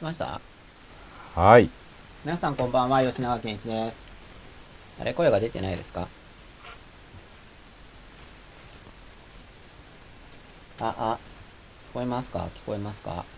ました？ はい。 皆さんこんばんは、吉永健一です。あれ、声が出てないですか？聞こえますか？聞こえますか？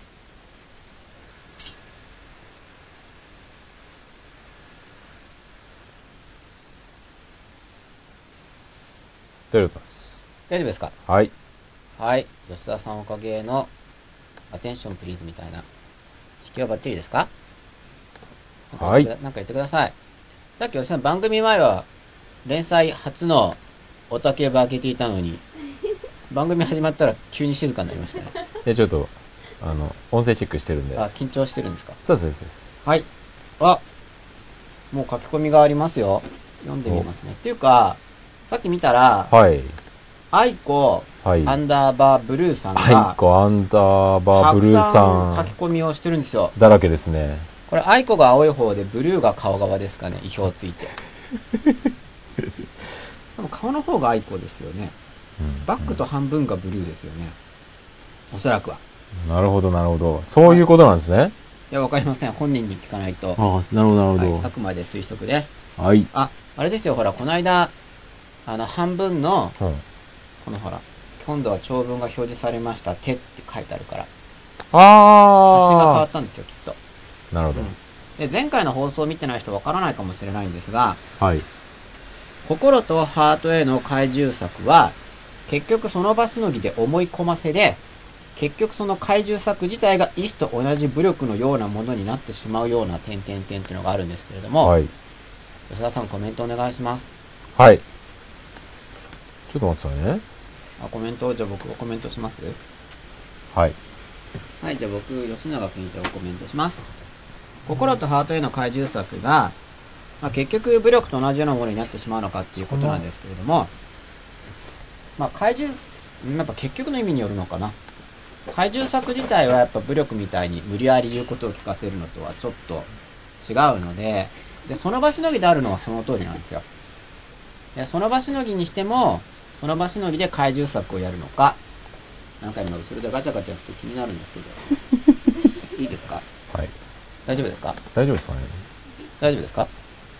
出るます。 大丈夫ですか？ はい。 はい。吉田さんおかげのアテンションプリーズみたいな。引きはバッチリですか？ はい。 なんか言ってください。さっき吉田さん番組前は連載初のおたけば開けていたのに、番組始まったら急に静かになりましたね。 ちょっと、音声チェックしてるんで。 緊張してるんですか？ そうです、そうです。 はい。もう書き込みがありますよ。読んでみますね。っていうか、さっき見たら、 はい。 アイコ、 はい。 アンダーバーブルーさんアイが、 コアンダーバーたくブルーさん書さんき込みをしてるんですよ。 だらけですね。 これ、アイコが青い方で、ブルーが顔側ですかね、意表ついて。でも顔の方がアイコですよね。バックと半分がブルーですよね。おそらくは。 なるほど、なるほど。そういうことなんですね。 いや、わかりません。本人に聞かないと。 ああ、なるほど、なるほはい。あくまで推測です。 ど。はい。 あれですよ、ほら、この間、半分の、 うん。 このほら、今度は長文が表示されました。手って書いてあるから。写真が変わあったんですよ、きっと。 ー。なるほど。 で、前回の放送を見てない人わからないかもしれないんですが、 はい。 心とハートへの怪獣作は、結局その場しのぎで思い込ませで、結局その怪獣作自体が意志と同じ武力のようなものになってしまうような点っていうのがあるんですけれども、 はい。 吉田さんコメントお願いします。 はい。ちょっと待ってくださいね。 コメントを、じゃあ僕がコメントします。 はい。 はい、じゃあ僕、吉永健一がコメントします。心とハートへの怪獣作が、結局武力と同じようなものになってしまうのかっていうことなんですけれども、怪獣、やっぱ結局の意味によるのかな。怪獣作自体はやっぱ武力みたいに無理やり言うことを聞かせるのとはちょっと違うので、その場しのぎであるのはその通りなんですよ。で、その場しのぎにしても、その場しのぎで怪獣作をやるのか、何回もそれでガチャガチャって気になるんですけど、いいですか？ はい。 大丈夫ですか？ 大丈夫ですかね。 大丈夫ですか？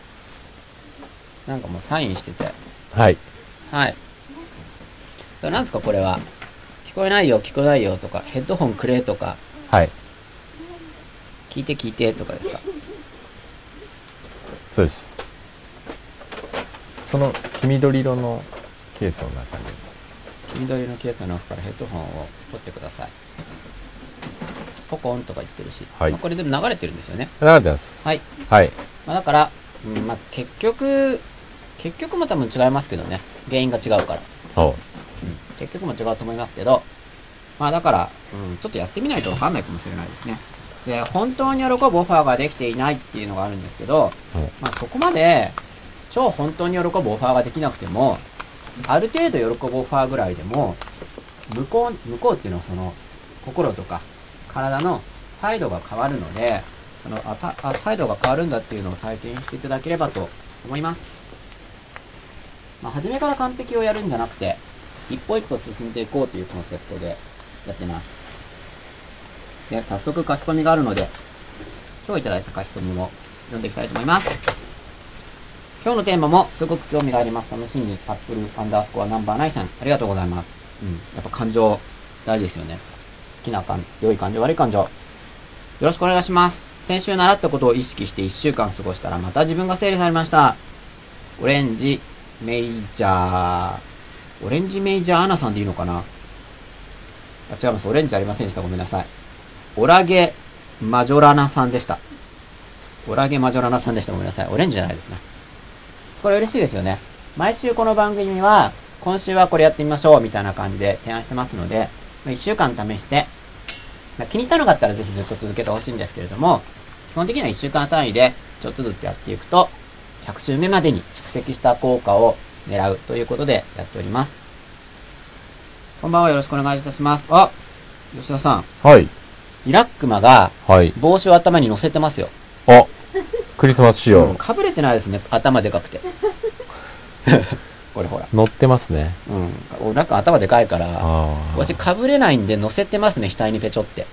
なんかもうサインしてて。 はい。 はい。なんですかこれは。聞こえないよ、聞こえないよとか、ヘッドホンくれとか、 はい。 聞いてとかですか？ そうです。その黄緑色のケースの中に。 黄緑のケースの中からヘッドホンを取ってください。ポコンとか言ってるし。 はい。 これでも流れてるんですよね。 流れてます。 はい。 はい。 だから、結局も多分違いますけどね。原因が違うから。 そう。 結局も違うと思いますけど、だから、ちょっとやってみないとわかんないかもしれないですね。で、本当に喜ぶオファーができていないっていうのがあるんですけど、そこまで、超本当に喜ぶオファーができなくても、ある程度喜ぶオファーぐらいでも、向こうっていうのはその、心とか、体の態度が変わるので、態度が変わるんだっていうのを体験していただければと思います。初めから完璧をやるんじゃなくて、一歩一歩進んでいこうというコンセプトでやってます。で、早速書き込みがあるので、今日いただいた書き込みも読んでいきたいと思います。今日のテーマもすごく興味があります。楽しみに、アップルアンダースコアナンバー9さん、ありがとうございます。やっぱ感情、大事ですよね。好きな良い感情、悪い感情。よろしくお願いします。先週習ったことを意識して1週間過ごしたら、また自分が整理されました。オレンジメイジャーアナさんでいいのかな？違います。オレンジありませんでした。ごめんなさい。オラゲマジョラナさんでした。ごめんなさい。オレンジじゃないですね。これ嬉しいですよね。毎週この番組は、今週はこれやってみましょうみたいな感じで提案してますので、1週間試して、気に入ったのがあったらぜひずっと続けてほしいんですけれども、基本的には1週間単位でちょっとずつやっていくと、100週目までに蓄積した効果を狙うということでやっております。こんばんは、よろしくお願いいたします。吉田さん。 はい。 リラックマが、 はい。 帽子を頭に乗せてますよ。 クリスマス仕様。 かぶれてないですね、頭でかくて。これほら。 乗ってますね。 なんか頭でかいから、帽子かぶれないんで乗せてますね、額にペチョって。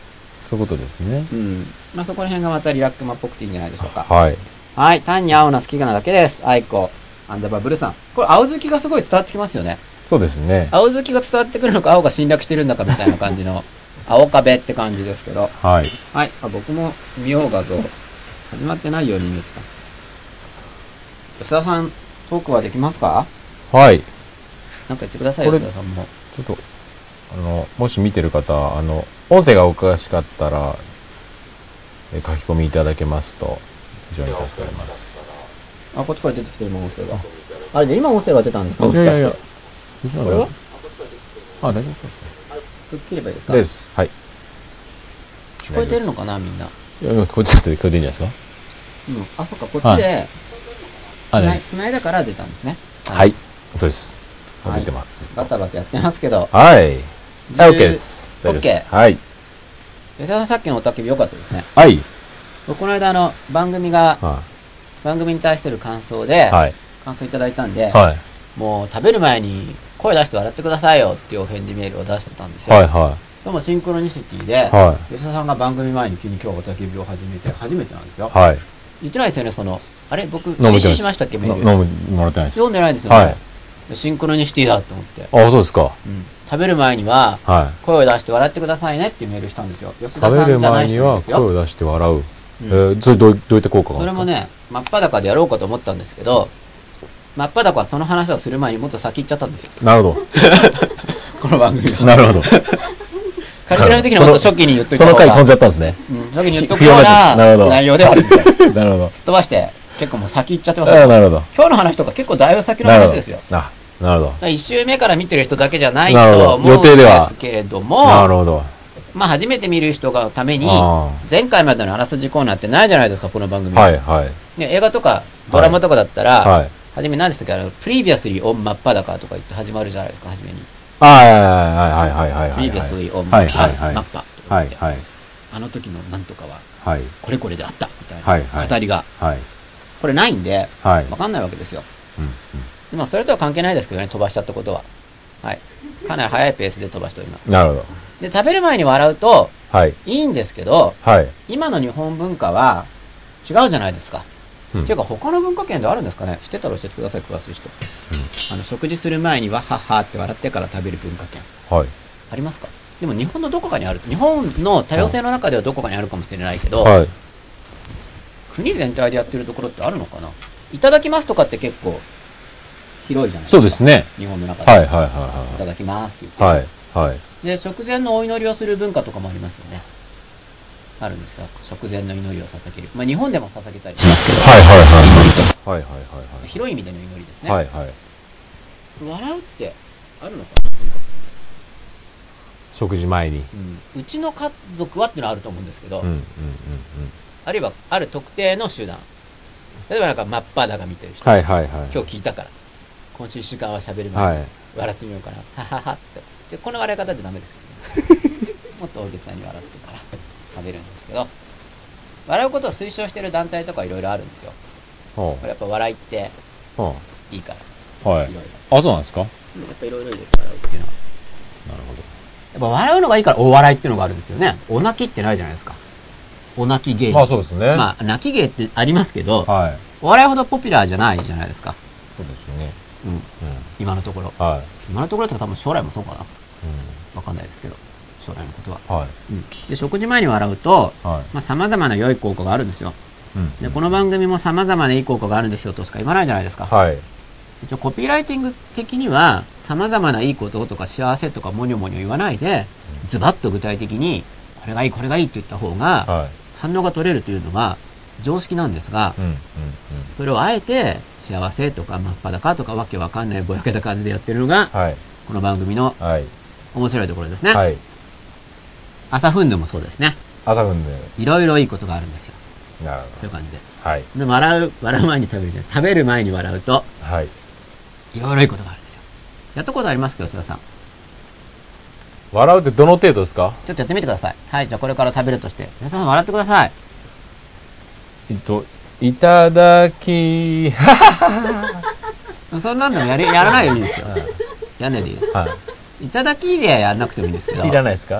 そういうことですね。 うん。まあ、そこら辺がまたリラックマっぽくていいんじゃないでしょうか。 はい。 はい。単に青な好きなだけです。アイコ、アンダーバーブルさん。これ、青好きがすごい伝わってきますよね。 そうですね。 青好きが伝わってくるのか、青が侵略してるんだかみたいな感じの、青壁って感じですけど。 はい。 はい。僕も見よう画像。始まってないように見えてた。吉田さん、トークはできますか？ はい。 なんか言ってくださいよ、吉田さんも。 ちょっと、もし見てる方、音声がおかしかったら、書き込みいただけますと、非常に助かります。 あ、こっちから出てきてる、今音声が。あれ、じゃあ今音声が出たんですか？もしかして。 いやいやいや。 これは？ あ、大丈夫ですね。 切ればいいですか？ です。はい。 聞こえてるのかな、みんな。 いや、聞こえてたって聞こえてるんじゃないですか？ うん。あ、そっか、こっちで、繋いだから出たんですね。 はい。そうです。出てます。 バタバタやってますけど。 はい。はい、OK です。 OK。 はい。 吉田さん、さっきのおたけび良かったですね。 はい。 この間、番組に対する感想で、感想いただいたんで、もう食べる前に声出して笑ってくださいよっていうお返事メールを出してたんですよ。はいはい。でもシンクロニシティで、吉田さんが番組前に急に今日おたけびを始めて、初めてなんですよ。はい。言ってないですよね、あれ僕、CC しましたっけ、メール。 もらってないです。 読んでないですよね。はい。シンクロニシティだと思って。 あ、そうですか。 うん。食べる前には、声を出して笑ってくださいねっていうメールしたんですよ。吉田さんじゃない人ですよ。 食べる前には声を出して笑う。それどういった効果があるんですか？ それもね、真っ裸でやろうかと思ったんですけど、真っ裸はその話をする前にもっと先行っちゃったんですよ。 なるほど。 この番組が。 なるほど。 カリキュラム的にもっと初期に言っといた方が。その回飛んじゃったんですね。 うん、初期に言っとくような内容ではあるんですよ。なるほど。すっ飛ばして、結構もう先行っちゃってます。 なるほど。 今日の話とか結構だいぶ先の話ですよ。 あ、なるほど。 一周目から見てる人だけじゃないと思うんですけれども、 なるほど。 まあ初めて見る人がために、前回までのあらすじコーナーってないじゃないですか、この番組。はいはい。映画とかドラマとかだったら、初め何でしたっけ、プリビアスリーオン真っ裸とか言って始まるじゃないですか、初めに。はい。プリビアスリーオン真っ裸。はい。あの時のなんとかは、これこれであった、みたいな語りが。これないんで、わかんないわけですよ。まあそれとは関係ないですけどね、飛ばしちゃったことは。はい。かなり早いペースで飛ばしております。なるほど。で、食べる前に笑うと、いいんですけど、今の日本文化は違うじゃないですか。っていうか他の文化圏であるんですかね。知ってたら教えてください、詳しい人。食事する前にわははって笑ってから食べる文化圏。ありますか？でも日本のどこかにある。日本の多様性の中ではどこかにあるかもしれないけど、国全体でやってるところってあるのかな。いただきますとかって結構広いじゃないですか。そうですね。日本の中で。いただきますって言って。で、食前のお祈りをする文化とかもありますよね。あるんですよ。食前の祈りを捧げる。まあ日本でも捧げたりしますけど。祈りと。広い意味での祈りですね。笑うってあるのかな、文化。 食事前に。 うちの家族はっていうのはあると思うんですけど、あるいはある特定の集団。例えばなんか真っ裸見てる人。今日聞いたから。今週1週間は喋る前に笑ってみようかな。はははって。で、この笑い方じゃダメですけどね。もっと大げさに笑ってから食べるんですけど、笑うことを推奨している団体とかいろいろあるんですよ。これやっぱ笑いっていいから。はい。 あ、そうなんですか？ やっぱいろいろいいです、笑うっていうのは。なるほど。やっぱ笑うのがいいからお笑いっていうのがあるんですよね。お泣きってないじゃないですか。お泣き芸。 まあそうですね。 まあ泣き芸ってありますけど、お笑いほどポピュラーじゃないじゃないですか。 そうですね。 今のところ。今のところって多分将来もそうかな。わかんないですけど、将来のことは。で、食事前に笑うと、様々な良い効果があるんですよ。で、この番組も様々ないい効果があるんですよとしか言わないじゃないですか。一応コピーライティング的には、様々ないいこととか幸せとかもにょもにょ言わないで、ズバッと具体的に、これがいい、これがいいって言った方が、反応が取れるというのが常識なんですが、それをあえて、幸せとか真っ裸とかわけわかんないぼやけた感じでやってるのが、この番組の面白いところですね。朝フンでもそうですね。朝フンでいろいろいいことがあるんですよ。なるほど。そういう感じで。で笑う前に食べるじゃん。食べる前に笑うと、いろいろいいことがあるんですよ。やったことありますか、吉田さん。 笑うってどの程度ですか？ ちょっとやってみてください。はい、じゃあこれから食べるとして。吉田さん笑ってください。 いただきそんなんでもやらないよりいいですよ。やんないでいいです。いただきでやらなくてもいいんですけど。 いらないですか？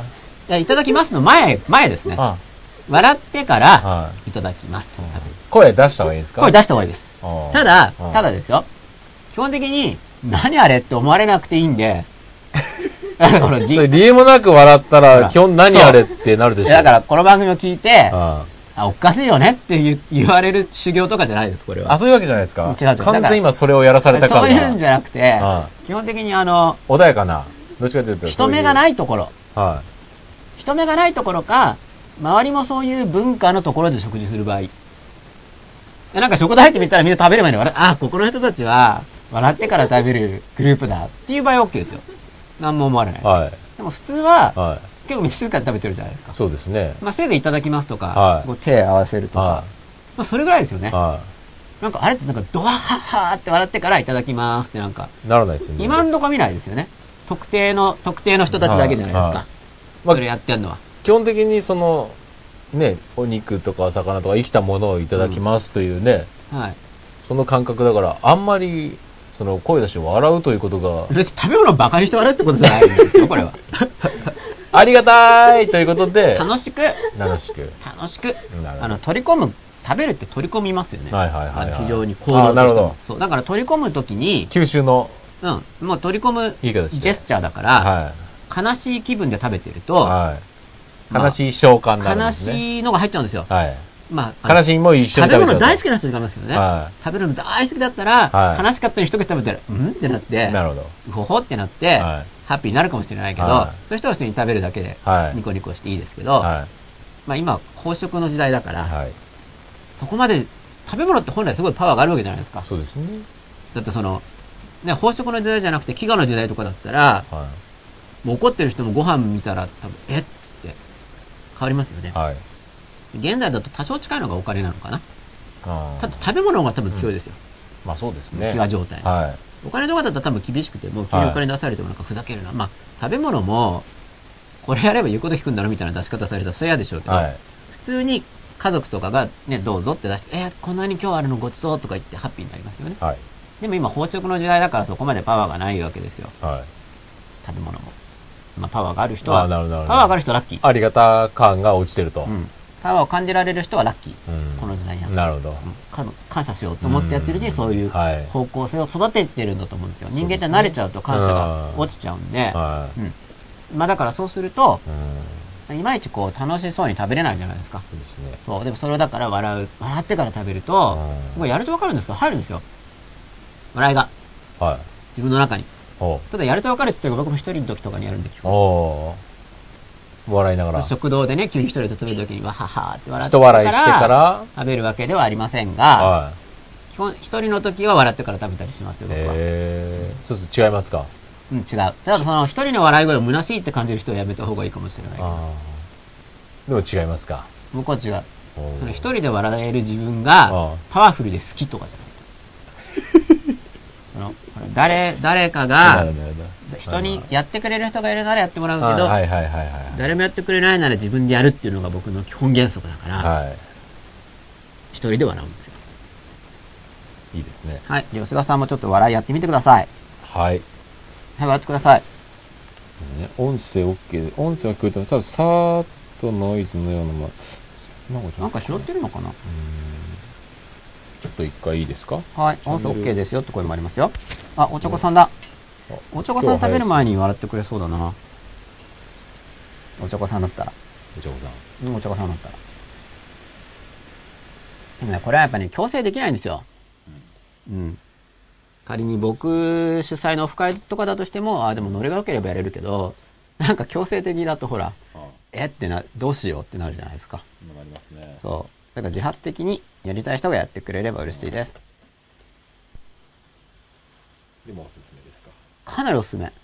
いただきますの前ですね。 あ笑ってから、 はい。 いただきますって食べる。 声出した方がいいですか？ 声出した方がいいです。 あただあですよ。基本的に、何あれって思われなくていいんで、このそれ理由もなく笑ったら、基本何あれってなるでしょ。 だから、この番組を聞いて、 あおかしいよねって言われる修行とかじゃないです、これは。 あ、そういうわけじゃないですか。 違う完全に今それをやらされた感が。 そういうんじゃなくてあ、 基本的に穏やかな。どっちかというと。 人目がないところ。 は人目がないところか、周りもそういう文化のところで食事する場合。なんか食堂入ってみたらみんな食べる前にここの人たちは、笑ってから食べるグループだっていう場合は OK ですよ。何も思われない。 はい。 でも普通は、 はい。 結構静かに食べてるじゃないですか。 そうですね。 せいでいただきますとか、 はい手合わせるとか、 はそれぐらいですよね。 はなんかあれってなんかドワッハッハーって笑ってからいただきますってなんか、 い。ならないですよね。 今んとこ見ないですよね。特定の人たちだけじゃないですか。 はいそれやってんのは。 基本的にね、お肉とか魚とか生きたものをいただきますというね、 はい。 その感覚だから、あんまり、声出して笑うということが、 別に食べ物をバカにして笑うってことじゃないんですよ、これは。 ありがたいということで、 楽しく、 楽しく。なるほど取り込む、食べるって取り込みますよね。 はいはいはいはい非常に行動としても。 なるほど。 そう。だから取り込むときに、 九州の、 もう取り込むいいジェ形でスチャーだから、 は悲しい気分で食べてるい。 と、 はい。悲しい召喚になるん悲ですね。 しいのが入っちゃうんですよ。 はい。 悲悲しみも一緒に食べ食べちゃうと。 物大好きな人に考えますけどね。 は食べるの大好きだったら、 はい悲しかったのに一口食べたら、ってなって、 なるほど。 ほほってなって、 はハッピーになるかもしれないけど、 はそういう人は普通に食べるだけで、 はいニコニコしていいですけど、 は今、飽食の時代だから、 い。はい。 そこまで、食べ物って本来すごいパワーがあるわけじゃないですか。 そうですね。 だって飽食の時代じゃなくて飢餓の時代とかだったら、 はもう怒ってる人もご飯見たら多分、って変わりますよね。 い。はい。 現代だと多少近いのがお金なのかな。 あただ食べ物が多分強いですよ。 まあそうですね。 飢餓状態。 はお金とかだったら多分厳しくて、もう急にお金出されてもなんかふざけるな。食べ物も、これやれば言うこと聞くんだろみたいな出し方されたらそれ嫌でしょうけい。 ど、 はい。 普通に家族とかがね、どうぞって出して、こんなに今日あるのごちそうとか言ってハッピーになりますよね。 はい。 でも今、飽食の時代だからそこまでパワーがないわけですよ。 はい。 食べ物も。パワーがある人は、 なるほど。 パワーがある人はラッキー。 ありがた感が落ちてると。 パワーを感じられる人はラッキー。 うんこの時代には。 なるほど。 感謝しようと思ってやってるうちにそういうはい方向性を育ててるんだと思うんですよ。人間ってそうですね慣れちゃうと感謝が落ちちゃうんで、 はだからそうすると、 い。 いまいち楽しそうに食べれないじゃないですか。 そうですね。 そう。でもそれをだから笑ってから食べると、これやるとわかるんですけど、入るんですよ。笑いが。 はい。 自分の中に。 おただやるとわかるって言って僕も一人の時とかにやるんで、 お笑いながら。 食堂でね、急に一人で食べる時にわははって笑って人笑いしてから食べるわけではありませんが、 は基本一人の時は笑ってから食べたりしますよ、 い。 僕は。 そうすると違いますか？ 違う。ただ一人の笑い声を虚しいって感じる人はやめた方がいいかもしれないけど。 ああ。でも違いますか？ 僕は違う。 おー一人で笑える自分がパワフルで好きとかじゃない。誰かが、人にやってくれる人がいるならやってもらうけど、 はいはいはいはい。 誰もやってくれないなら自分でやるっていうのが僕の基本原則だから、 は一人で笑うんですよ。 い。いいですね。 はい。で、吉田さんもちょっと笑いやってみてください。 はい。 はい、笑ってください。 ですね。音声 OK で、音声は聞こえても、たださーっとノイズのような、 なんか拾ってるのかな？ ちょっと一回いいですか？ はい。音声 OK ですよって声もありますよ。あ、おちょこさんだ。おちょこさん食べる前に笑ってくれそうだな。おちょこさんだったら。 おちょこさん。 おちょこさんだったら。でもね、これはやっぱね、強制できないんですよ。仮に僕主催のオフ会とかだとしても、でもノリが良ければやれるけど、なんか強制的だとほら、どうしようってなるじゃないですか。 なりますね。 そう。だから自発的にやりたい人がやってくれれば嬉しいです。 でもおすすめですか？ かなりおすすめ。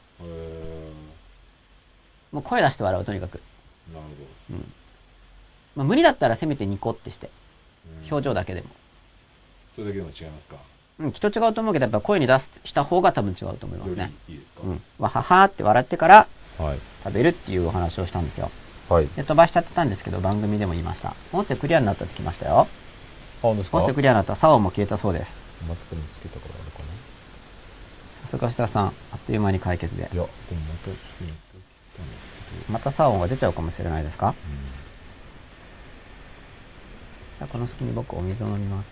もう声出して笑う、とにかく。 なるほど。 無理だったらせめてニコってして。表情だけでも。 それだけでも違いますか？ きっと違うと思うけど、やっぱ声にした方が多分違うと思いますね。 いいですか？ わははって笑ってからはい。 食べるっていうお話をしたんですよ。 はい。 で、飛ばしちゃってたんですけど、番組でも言いました。音声クリアになったってきましたよ。 本ですか？ 音声クリアになったらサオも消えたそうです。 マツコにつけたからあるかな？ さすが吉田さん、あっという間に解決で。 いや、でもまたちょっとやっておきたんですけど。 またサーモンが出ちゃうかもしれないですか？じゃあこの隙に僕お水を飲みます。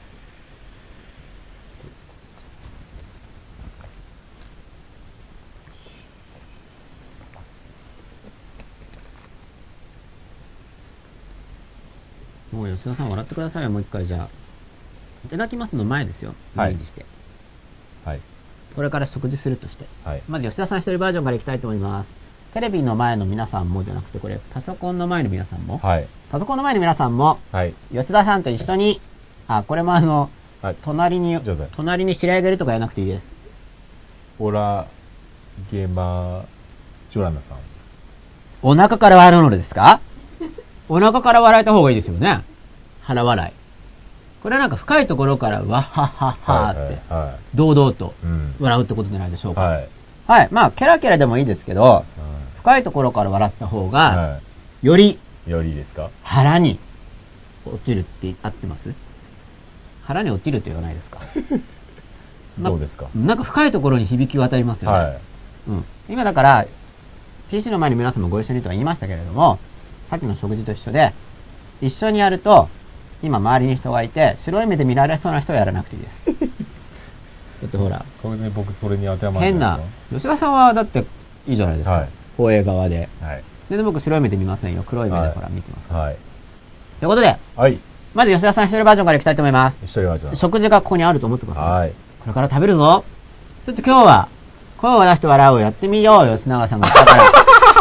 もう吉田さん笑ってくださいよ、もう一回じゃあ。いただきますの前ですよ。イメージして。 はい。 これから食事するとして。 はい。 まず吉田さん一人バージョンからいきたいと思います。テレビの前の皆さんもじゃなくて、これパソコンの前の皆さんも。 はい。 パソコンの前の皆さんも、 はい。 吉田さんと一緒に、これもはい、 隣に知り合いがいるとかやらなくていいです。 オラ、ゲーマー、ジョラナさん。 お腹から笑うのですか？お腹から笑えた方がいいですよね。腹笑い。これはなんか深いところからわっはっはっはーって、堂々と笑うってことじゃないでしょうか。はい。はい。まあ、ケラケラでもいいですけど、深いところから笑った方が、よりですか？ 腹に落ちるって合ってます？腹に落ちるって言わないですか？ どうですか？ なんか深いところに響き渡りますよね。はい。うん。今だから、PC の前に皆さんもご一緒にとは言いましたけれども、さっきの食事と一緒で、一緒にやると、今周りに人がいて、白い目で見られそうな人はやらなくていいです。だってほら。 確実に僕それに当てはまるんですか？ 変な。吉田さんはだっていいじゃないですか。はい。放映側で。はい。で、僕白い目で見ませんよ。黒い目でほら見てます。はい。ということで。はい。まず吉田さん一人バージョンからいきたいと思います。 一人バージョン。 食事がここにあると思ってください。はい。これから食べるぞ。ちょっと今日は、声を出して笑うをやってみよう。吉永さんが来たから。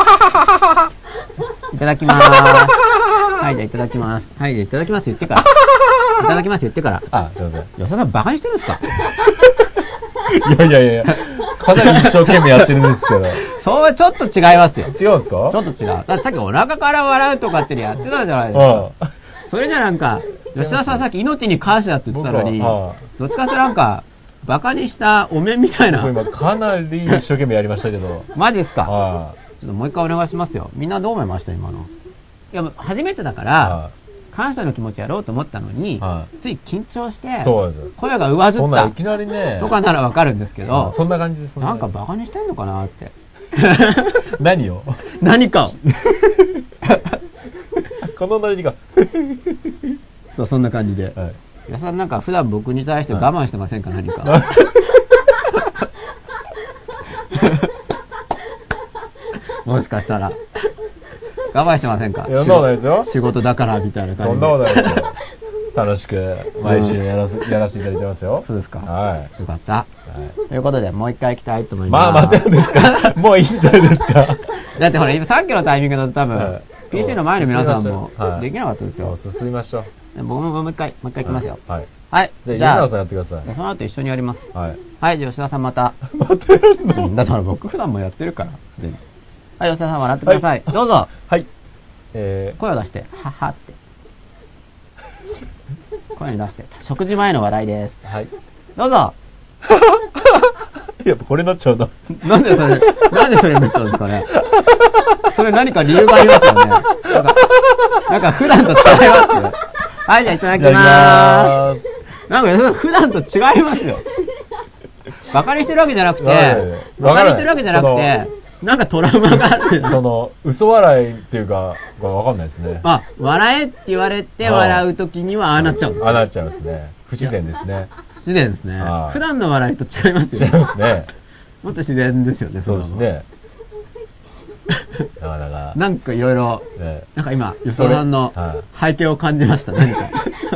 いただきまーす。はい、じゃあいただきます。はい、じゃあいただきます言ってから。いただきます言ってから。 あ、すいません。 吉田さんバカにしてるんですか？ いや、かなり一生懸命やってるんですけど。 そう、ちょっと違いますよ。 違うんですか？ ちょっと違う。だってさっきお腹から笑うとかってやってたじゃないですか。それじゃなんか、吉田さんさっき命に感謝って言ってたのに、どっちかってなんか、バカにしたお面みたいな。 今かなり一生懸命やりましたけど。 マジですか？ちょっともう一回お願いしますよ。みんなどう思いました今の。いや、初めてだから、感謝の気持ちやろうと思ったのに、つい緊張して、声が上ずった。 いきなりね。 とかならわかるんですけど、 そんな感じです。 なんかバカにしてんのかなって。 何を？ 何かを。 このノリが。 そう、そんな感じで。皆さんなんか普段僕に対して我慢してませんか、何か。もしかしたら。我慢してませんか？ いや、そんなことないですよ。 仕事だからみたいな感じで。 そんなことないですよ。楽しく毎週やらせていただいてますよ。 そうですか。 はい。 よかった。ということで、もう一回行きたいと思います。 まあ、待てるんですか？もういいんじゃないですか？ だってほら、今さっきのタイミングだと多分、PC の前の皆さんもできなかったですよ。 進みましょう。 僕ももう一回行きますよ。 はい。 はい。 じゃあ、吉田さんやってください。 その後一緒にやります。 はい。 はい、じゃあ吉田さんまた。 待てるの？ だから僕普段もやってるから、すでに。はい、吉田さん笑ってください。どうぞ。 はい。 声を出して、ははって。声に出して、食事前の笑いです。 はい。 どうぞ。 やっぱこれなっちゃうな。 なんでそれになっちゃうんですかね。それ何か理由がありますよね。なんか普段と違いますよ。はい、じゃあいただきまーす。なんか普段と違いますよ。バカにしてるわけじゃなくて、なんかトラウマがあるんですよ。 嘘笑いっていうか、わかんないですね。 笑えって言われて笑うときにはああなっちゃうんですね。 ああなっちゃいますね。不自然ですね。 不自然ですね。普段の笑いと違いますよね。 違いますね。 もっと自然ですよね。 そうですね。なかなか。 なんかいろいろ、なんか今、吉田さんの背景を感じました。何か。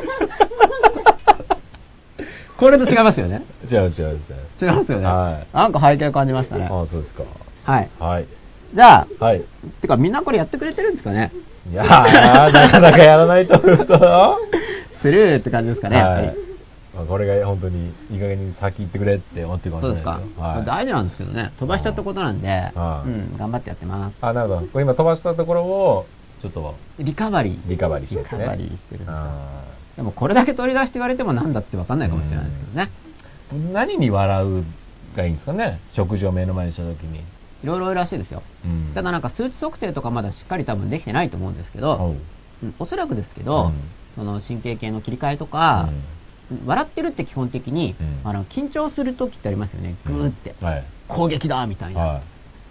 これと違いますよね。 違いますよね。 なんか背景を感じましたね。 ああ、そうですか。 はい。 はい。 じゃあ、 はい。 てかみんなこれやってくれてるんですかね？ いやー、なかなかやらないと、 スルーって感じですかね。 はい。これが本当にいい加減に先行ってくれって思ってるかもしれないですよ。 そうですか。大事なんですけどね。飛ばしちゃったことなんで、頑張ってやってます。 なるほど。これ今飛ばしたところを、ちょっと、 リカバリーしてるんですね。 リカバリーしてるんですよ。でもこれだけ取り出して言われてもなんだって分かんないかもしれないですけどね。 何に笑うがいいんですかね？食事を目の前にしたときに。 いろいろらしいですよ。ただなんか数値測定とかまだしっかり多分できてないと思うんですけど、おそらくですけど、その神経系の切り替えとか、笑ってるって基本的に、緊張するときってありますよね。グーって。攻撃だみたいな。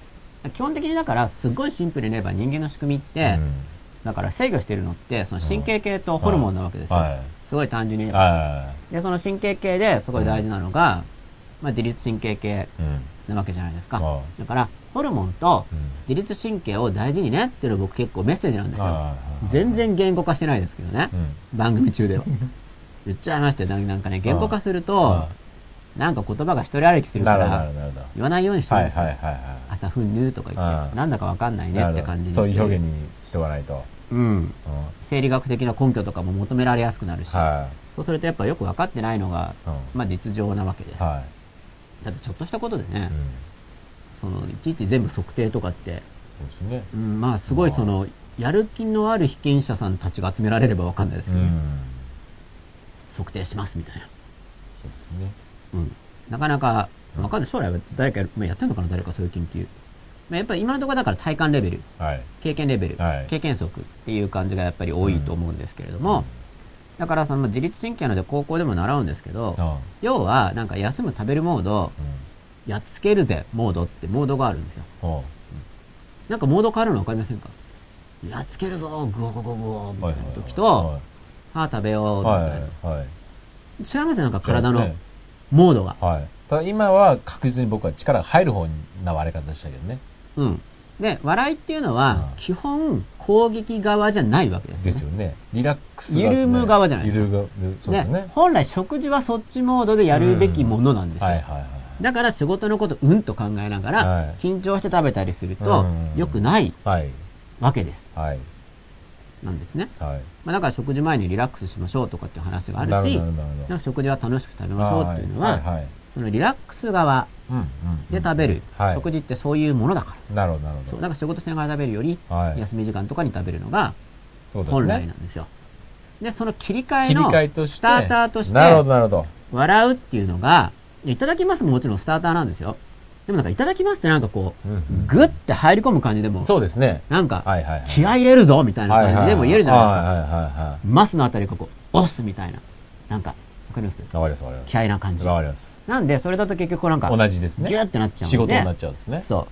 基本的にだからすごいシンプルに言えば人間の仕組みって、だから制御してるのってその神経系とホルモンなわけですよ、すごい単純に言えば、でその神経系ですごい大事なのが、自律神経系なわけじゃないですか、だからホルモンと自律神経を大事にねっていうのが僕結構メッセージなんですよ、全然言語化してないですけどね、番組中では言っちゃいましたよ。なんかね、言語化するとなんか言葉が一人歩きするから言わないようにしてるんですよ。朝ふんぬとか言ってなんだかわかんないねって感じにして、 そういう表現にしておかないと、 生理学的な根拠とかも求められやすくなるし、そうするとやっぱよく分かってないのが、実情なわけです、だってちょっとしたことでね、そのいちいち全部測定とかって、すごいそのやる気のある被験者さんたちが集められれば分かんないですけど、測定しますみたいな。 そうですね。 なかなか分かんない。将来は誰かやってんのかな、誰かそういう研究。やっぱり今のところだから体感レベル、経験レベル、経験則っていう感じがやっぱり多いと思うんですけれども、だからその自律神経なので高校でも習うんですけど、要はなんか休む食べるモード、やっつけるぜモードってモードがあるんですよ。なんかモード変わるの分かりませんか？やっつけるぞグオゴゴゴみたいな時と、食べようみたいな、違いますよ、なんか体のモードが。 ただ今は確実に僕は力が入る方な割れ方でしたけどね。 で、笑いっていうのは基本攻撃側じゃないわけですよね。ですよね。リラックス、 緩む側じゃないですか。 そうですね。 本来食事はそっちモードでやるべきものなんですよ。だから仕事のことと考えながら緊張して食べたりすると良くないわけです。なんですね。だから食事前にリラックスしましょうとかっていう話があるし、食事は楽しく食べましょうっていうのは、そのリラックス側で食べる食事ってそういうものだから。だから仕事しながら食べるより休み時間とかに食べるのが本来なんですよ。で、その切り替えのスターターとして笑うっていうのが、いただきますももちろんスターターなんですよ。でもなんかいただきますってなんかこう、グッて入り込む感じでも、 そうですね。 なんか、気合い入れるぞみたいな感じでも言えるじゃないですか。ますのあたりがこう、押すみたいな。なんか、わかります？わかります。気合いな感じ。わかります。なんで、それだと結局なんか、 同じですね。 ギューってなっちゃうんで。 仕事になっちゃうんですね。 そう。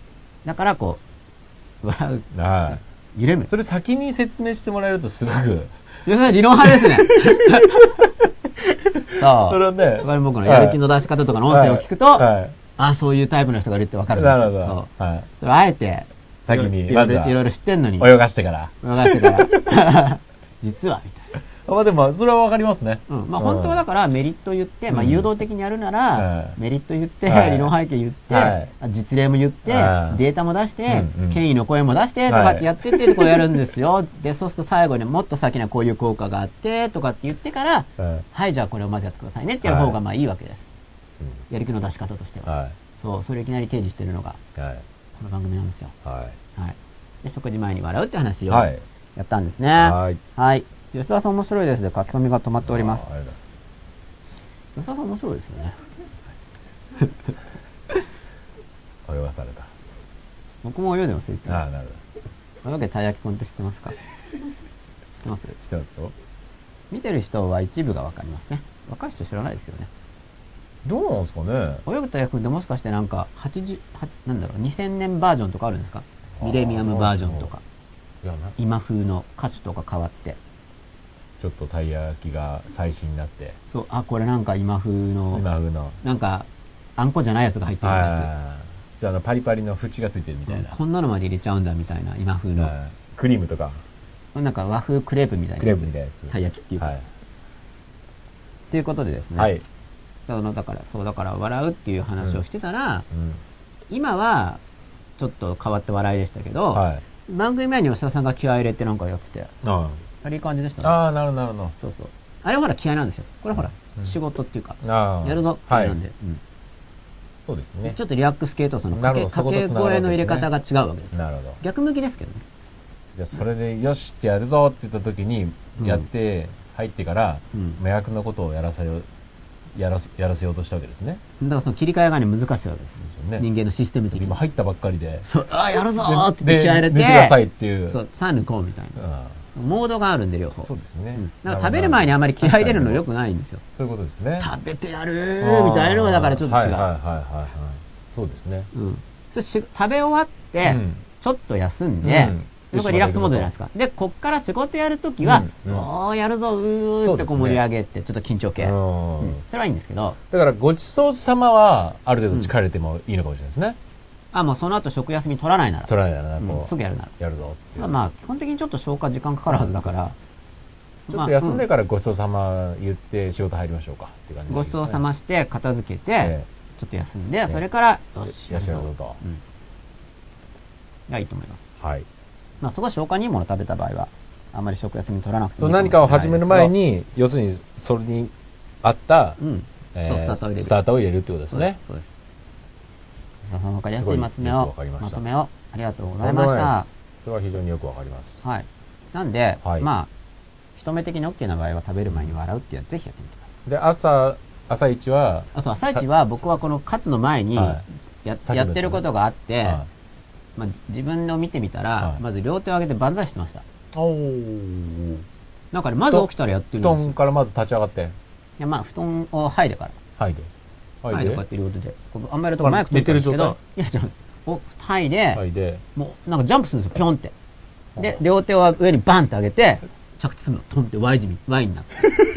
だからこう、笑う。緩む。 それ先に説明してもらえるとすごく。 理論派ですね。そう。 それはね。 僕のやる気の出し方とかの音声を聞くと、そういうタイプの人がいるって分かるんですよ。なるほど。それあえて、 先に、まずは、 いろいろ知ってんのに。 泳がしてから。 実は、みたいな。 でも、それは分かりますね。 本当はだからメリット言って、誘導的にやるなら、メリット言って、理論背景言って、実例も言って、データも出して、権威の声も出して、とかってやってってこうやるんですよ。で、そうすると最後にもっと先にはこういう効果があって、とかって言ってから、はい、じゃあこれをまずやってくださいねってやる方がいいわけです。やる気の出し方としては。そう、それをいきなり提示してるのが、この番組なんですよ。で、食事前に笑うって話をやったんですね。はい。吉田さん面白いですね。書き込みが止まっております。吉田さん面白いですね。 泳がされた。 僕も泳いでますよ、いつも。 なるほど。泳げたい焼きくんって知ってますか？知ってます？知ってますよ。 見てる人は一部がわかりますね。若い人知らないですよね。 どうなんですかね。 泳ぐたい焼きくんってもしかしてなんか2000年バージョンとかあるんですか？ミレニアムバージョンとか。今風の歌詞とか変わって。 ちょっとたい焼きが最新になって。 そう、これなんか今風の。なんか、あんこじゃないやつが入ってるやつ。じゃあパリパリの縁がついてるみたいな。 こんなのまで入れちゃうんだみたいな、今風の。 クリームとか。 なんか和風クレープみたいなやつ。 クレープみたいなやつ。 たい焼きっていうか。ということでですね。だから笑うっていう話をしてたら、今はちょっと変わって笑いでしたけど、番組前に吉田さんが気合い入れてなんかやってて。いい感じでしたね。 なるほど。 そうそう。あれほら気合なんですよ。これほら、仕事っていうか、やるぞってなんで。 そうですね。 ちょっとリラックス系とその掛け声の入れ方が違うわけです。 なるほど。 逆向きですけどね。 じゃあそれでよしってやるぞって言った時に、やって入ってから、迷惑なことをやらせようとしたわけですね。 だからその切り替えがね難しいわけです。人間のシステム的に。 今入ったばっかりで。 そう、やるぞーって気合入れて。 寝てくださいっていう。 そう、さあ抜こうみたいな。モードがあるんで両方。 そうですね。 だから食べる前にあまり気合入れるの良くないんですよ。 そういうことですね。 食べてやるーみたいなのがだからちょっと違う。 そうですね。 食べ終わって、ちょっと休んで、これリラックスモードじゃないですか。で、こっから仕事やるときは、やるぞ、ってこう盛り上げて、ちょっと緊張系。それはいいんですけど。 だから、ごちそうさまは、ある程度力入れてもいいのかもしれないですね。 もうその後食休み取らないなら。 取らないなら、 すぐやるなら。 やるぞ。 ただ基本的にちょっと消化時間かかるはずだから、 ちょっと休んでからごちそうさま言って仕事入りましょうかっていう感じ、 ごちそうさまして片付けて、ちょっと休んで、それから、よし、 やるぞと。 がいいと思います。 はい。 そこは消化にいいもの食べた場合は、あんまり食休み取らなくてもいい。何かを始める前に、要するに、それに合った、スターターを入れるってことですね。 そうです。わかりやすいまとめを、ありがとうございました。 それは非常によくわかります。 はい。なんで、一目的に OK な場合は食べる前に笑うっていうのはぜひやってみてください。 で、朝一は朝一は僕はこのカツの前にやってることがあって、自分を見てみたら、まず両手を上げて万歳してました。なんかね、まず起きたらやってるんですよ。 布団からまず立ち上がって。 いや、布団を剥いでから。 剥いでこうやって両手で。あんまりやるとマイク取ってるんですけど、いや、剥いで、もうなんかジャンプするんですよ、ピョンって。で、両手を上にバンって上げて、着地するの、トンってワインになって。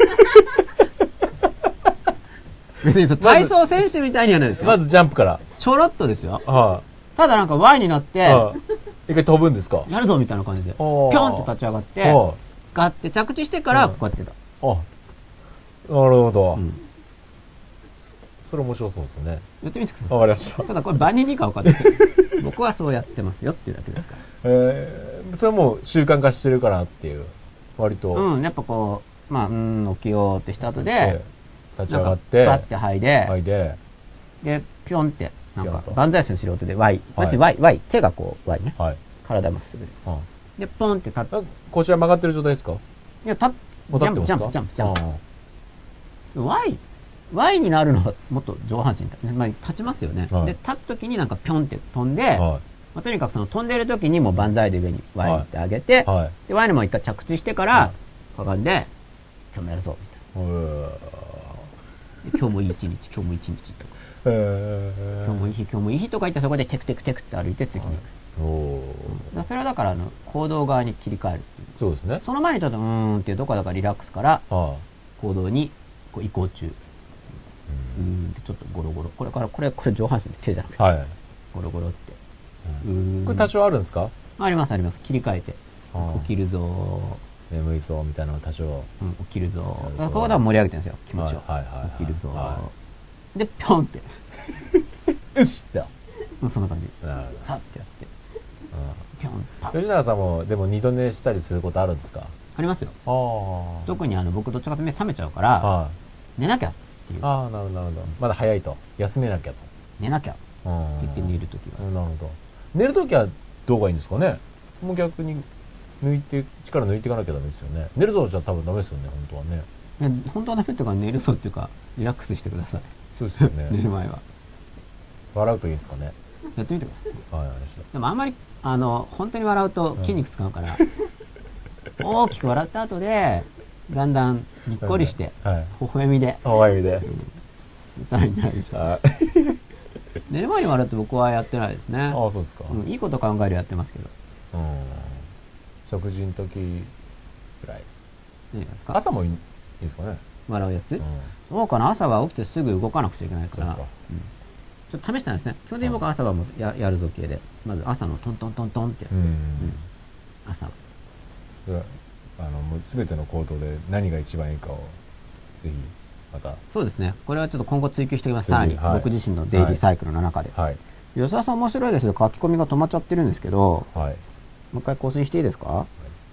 別に体操選手みたいにはないですよ。 まずジャンプから。 ちょろっとですよ。ただなんか Y になって、 一回飛ぶんですか？ やるぞみたいな感じで。ぴょんって立ち上がって、ガッて着地してからこうやってた。 なるほど。それ面白そうですね。 やってみてください。 わかりました。 ただこれ万人にか分かってる。僕はそうやってますよっていうだけですから。 それはもう習慣化してるかなっていう。割と。 やっぱこう、起きようってした後で、 立ち上がって、 バッて剥いで、で、ぴょんって、なんか、万歳する素人で Y。Y。手がこう Y ね。体まっすぐで。で、ポンって立って。 腰は曲がってる状態ですか？ いや、ジャンプ。Y になるのはもっと上半身立ちますよね。で、立つときになんかぴょんって飛んで、とにかくその飛んでるときにもう万歳で上に Y って上げて、で、Y にも一回着地してから、かがんで、今日もやるぞ、みたいな。今日もいい一日とか。今日もいい日とか言ってそこでテクテクって歩いて次に行く。それはだから行動側に切り替えるっていう。 そうですね。 その前にちょっとっていうどこだかリラックスから行動にこう移行中。ってちょっとゴロゴロ。これ上半身で手じゃなくて。ゴロゴロって。 これ多少あるんですか？ あります。切り替えて。起きるぞ。 眠いぞみたいなの多少。 起きるぞ。ここでは盛り上げてるんですよ、気持ちを。起きるぞ。で、ぴょんって。 よしだ。 そんな感じ。パッてやって。ぴょん、パッ。 吉永さんも、でも二度寝したりすることあるんですか？ ありますよ。特に僕どっちかと目覚めちゃうから、寝なきゃっていう。 なるほど。まだ早いと。休めなきゃと。 寝なきゃ。って言って寝るときは。 なるほど。寝るときはどうがいいんですかね？もう逆に力抜いていかなきゃダメですよね。寝るぞじゃ多分ダメですよね、本当はね。 本当はダメっていうか、寝るぞっていうか、リラックスしてください。 そうですよね。 寝る前は。 笑うといいですかね。 やってみてください。 わかりました。 でもあんまり、本当に笑うと筋肉使うから、大きく笑った後で、だんだんにっこりして、微笑みで。 微笑みで。 寝たらいいんじゃないでしょうか。寝る前に笑って僕はやってないですね。 そうですか。 いいこと考えるやってますけど。 食事の時ぐらい。 何ですか？ 朝もいいですかね。 笑うやつ？そうかな。朝は起きてすぐ動かなくちゃいけないから。ちょっと試したんですね。基本的に僕は朝はもうやるぞ系で。まず朝のトントントントンってやって。朝。 もう全ての行動で何が一番いいかをぜひまた。 そうですね。これはちょっと今後追求していきます。さらに僕自身のデイリーサイクルの中で。吉田さん面白いですよ。書き込みが止まっちゃってるんですけど。もう一回更新していいですか？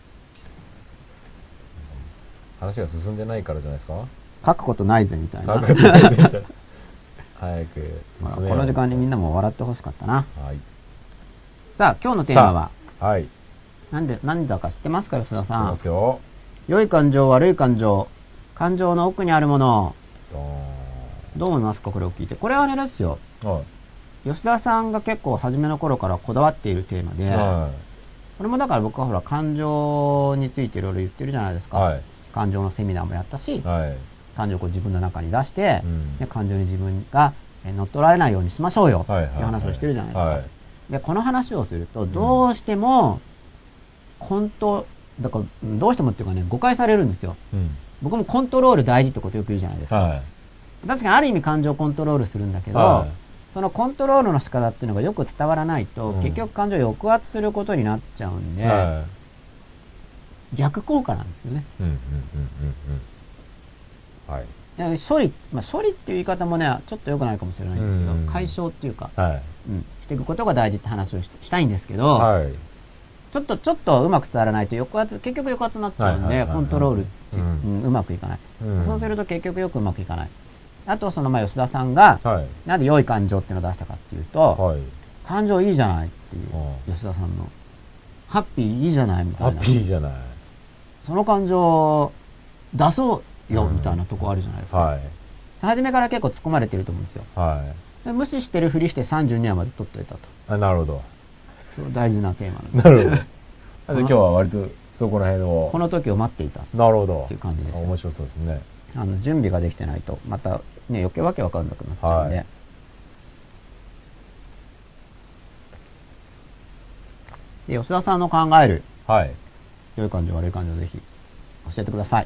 話が進んでないからじゃないですか？ 書くことないぜみたいな。 早く進めよう。 この時間にみんなも笑ってほしかったな。さあ、今日のテーマは、何だか知ってますか、吉田さん。知ってますよ。 良い感情、悪い感情、感情の奥にあるもの。どう思いますか、これを聞いて。これはあれですよ。吉田さんが結構初めの頃からこだわっているテーマで、これもだから僕はほら感情についていろいろ言ってるじゃないですか。感情のセミナーもやったし、感情をこう自分の中に出して、感情に自分が乗っ取られないようにしましょうよってはいいう話をしてるじゃないですか。 はい。 で、この話をすると、どうしても、だからどうしてもっていうかね、誤解されるんですよ。 うん。 僕もコントロール大事ってことよく言うじゃないですか。 はい。 確かにある意味感情をコントロールするんだけど、 はそのコントロールの仕方っていうのがよく伝わらないと、 うん結局感情を抑圧することになっちゃうんい。 で、 は逆効果なんですよね。 い。うんうんうんうんうん。はい。 処理、処理っていう言い方もね、ちょっと良くないかもしれないんですけど、 うん解消っていうか、 はい。 していくことが大事って話をしたいんですけど、 はい。 ちょっとうまく伝わらないと結局抑圧になっちゃうんで、 はいはいはいはいコントロールって、 うんうまくいかない。 うんそうすると結局よくうまくいかない。あと、吉田さんが、 はい。 なんで良い感情っていうのを出したかっていうと、 はい。 感情いいじゃないっていう、 う吉田さんの、ハッピーいいじゃないみたハッいな。 ピーじゃない。 その感情を出そうよみたいなとこあるじゃないですか。 はい。 初めから結構突っ込まれてると思うんですよ。 はい。 で無視してるふりして32話まで取っといたと。 あ、なるほど。 そう大事なテーマなんで。 なるほど。じゃあ今日は割とそこら辺を。 この時を待っていたっなるほど。 ていう感じですよ。 面白そうですね。 準備ができてないと、またね、余計わけわかんなくなっちゃうんで。 はいで、吉田さんの考える、 はい。 良い感情悪い感情ぜひ教えてください。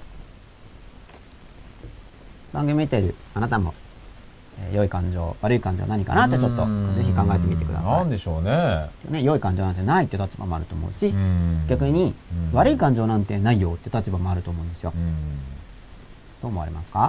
番組見てるあなたも、良い感情悪い感情は何かなってちょっとぜひ考えてみてください。 なんでしょうね。 ね、良い感情なんてないって立場もあると思うし、 うん逆に悪い感情なんてないよって立場もあると思うんですよ。 うん。 どう思われますか？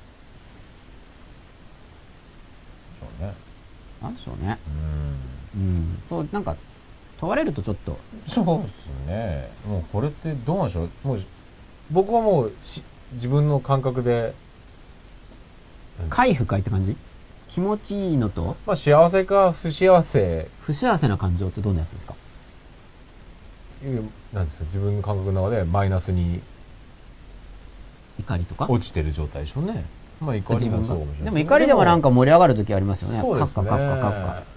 そうね。 なんでしょうね。 うん。 そう、なんか、問われるとちょっと、 そうですね。もうこれってどうなんでしょう。もう僕はもう自分の感覚で、 快不快って感じ？気持ちいいのと、 まあ幸せか不幸せ、 不幸せな感情ってどんなやつですか？ なんですか、自分の感覚の中でマイナスに怒りとか？ 落ちてる状態でしょうね。まあ怒りもそうかもしれない。 でも怒りでもなんか盛り上がるときありますよね。 そうですね。 カッカカッカカッカ。 なん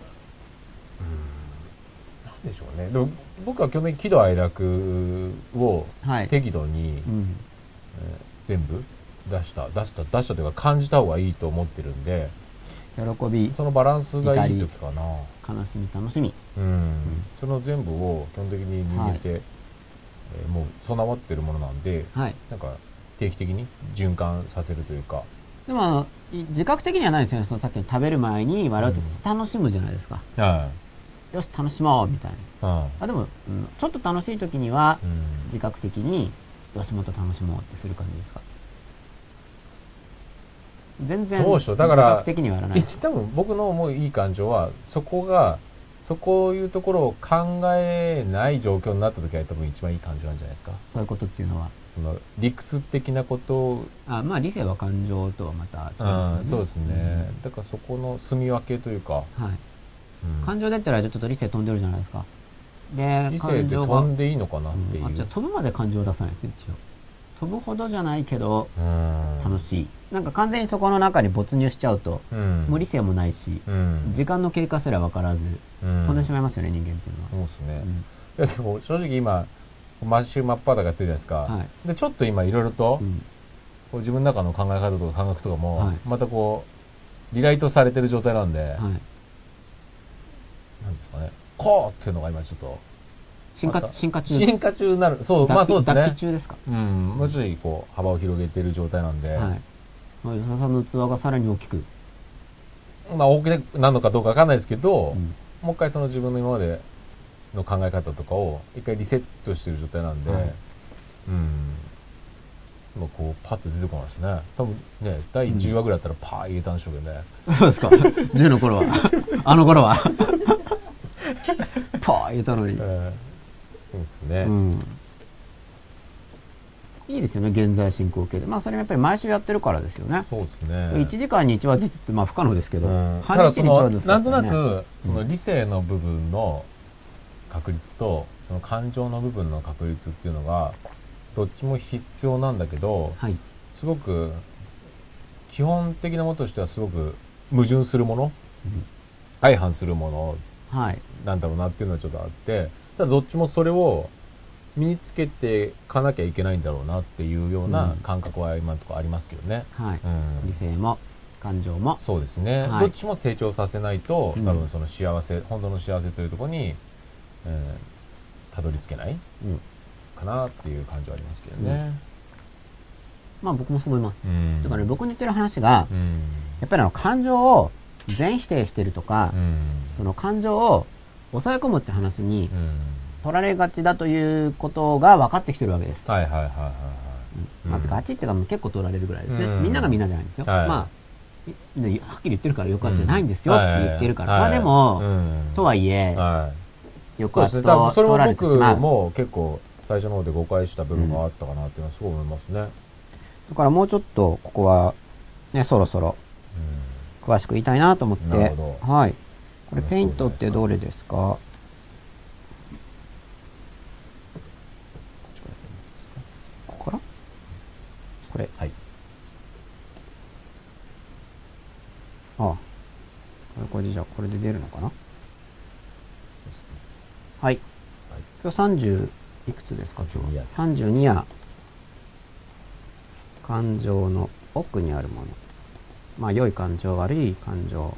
でしょうね。でも僕は基本的に喜怒哀楽をはい。 適度に、 うん。 全部出したというか感じた方がいいと思ってるんで、 喜び、 そのバランスがいい時かな。 悲しみ、楽しみ。 その全部を基本的に人間って、もう備わってるものなんで、 はい。 なんか定期的に循環させるというか。 でも、自覚的にはないですよね。そのさっきの食べる前に笑うと楽しむじゃないですか。 はよし、楽しもうみたいな。 い。はい。 あ、でも、ちょっと楽しい時には、 うん自覚的に、よし、もっと楽しもうってする感じですか？全然、 どうでしょう。だから自覚的にはやらない。 多分僕の思ういい感情は、そういうところを考えない状況になった時は多分一番いい感情なんじゃないですか。 そういうことっていうのは。 その理屈的なことを、 まあ理性は感情とはまた違そうですね。だからそこの住み分けというか、 はい。 うん感情で言ったらちょっと理性飛んでるじゃないですか。で、 理性って飛んでいいのかなっていう。 じゃあ飛ぶまで感情を出さないですね、一応。飛ぶほどじゃないけど、楽しい。なんか完全にそこの中に没入しちゃうと、もう理性もないし、時間の経過すら分からず、飛んでしまいますよね、人間っていうのは。 そうですね。いやでも正直今、マッシュ真っ裸やってるじゃないですか。 はい。 で、ちょっと今いろいろと、こう自分の中の考え方とか感覚とかも、またこう、リライトされてる状態なんで、なんですかね、こうっていうのが今ちょっと、 進化中。 進化中になる。そう、まあそうですね。 脱皮中ですか？ もうちょいこう、幅を広げてる状態なんで、 はい。吉田さんの器がさらに大きく。 まあ大きくなるのかどうかわかんないですけど、もう一回その自分の今までの考え方とかを一回リセットしてる状態なんで、今こうパッと出てこないですね。多分ね、第10話ぐらいだったらパー言えたんでしょうけどね。 そうですか。10の頃は。あの頃は。パー言えたのに。 そうですね。 いいですよね、現在進行形で。まあそれもやっぱり毎週やってるからですよね。 そうですね。 1時間に1話ずつってまあ不可能ですけど、 ただその、なんとなく、その理性の部分の確率と、その感情の部分の確率っていうのが、どっちも必要なんだけど、すごく、基本的なものとしてはすごく矛盾するもの、相反するものなんだろうなっていうのはちょっとあって、ただどっちもそれを身につけていかなきゃいけないんだろうなっていうような感覚は今のところありますけどね。 理性も感情も。 そうですね。 はい、 どっちも成長させないと、多分その幸せ、本当の幸せというところに、たどり着けないかなっていう感じはありますけどね。 まあ僕もそう思います。だから僕の言ってる話が、やっぱり感情を全否定してるとか、その感情を抑え込むって話に取られがちだということが分かってきてるわけです。 はいはいはいはい。 まあ、ガチっていうか結構取られるぐらいですね。みんながみんなじゃないんですよ。まあ、はっきり言ってるから抑圧じゃないんですよって言ってるから。まあでも、とはいえ、抑圧と取られてしまう。 それは僕も結構最初の方で誤解した部分があったかなっていうのはすごい思いますね。 だからもうちょっとここはね、そろそろ詳しく言いたいなと思って。はい。これペイントってどれですか？ここからこれ。はい。ああ。これでじゃあこれで出るのかな？はい。今日30いくつですか今日は。32夜。感情の奥にあるもの。まあ良い感情、悪い感情。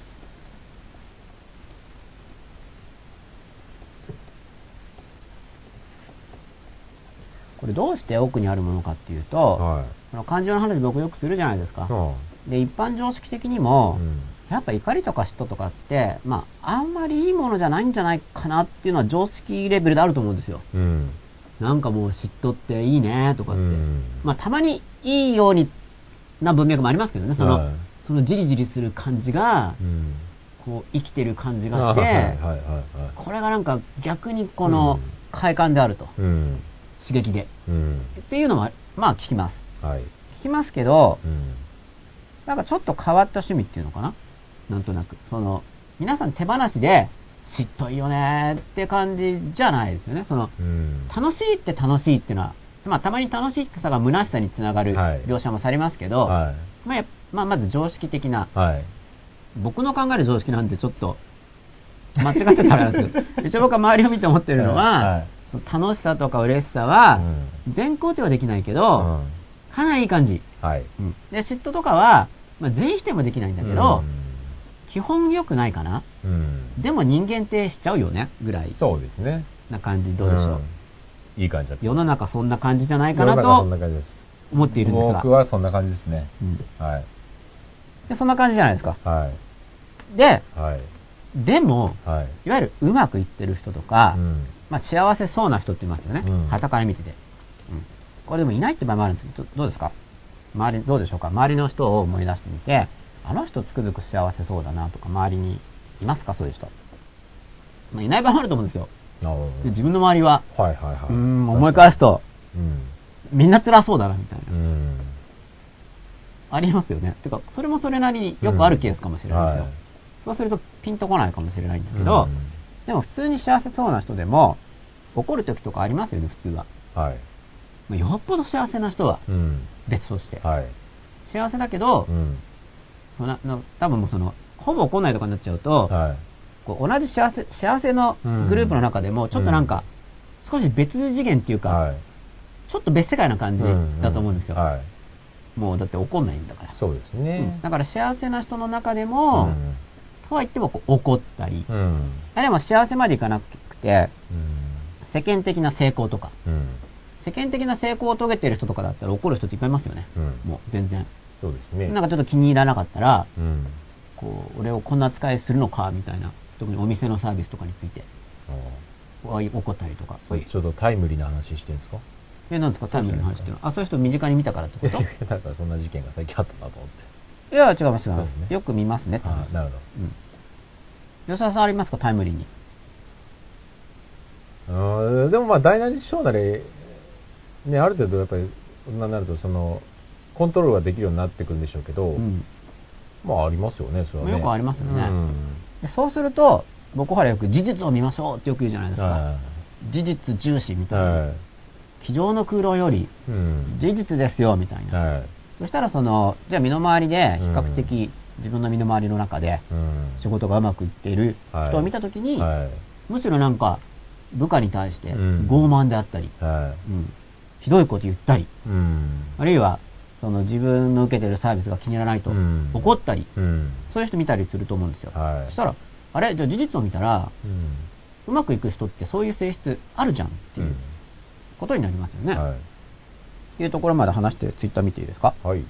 これどうして奥にあるものかっていうと、その感情の話僕よくするじゃないですか。で、一般常識的にも、やっぱ怒りとか嫉妬とかって、まあ、あんまりいいものじゃないんじゃないかなっていうのは常識レベルであると思うんですよ。なんかもう嫉妬っていいねとかって。まあ、たまにいいようにな文脈もありますけどね。そのじりじりする感じが、こう生きてる感じがして、これがなんか逆にこの快感であると。刺激で。っていうのは、まあ聞きます。聞きますけど、なんかちょっと変わった趣味っていうのかな？なんとなく。皆さん手放しで、しっといよねって感じじゃないですよね。楽しいって楽しいっていうのは、まあたまに楽しさが虚しさにつながる描写もされますけど、まず常識的な、僕の考える常識なんてちょっと、間違ってたらあれですけど、一応僕は周りを見て思ってるのは、楽しさとか嬉しさは、全肯定はできないけど、かなりいい感じ。で、嫉妬とかは、まあ、全否定もできないんだけど、基本良くないかな。でも人間ってしちゃうよね、ぐらい。 そうですね。 な感じ、どうでしょう。 いい感じだった。 世の中そんな感じじゃないかなと、思っているんですが。 僕はそんな感じですね。 で、そんな感じじゃないですか。で、でも、いわゆるうまくいってる人とか、まあ幸せそうな人って言いますよね。傍から見てて。これでもいないって場合もあるんですけど、どうですか？どうでしょうか？周りの人を思い出してみて、あの人つくづく幸せそうだなとか、周りにいますか？そういう人。まあいない場合もあると思うんですよ。で自分の周りは、思い返すと、みんな辛そうだなみたいな。ありますよね。てか、それもそれなりによくあるケースかもしれないですよ。そうするとピンとこないかもしれないんだけど、でも普通に幸せそうな人でも、怒る時とかありますよね、普通は。よっぽど幸せな人は別として。幸せだけど、多分もうほぼ怒んないとかになっちゃうと、同じ幸せのグループの中でも、ちょっとなんか、少し別次元っていうか、ちょっと別世界な感じだと思うんですよ。もうだって怒んないんだから。 そうですね。 だから幸せな人の中でも、とは言っても怒ったり、あるいは幸せまでいかなくて、世間的な成功とか、世間的な成功を遂げている人とかだったら怒る人っていっぱいいますよね。もう全然。 そうですね。 なんかちょっと気に入らなかったら、俺をこんな扱いするのかみたいな、特にお店のサービスとかについて、怒ったりとか。 ちょっとタイムリーな話してるんですか？ なんですかタイムリーな話っていうのは。そういう人身近に見たからってこと？ なんかそんな事件が最近あったなと思って。 いや、違います。よく見ますねって話。 なるほど。吉沢さんありますかタイムリーに。 でもまあ大なり小なり、ね、ある程度やっぱり、なるとコントロールができるようになってくるんでしょうけど、まあありますよね、それはね。 よくありますよね。そうすると、僕はよく事実を見ましょうってよく言うじゃないですか。事実重視みたいな。机上の空論より、事実ですよみたいな。そしたらじゃあ身の回りで比較的自分の身の回りの中で仕事がうまくいっている人を見たときに、むしろなんか部下に対して傲慢であったり、ひどいこと言ったり、あるいはその自分の受けてるサービスが気に入らないと、怒ったり、そういう人見たりすると思うんですよ。そしたら、あれじゃあ事実を見たら、うまくいく人ってそういう性質あるじゃんっていうことになりますよね。というところまで話してツイッター見ていいですか？はい。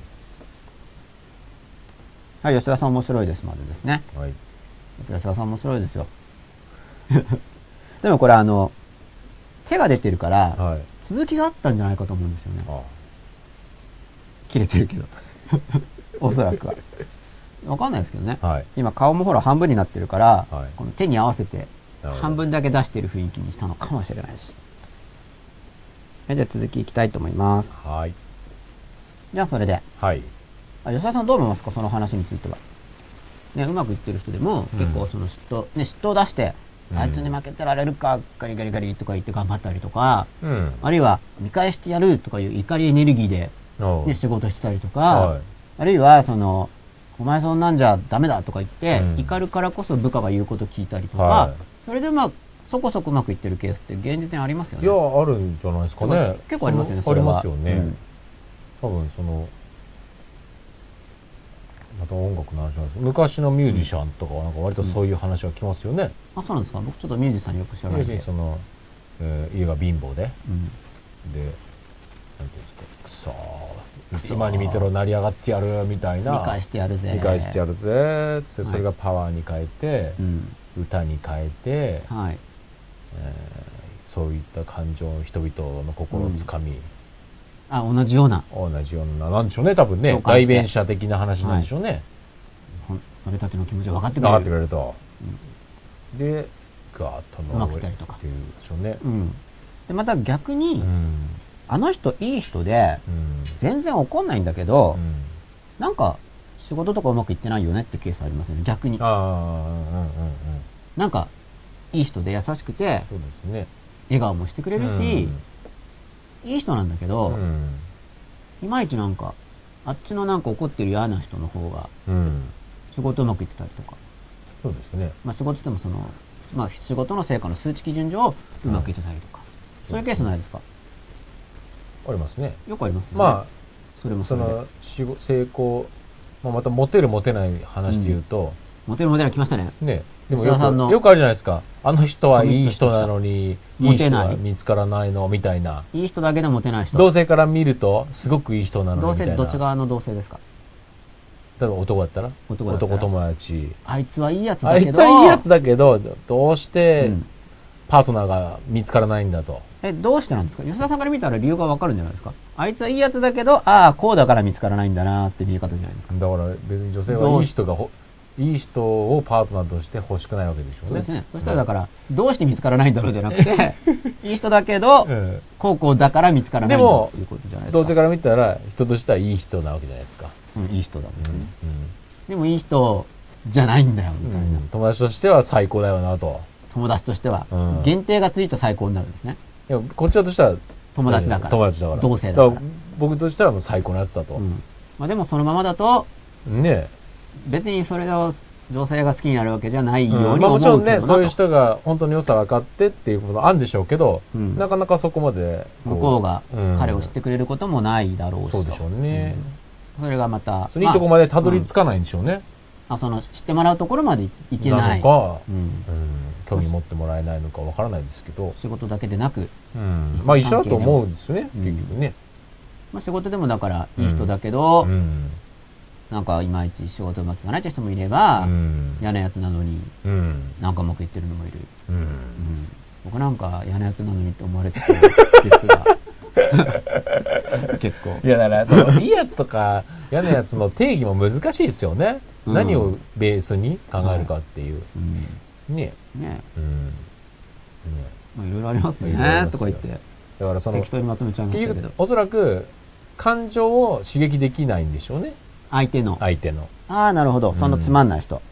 はい、吉田さん面白いですまでですね。はい。吉田さん面白いですよ。でもこれ手が出てるから、続きがあったんじゃないかと思うんですよね。切れてるけど。おそらくは。わかんないですけどね。今顔もほら半分になってるから、この手に合わせて半分だけ出してる雰囲気にしたのかもしれないし。じゃあ続きいきたいと思います。はい。じゃあそれで。はい。吉田さんどう思いますか、その話については。ね、うまくいってる人でも、結構その嫉妬を出して、あいつに負けてられるか、ガリガリガリとか言って頑張ったりとか、あるいは見返してやるとかいう怒りエネルギーで、ね、仕事してたりとか、あるいはお前そんなんじゃダメだとか言って、怒るからこそ部下が言うこと聞いたりとか、それでそこそこうまくいってるケースって現実にありますよね。 いや、あるんじゃないですかね。 結構ありますよね、 それは。ありますよね。多分また音楽の話なんです。昔のミュージシャンとかはなんか割とそういう話が来ますよね。 あ、そうなんですか。僕ちょっとミュージシャンよく知らないんで。 家が貧乏で、で、なんていうんですか、今に見てろ成り上がってやるみたいな。 見返してやるぜ。 見返してやるぜ。それがパワーに変えて、歌に変えて、そういった感情、人々の心をつかみ、 同じような。 なんでしょうね、多分ね。代弁者的な話なんでしょうね。 俺たちの気持ちを分かってくれる。 分かってくれると。で、ガーッとうまくいったりとか。 っていうでしょうね。 で、また逆に、あの人いい人で、全然怒んないんだけど、なんか、仕事とかうまくいってないよねってケースありますよね、逆に。なんか、いい人で優しくて、 そうですね。 笑顔もしてくれるし、いい人なんだけど、いまいちなんか、あっちのなんか怒ってる嫌な人の方が、仕事うまくいってたりとか。 そうですね。 仕事っても仕事の成果の数値基準上、うまくいってたりとか。そういうケースないですか？ ありますね。 よくありますよね。それも成功、またモテるモテない話で言うと、 モテるモテない来ましたね。 ね。でもよくあるじゃないですか。あの人はいい人なのに、いい人が見つからないの、みたいな。 いい人だけでモテない人。 同性から見ると、すごくいい人なのに、みたいな。 どっち側の同性ですか？ 例えば男だったら男友達。 あいつはいいやつだけど、どうして、パートナーが見つからないんだと。 どうしてなんですか？吉田さんから見たら理由がわかるんじゃないですか？あいつはいいやつだけど、こうだから見つからないんだなって見え方じゃないですか。 だから別に女性はいい人をパートナーとして欲しくないわけでしょうね。 そうですね。そしたらだから、どうして見つからないんだろうじゃなくて、いい人だけど、こうだから見つからないんだっていうことじゃないですか。 同性から見たら、人としてはいい人なわけじゃないですか。 いい人だもんね。でもいい人じゃないんだよ、みたいな。 友達としては最高だよなと。 友達としては。限定がついた最高になるんですね。 いや、こっちらとしては、 友達だから。 友達だから。 同性だから。 僕としてはもう最高のやつだと。 でもそのままだと、 ね別にそれを女性が好きになるわけじゃないように思うけどもちろんね、そういう人が本当に良さ分かってっていうことあるんでしょうけど、なかなかそこまで。 向こうが彼を知ってくれることもないだろうし。 そうでしょうね。 それがまた。 いいとこまでたどり着かないんでしょうね。 知ってもらうところまでいけない。 なのか、興味持ってもらえないのか分からないですけど。 仕事だけでなく。 一緒だと思うんですね、結局ね。 仕事でもだから、いい人だけど、なんかいまいち仕事うまくいかないという人もいれば、嫌なやつなのに、なんかうまくいってるのもいる。僕なんか嫌なやつなのにって思われてるですが。結構。 いや、だから、いいやつとか嫌なやつの定義も難しいですよね。何をベースに考えるかっていう。ね。 いろいろありますね、とか言って。 だから適当にまとめちゃいましたけど。 おそらく、感情を刺激できないんでしょうね。 相手の。なるほど。そのつまんない人。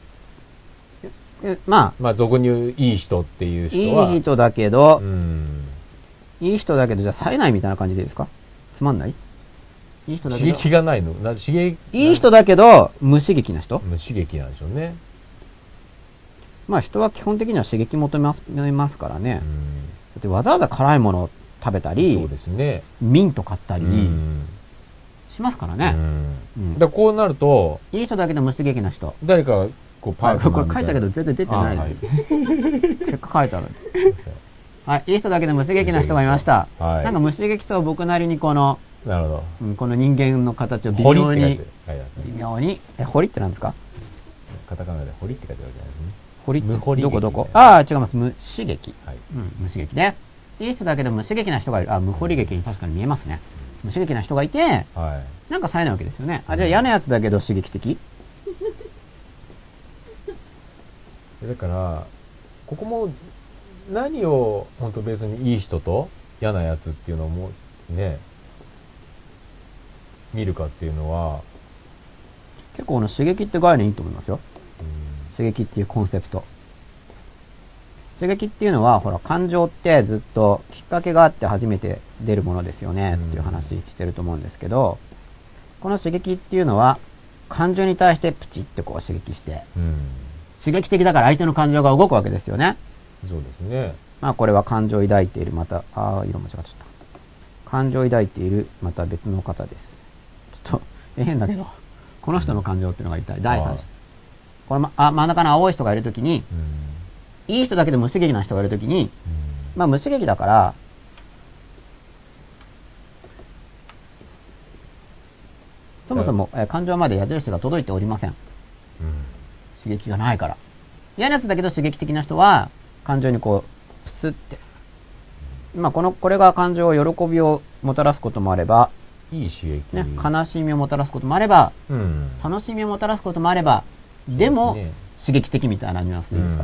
俗に言ういい人っていう人は。 いい人だけど、いい人だけど、じゃあ冴えないみたいな感じでいいですか？つまんない？いい人だけど。 刺激がないの？ いい人だけど、無刺激な人？ 無刺激なんでしょうね。 人は基本的には刺激求めますからね。だってわざわざ辛いものを食べたり、 そうですね。 ミント買ったり、 しますからね。 だこうなると、 いい人だけど無刺激な人。 誰かこうパートナーこれ書いたけど全然出てないです。せっかく書いてある。はい、いい人だけど無刺激な人がいました。はい、なんか無刺激さを僕なりにこの、 なるほど。 この人間の形を微妙に、堀って何ですか？ カタカナで堀って書いてあるじゃないですね。 堀ってどこああ、違います。無刺激。 はい。 無刺激です。いい人だけど無刺激な人がいる。あ、無堀劇に確かに見えますね。無刺激な人がいて、 はい、 なんか冴えないわけですよね。あ、じゃあ嫌なやつだけど刺激的？ だから、ここも何を本当別にいい人と嫌なやつっていうのをもね、見るかっていうのは、 結構この刺激って概念いいと思いますよ。刺激っていうコンセプト。刺激っていうのは、ほら、感情ってずっときっかけがあって初めて出るものですよね、っていう話してると思うんですけど、この刺激っていうのは、感情に対してプチってこう刺激して、刺激的だから相手の感情が動くわけですよね。 そうですね。 まあこれは感情を抱いている、また、色間違っちゃった。感情を抱いている、また別の方です。ちょっと、変だけど、この人の感情っていうのが一体、第三者。これ、真ん中の青い人がいるときに、いい人だけで無刺激な人がいるときに、まあ無刺激だから、そもそも感情まで矢印が届いておりません。刺激がないから。嫌なやつだけど刺激的な人は、感情にこう、プスって。まあこれが感情を喜びをもたらすこともあれば、 いい刺激。 ね、悲しみをもたらすこともあれば、楽しみをもたらすこともあれば、でも、刺激的みたいなニュアンスでいいですか？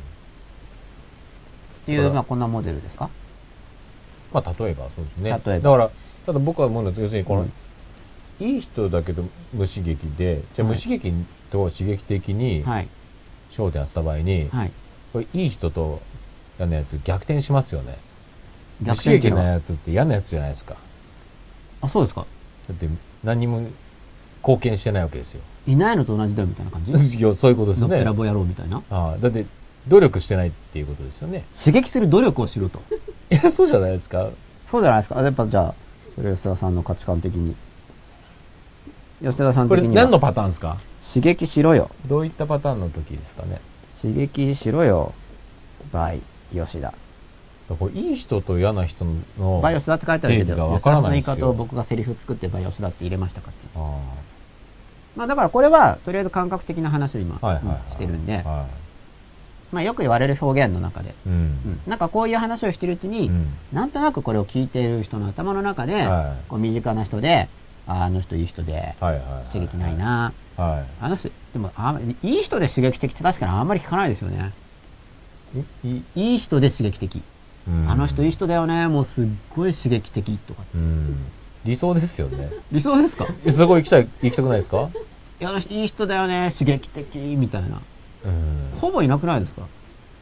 っていう、まあこんなモデルですか？ まあ例えばそうですね。 例えば。 だから、ただ僕は思うんです。要するにこの、いい人だけど無刺激で、じゃあ無刺激と刺激的に焦点を当てた場合に、これいい人と嫌なやつ逆転しますよね。無刺激なやつって嫌なやつじゃないですか。 あ、そうですか。 だって何にも貢献してないわけですよ。 いないのと同じだよみたいな感じ？ いや、そういうことですよね。 のっぺらぼ野郎みたいな。 だって努力してないっていうことですよね。 刺激する努力をしろと。 いや、そうじゃないですか。 そうじゃないですか。やっぱじゃあ、それ吉田さんの価値観的に。吉田さん的には。 これ何のパターンですか？ 刺激しろよ。 どういったパターンの時ですかね。 刺激しろよ。バイ、吉田。 これいい人と嫌な人のバイ吉田って書いてあるけど、 分からないですよ。 吉田の言い方を僕がセリフ作ってバイ吉田って入れましたかって。まあだからこれは、とりあえず感覚的な話を今、してるんで、まあよく言われる表現の中で、なんかこういう話をしてるうちに、なんとなくこれを聞いている人の頭の中で、こう身近な人で、あの人いい人で、刺激ないな、あの人、でもいい人で刺激的って確かにあんまり聞かないですよね。いい人で刺激的。あの人いい人だよね、もうすっごい刺激的とか。 理想ですよね。 理想ですか？ そこ行きたくないですか？ いや、あの人いい人だよね、刺激的みたいな。ほぼいなくないですか？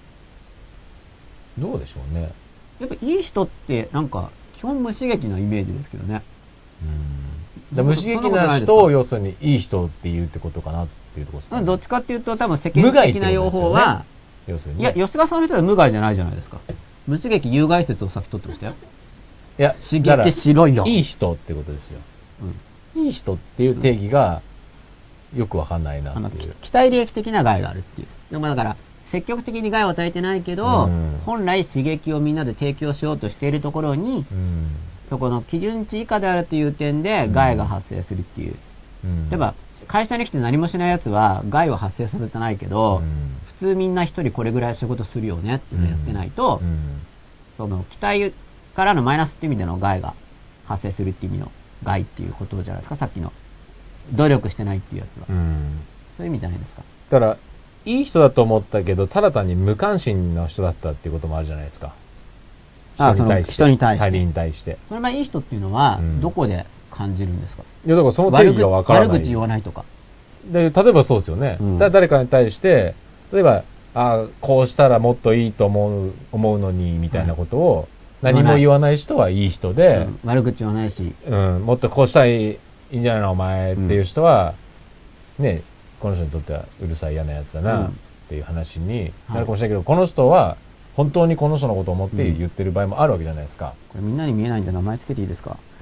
どうでしょうね。 やっぱいい人ってなんか基本無刺激なイメージですけどね。 無刺激な人を要するにいい人って言うってことかなっていうところですかね。 どっちかっていうと多分世間的な用法は、 要するに、 いや、吉田さんの人は無害じゃないじゃないですか。無刺激有害説を先取ってましたよ。 いや、 刺激しろよ。 いい人ってことですよ。いい人っていう定義がよくわかんないなっていう。 期待利益的な害があるっていう。でもだから、積極的に害を与えてないけど、本来刺激をみんなで提供しようとしているところに、そこの基準値以下であるという点で害が発生するっていう。例えば、会社に来て何もしない奴は害を発生させてないけど、普通みんな一人これぐらい仕事するよねっていうのをやってないと、その期待からのマイナスっていう意味での害が発生するっていう意味の害っていうことじゃないですか、さっきの。努力してないっていうやつは。そういう意味じゃないですか。 だから、いい人だと思ったけど、ただ単に無関心な人だったっていうこともあるじゃないですか。人に対して。他人に対して。 それはいい人っていうのは、どこで感じるんですか？ いや、だからその定義がわからない。 悪口言わないとか。 で、例えばそうですよね。誰かに対して、例えば、こうしたらもっといいと思うのに、みたいなことを、何も言わない人はいい人で、 悪口言わないし、 もっとこうしたらいいんじゃないのお前っていう人は、ね、この人にとってはうるさい嫌なやつだなっていう話になるかもしれないけど、この人は本当にこの人のことを思って言ってる場合もあるわけじゃないですか。 これみんなに見えないんで名前つけていいですか？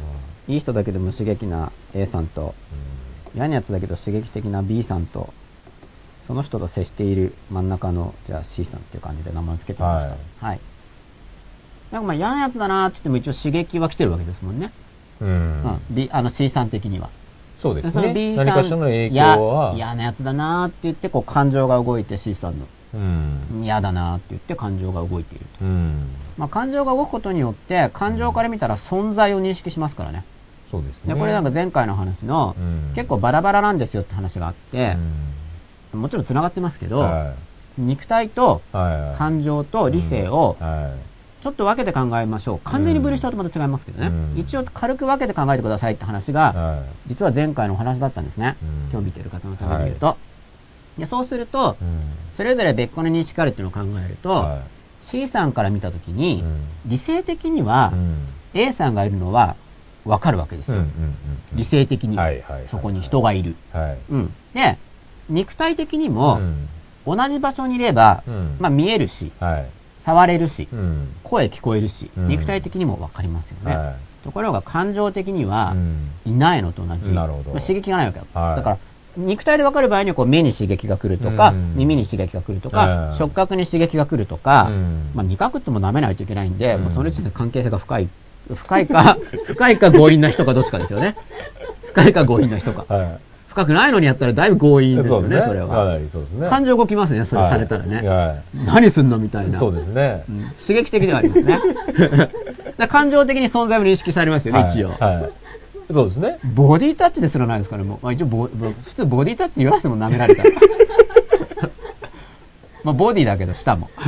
いい人だけど無刺激な A さんと、嫌なやつだけど刺激的な B さんと、その人と接している真ん中の、じゃあ C さんっていう感じで名前を付けてみました。はい。なんかまあ嫌なやつだなーって言っても一応刺激は来てるわけですもんね。C さん的には。 そうですね。 その B さん、 何かしらの影響は。 嫌なやつだなーって言って、こう感情が動いて C さんの。嫌だなーって言って感情が動いていると。まあ感情が動くことによって、感情から見たら存在を認識しますからね。 そうですね。 で、これなんか前回の話の、結構バラバラなんですよって話があって、もちろん繋がってますけど、肉体と感情と理性をちょっと分けて考えましょう。完全に分離しちゃうとまた違いますけどね。一応軽く分けて考えてくださいって話が、実は前回のお話だったんですね。今日見てる方のために言うと。でそうすると、それぞれ別個の認識あるっていうのを考えると、C さんから見たときに、理性的には A さんがいるのは分かるわけですよ。理性的には。そこに人がいる。で、肉体的にも、同じ場所にいれば、まあ見えるし、触れるし、声聞こえるし、肉体的にも分かりますよね。ところが感情的にはいないのと同じ。刺激がないわけだ。だから、肉体で分かる場合にはこう目に刺激が来るとか、耳に刺激が来るとか、触覚に刺激が来るとか、まあ味覚っても舐めないといけないんで、もうその時点で関係性が深いか強引な人かどっちかですよね。深いか強引な人か。深くないのにやったらだいぶ強引ですよね、それは。感情動きますね、それされたらね。何すんのみたいな。 そうですね。 刺激的ではありますね。感情的に存在を認識されますよね、一応。 そうですね。 ボディタッチですらないですから、もう。一応普通ボディタッチ言わせても舐められたら。まあボディだけど、舌も。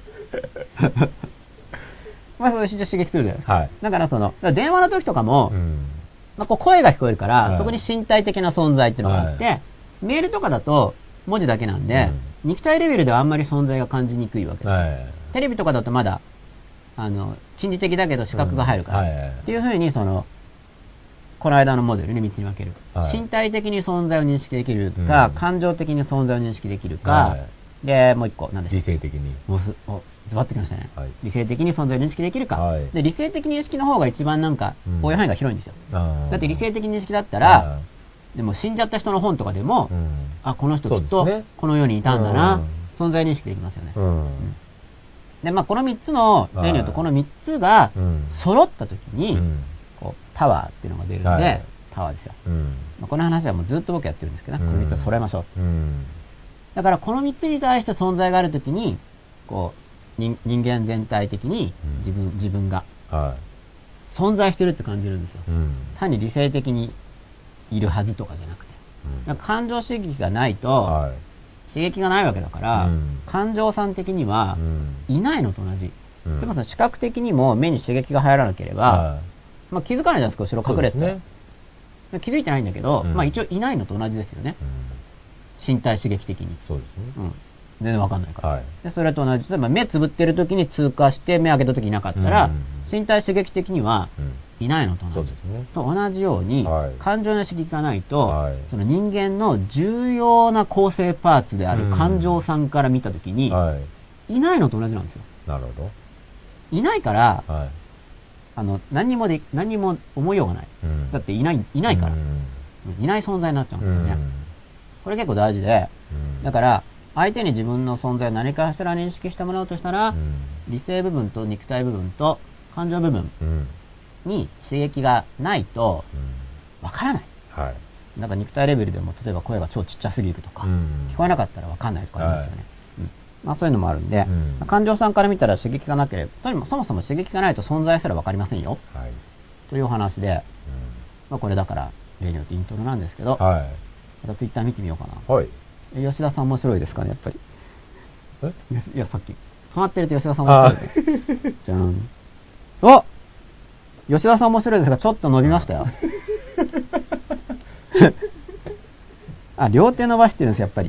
まあそれ一応刺激するじゃないですか。だから電話の時とかも、まあ、こう声が聞こえるから、そこに身体的な存在っていうのがあって、メールとかだと文字だけなんで、肉体レベルではあんまり存在が感じにくいわけですよ。テレビとかだとまだ、心理的だけど視覚が入るから。っていうふうに、この間のモデルに3つに分ける。身体的に存在を認識できるか、感情的に存在を認識できるか、で、もう一個、何でしたっけ？ 理性的に。 ズバッときましたね。理性的に存在を認識できるか。で、理性的認識の方が一番なんか、応用範囲が広いんですよ。だって理性的認識だったら、でも死んじゃった人の本とかでも、あ、この人きっとこの世にいたんだな、存在認識できますよね。で、まあこの3つの、例によるとこの3つが揃った時に、こう、パワーっていうのが出るんで、パワーですよ。この話はもうずっと僕やってるんですけどね、この3つは揃えましょう。だからこの3つに対して存在がある時に、こう、人間全体的に自分が存在してるって感じるんですよ。単に理性的にいるはずとかじゃなくて。なんか感情刺激がないと刺激がないわけだから、感情さん的にはいないのと同じ。でも視覚的にも目に刺激が入らなければ、まあ気づかないじゃないですか、後ろ隠れてて。気づいてないんだけど、まあ一応いないのと同じですよね。身体刺激的に。 そうですね。 全然わかんないから。で、それと同じ。例えば目つぶってる時に通過して目開けた時いなかったら、身体刺激的にはいないのと同じ。と同じように、感情の刺激がないと、その人間の重要な構成パーツである感情さんから見た時に、いないのと同じなんですよ。 なるほど。 いないから、何にも思いようがない。だっていないから。いない存在になっちゃうんですよね。これ結構大事で、だから、相手に自分の存在を何かしら認識してもらおうとしたら、理性部分と肉体部分と感情部分に刺激がないと、わからない。なんか肉体レベルでも、例えば声が超ちっちゃすぎるとか、聞こえなかったらわかんないとかありますよね。まあそういうのもあるんで、感情さんから見たら刺激がなければ、そもそも刺激がないと存在すらわかりませんよ。というお話で、まあこれだから、例によってイントロなんですけど、またツイッター見てみようかな。吉田さん面白いですかね、やっぱり。いや、さっき。ハマってると吉田さん面白いです。じゃん。お！吉田さん面白いですが、ちょっと伸びましたよ。あ、両手伸ばしてるんです、やっぱり。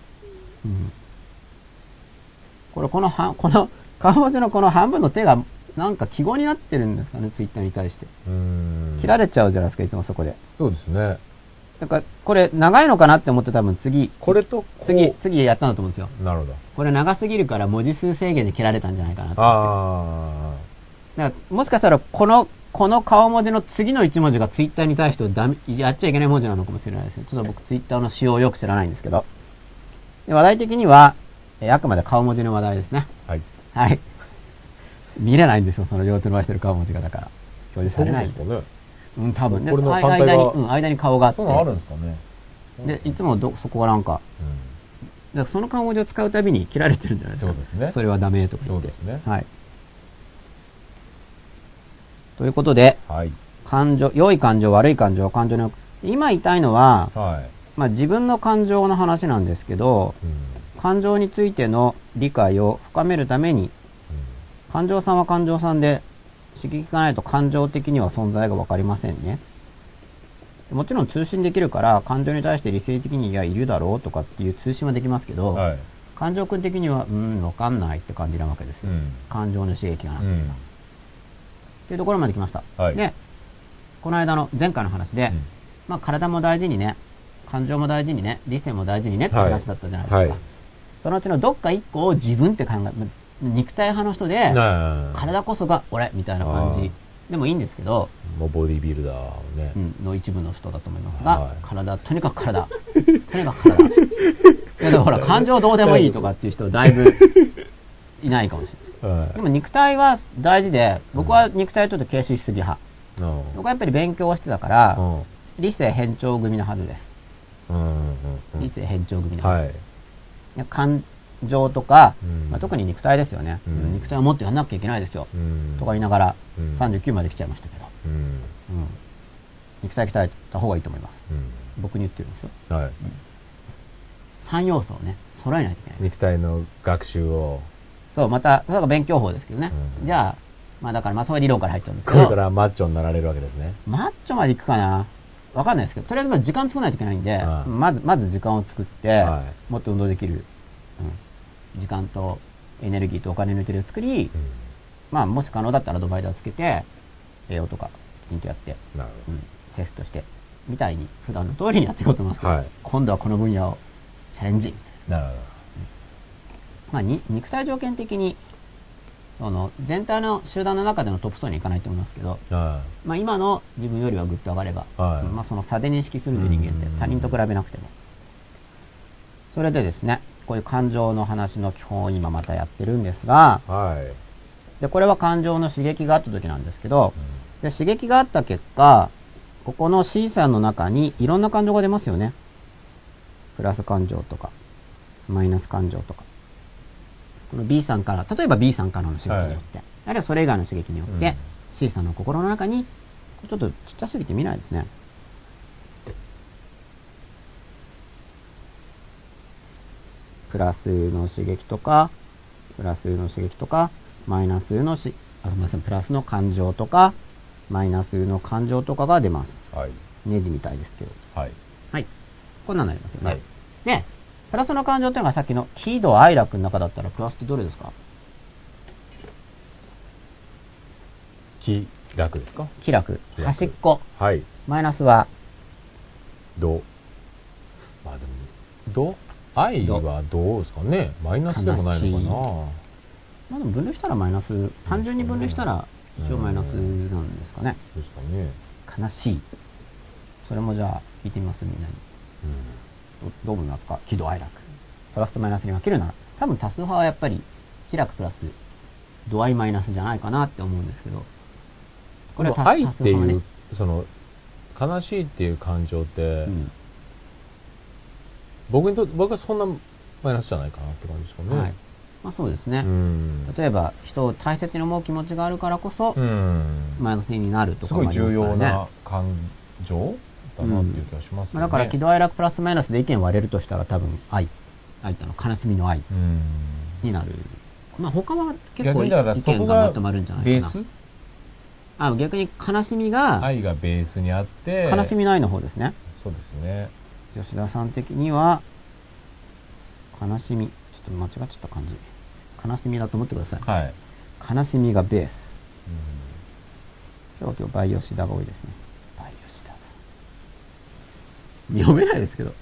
この顔文字のこの半分の手が、なんか記号になってるんですかね、ツイッターに対して。切られちゃうじゃないですか、いつもそこで。 そうですね。 だから、これ長いのかなって思って多分次やったんだと思うんですよ。 なるほど。 これ長すぎるから文字数制限で切られたんじゃないかなと思って。だからもしかしたらここの顔文字の次の1文字がツイッターに対してやっちゃいけない文字なのかもしれないですね。ちょっと僕ツイッターの仕様をよく知らないんですけど。で話題的には、あくまで顔文字の話題ですね。 はい。 はい。見れないんですよ、その両手伸ばしてる顔文字がだから。表示されない。 そうですかね。 うん、多分ね。 これの反対が間に顔があって。 そういうのあるんですかね。 で、いつもそこがなんか、だからその顔文字を使うたびに切られてるんじゃないですか。 そうですね。 それはダメとか言って。 そうですね。 はい。ということで、 はい。 良い感情、悪い感情、感情の、今言いたいのは、 はい。 まあ自分の感情の話なんですけど、感情についての理解を深めるために、感情さんは感情さんで刺激がないと感情的には存在がわかりませんね。もちろん通信できるから感情に対して理性的にいやいるだろうとかっていう通信はできますけど、はい、感情君的にはわかんないって感じなわけですよ。感情の刺激がなくてっていうところまで来ました。はい、で、この間の前回の話で、まあ体も大事にね、感情も大事にね、理性も大事にねって話だったじゃないですか。はいはい、そのうちのどっか一個を自分って考え、肉体派の人で、体こそが俺みたいな感じでもいいんですけど、 もうボディビルダーね、 の一部の人だと思いますが、とにかく体。とにかく体。いやでもほら、感情どうでもいいとかっていう人だいぶいないかもしれない。でも肉体は大事で、僕は肉体ちょっと軽視しすぎ派。僕はやっぱり勉強をしてたから、理性偏重組のはずです。理性偏重組のはず。感情とか、まあ、特に肉体ですよね、肉体をもっとやんなきゃいけないですよ、とか言いながら、39まで来ちゃいましたけど、肉体鍛えた方がいいと思います。僕に言ってるんですよ。3要素をね、揃えないといけない。 肉体の学習を。 そう、また、それが勉強法ですけどね。じゃあ、まあだから、まあそういう理論から入っちゃうんですけど。 これからマッチョになられるわけですね。 マッチョまで行くかなわかんないですけど、とりあえず時間作らないといけないんで、まず時間を作って、もっと運動できる。時間とエネルギーとお金の余裕を作り、まあもし可能だったらドバイダーをつけて栄養とかきちんとやって、テストしてみたいに普段の通りにやっていこうと思いますけど、今度はこの分野をチャレンジ。なるほど。まあ肉体条件的にその全体の集団の中でのトップ層にはいかないと思いますけど、まあ今の自分よりはぐっと上がれば、まあその差で認識するんで人間って他人と比べなくても、それでですね。こういう感情の話の基本を今またやってるんですが、でこれは感情の刺激があった時なんですけど、で刺激があった結果、ここの C さんの中にいろんな感情が出ますよね。プラス感情とか、マイナス感情とか。この B さんから、例えば B さんからの刺激によって、あるいはそれ以外の刺激によって、C さんの心の中に、ちょっとちっちゃすぎて見ないですね。プラスの刺激とか、プラスの刺激とか、マイナスのプラスの感情とか、マイナスの感情とかが出ます。ネジみたいですけど。はい。こんなになりますよね。で、プラスの感情っていうのがさっきの喜怒哀楽の中だったら、プラスってどれですか？ 喜楽ですか？ 喜楽。端っこ。マイナスは怒。まあでも、怒？愛はどうですかね。マイナスでもないのかな。まあでも分類したらマイナス、単純に分類したら一応マイナスなんですかね。 そうですかね。 悲しい。それもじゃあ聞いてみますみんなに。どう思いますか？喜怒哀楽。プラスとマイナスに分けるなら、多分多数派はやっぱり喜楽プラス度合いマイナスじゃないかなって思うんですけど。 これは愛っていう、その悲しいっていう感情って。僕はそんなマイナスじゃないかなって感じですかね。 まあそうですね。例えば人を大切に思う気持ちがあるからこそ、マイナスになるとかもありますからね。 すごい重要な感情だなっていう気がしますね。 だから喜怒哀楽プラスマイナスで意見割れるとしたら多分愛って悲しみの愛になる。まあ他は結構意見がまとまるんじゃないかな。逆に悲しみが愛がベースにあって、 悲しみの愛の方ですね。 そうですね。 吉田さん的には悲しみ、ちょっと間違っちゃった感じ。悲しみだと思ってください。悲しみがベース。今日バイ吉田が多いですね。バイ吉田さん。読めないですけど。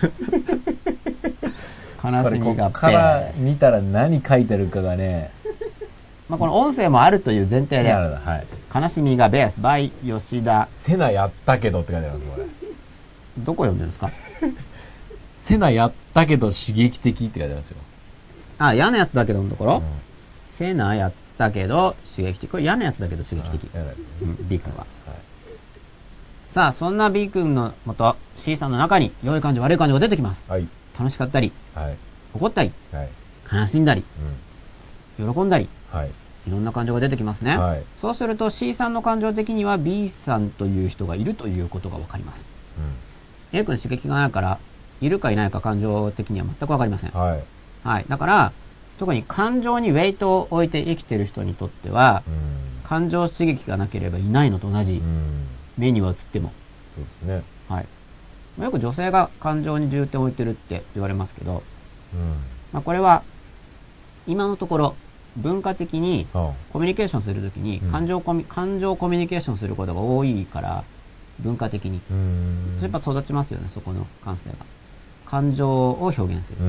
悲しみがベース。 ここから見たら何書いてるかがね。 まあこの音声もあるという前提で、 悲しみがベース by 吉田。 セナやったけどって書いてあるんです、これ。 どこ読んでるんですか？ セナやったけど刺激的って書いてあるんですよ。 あ、嫌なやつだけどのところ、セナやったけど刺激的。これ嫌なやつだけど刺激的。B 君は。はい、さあ、そんな B 君のもと、C さんの中に良い感情、悪い感情が出てきます。 はい、 楽しかったり、 はい、 怒ったり、 はい、 悲しんだり、喜んだり、 はい、 いろんな感情が出てきますね。はい、そうすると C さんの感情的には B さんという人がいるということがわかります。A 君刺激がないから、いるかいないか感情的には全くわかりません。はい。はい。だから、特に感情にウェイトを置いて生きている人にとっては、感情刺激がなければいないのと同じ、目には映っても。 そうですね。はい。 よく女性が感情に重点を置いてるって言われますけど、まあこれは、今のところ、文化的にコミュニケーションするときに感情コミュニケーションすることが多いから、文化的に。やっぱ育ちますよね、そこの感性が。感情を表現する。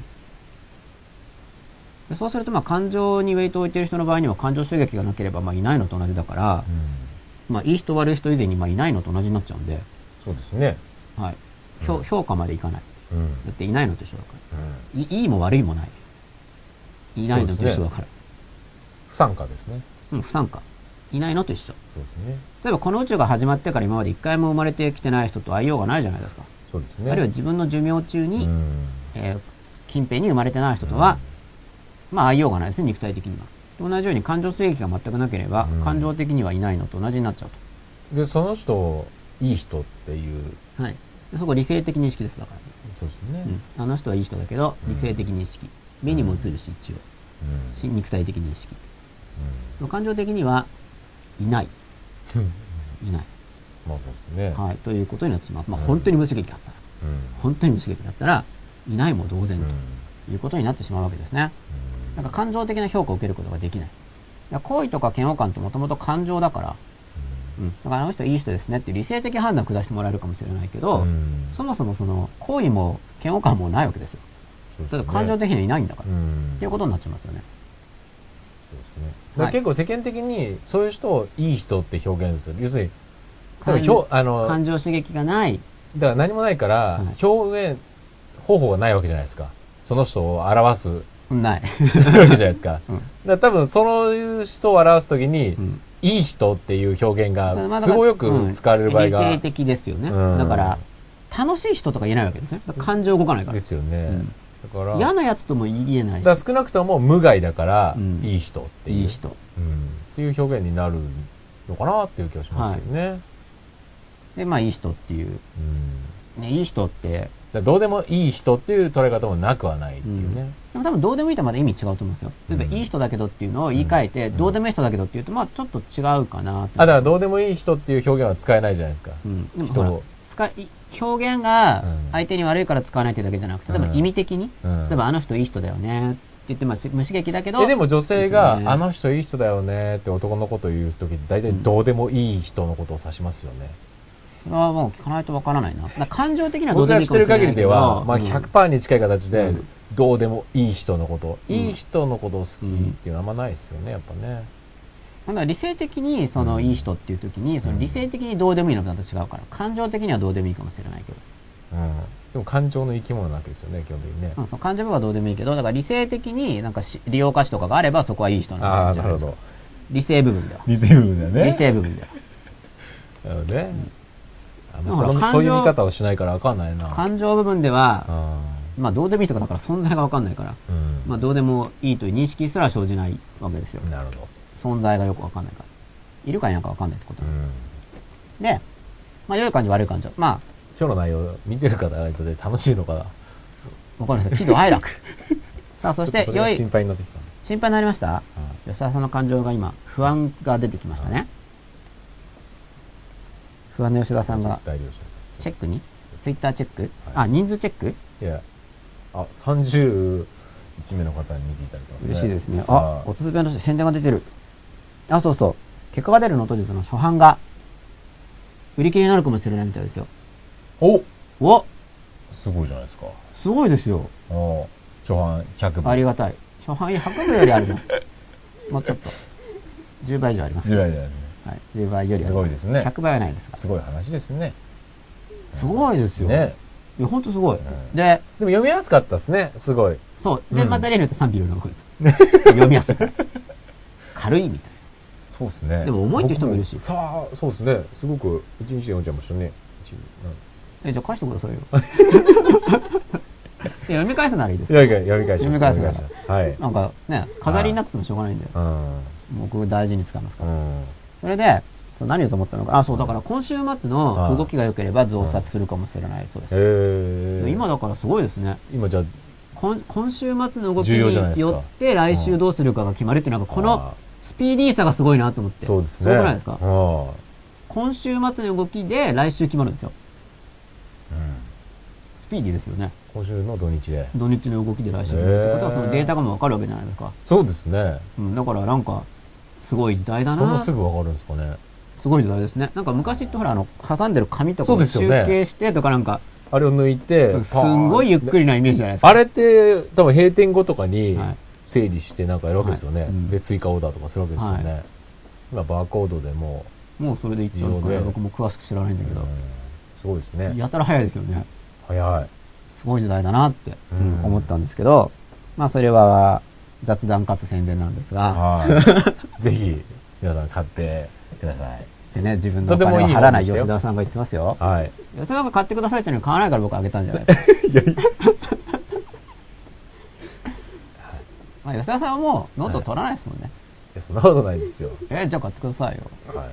でそうすると、まあ、感情にウェイトを置いている人の場合には、感情刺激がなければ、まあ、いないのと同じだから、まあ、いい人悪い人以前に、まあ、いないのと同じになっちゃうんで。 そうですね。 はい。評価までいかない。だって、いないのと一緒だから。いいも悪いもない。いないのと一緒だから。 不参加ですね。 不参加。いないのと一緒。 そうですね。 例えばこの宇宙が始まってから今まで一回も生まれてきてない人と会いようがないじゃないですか。 そうですね。 あるいは自分の寿命中に、近辺に生まれてない人とは、まあ会いようがないですね、肉体的には。同じように感情刺激が全くなければ、感情的にはいないのと同じになっちゃうと。 で、その人、いい人っていう。 はい。そこ理性的認識です、だから。 そうですね。 あの人はいい人だけど、理性的認識。目にも映るし、一応。肉体的認識。感情的には、いない。いない。 まあそうですね。 はい。ということになってしまう。まあ本当に無刺激だったら。本当に無刺激だったら、いないも同然ということになってしまうわけですね。なんか感情的な評価を受けることができない。好意とか嫌悪感ってもともと感情だから、だからあの人いい人ですねって理性的判断を下してもらえるかもしれないけど、そもそもその好意も嫌悪感もないわけですよ。だって感情的にはいないんだから。っていうことになっちゃいますよね。 はい、結構世間的にそういう人をいい人って表現する。要するに、 感情刺激がない。 だから何もないから、表現方法がないわけじゃないですか。その人を表す。 ない。 わけじゃないですか。だから多分そういう人を表すときに、いい人っていう表現が都合よく使われる場合が。 理性的ですよね。だから、楽しい人とか言えないわけですね。感情動かないから。 ですよね。 だから嫌なやつとも言えないし。 だから少なくとも無害だから、いい人っていう。 いい人。 っていう表現になるのかなっていう気がしますけどね。 で、まあいい人っていう。いい人って、 どうでもいい人っていう捉え方もなくはないっていうね。 でも多分どうでもいいとまだ意味違うと思うんですよ。例えばいい人だけどっていうのを言い換えて、どうでもいい人だけどっていうと、まあちょっと違うかなって。 だからどうでもいい人っていう表現は使えないじゃないですか。 人を。表現が相手に悪いから使わないっていうだけじゃなくて、例えば意味的に、例えばあの人いい人だよねって言って、まあ無刺激だけど。 でも女性があの人いい人だよねって男のことを言うときって大体どうでもいい人のことを指しますよね。 それはもう聞かないとわからないな。感情的にはどうでもいいかもしれないけど。僕が知ってる限りでは、まあ100% に近い形で、どうでもいい人のこと、いい人のことを好きっていうのはあんまないですよね、やっぱね。 だから理性的にそのいい人っていう時に、その理性的にどうでもいいのと違うから、感情的にはどうでもいいかもしれないけど。 でも感情の生き物なわけですよね、基本的にね。 そう感情はどうでもいいけど、だから理性的になんか利用価値とかがあればそこはいい人なんじゃないですか。理性部分では。 理性部分だよね。 理性部分では。 なるほどね。そういう見方をしないから分かんないな。 感情部分では、まあどうでもいいとかだから存在が分かんないから、まあどうでもいいという認識すら生じないわけですよ。 なるほど。 存在がよく分かんないから。いるかいないか分かんないってこと。で、まあ良い感情悪い感情。まあ、 今日の内容見てる方がいて楽しいのかな。 わかりました。喜怒哀楽。さあ、そして良い。 心配になってきた。 心配になりました？吉田さんの感情が今、不安が出てきましたね。不安の吉田さんが、チェックにツイッターチェック、人数チェック。 いや、31名の方に見ていただいてますね。 嬉しいですね。おすすめの宣伝が出てる。そうそう。結果が出るノート術の初版が、売り切れになるかもしれないみたいですよ。 すごいじゃないですか。 すごいですよ。 初版100部。 ありがたい。初版100部よりあります。もうちょっと。10倍以上あります。 10倍以上ありますね。 はい。10倍よりはすごいですね。 100倍はないですか。 すごい話ですね。 すごいですよ。 ね。 いや、ほんとすごい。 でも読みやすかったですね。すごい。 そう。で、また例によって賛否両論です。読みやすいから。軽いみたいな。 そうですね。 でも重いって人もいるし。 さあ、そうですね。すごく、1日で読んじゃいましたね。 じゃあ返してくださいよ。読み返すならいいです。 読み返します。 読み返すなら。 はい。 なんかね、飾りになっててもしょうがないんで。僕大事に使いますから。それで、何をと思ったのか。そう、だから今週末の動きが良ければ増刷するかもしれないそうです。今だからすごいですね。 今じゃあ、 今週末の動きによって来週どうするかが決まるっていうのが、このスピーディーさがすごいなと思って。 そうですね。 そうくないですか？今週末の動きで来週決まるんですよ。スピーディーですよね。 今週の土日で。 土日の動きで来週決まるってことは、そのデータがもう分かるわけじゃないですか。 そうですね。 だからなんか、すごい時代だな。 そんなすぐ分かるんですかね。 すごい時代ですね。なんか昔ってほら、挟んでる紙とかを集計してとかなんか、 あれを抜いて、 すんごいゆっくりなイメージじゃないですか。 あれって多分閉店後とかに整理してなんかやるわけですよね。で、追加オーダーとかするわけですよね。今バーコードでもうそれでいっちゃうんですかね。僕も詳しく知らないんだけど。 すごいですね。 やたら早いですよね。 早い。 すごい時代だなって思ったんですけど、まあそれは雑談かつ宣伝なんですが、 ぜひ皆さん買ってください。 でね、自分のお金を払わない吉田さんが言ってますよ。 はい。 吉田さんが買ってくださいっていうのに買わないから僕あげたんじゃないですか。まあ吉田さんはもうノート取らないですもんね。 そんなことないですよ。 じゃあ買ってくださいよ。 はい。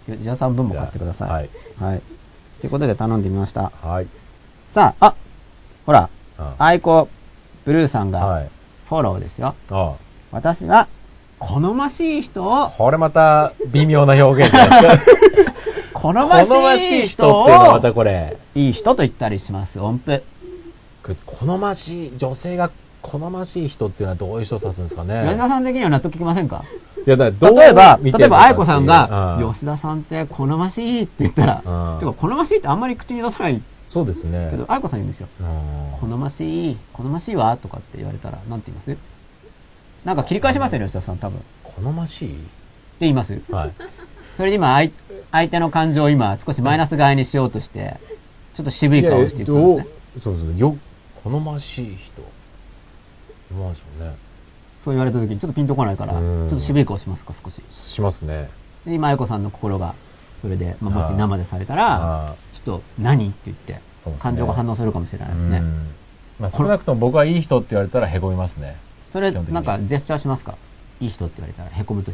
吉田さん分も買ってください。はい。はい。ということで頼んでみました。 はい。 さあ、ほら、アイコブルーさんがフォローですよ。私は好ましい人を。 これまた微妙な表現じゃないですか。 好ましい人っていうのはまたこれ。 いい人と言ったりします、音符。 好ましい、女性が好ましい人っていうのはどういう人を指すんですかね。 吉田さん的には納得いきませんか？ いやだ例えば、愛子さんが、吉田さんって好ましいって言ったら、てか好ましいってあんまり口に出さない。 そうですね。 けど、愛子さん言うんですよ。好ましいわとかって言われたら、なんて言います？なんか切り返しますよね、吉田さん多分。 好ましいって言います。 はい。 それで今、相手の感情を今、少しマイナス側にしようとして、ちょっと渋い顔をして言ったんですね。 そうそう。好ましい人。まあそうね。 そう言われた時にちょっとピンとこないから、ちょっと渋い顔しますか、少し。 しますね。 で、今、愛子さんの心が、それで、もし生でされたら、ちょっと、何って言って、感情が反応するかもしれないですね。 まあ少なくとも僕はいい人って言われたらへこみますね。 それ、なんか、ジェスチャーしますか？いい人って言われたら、へこむとき。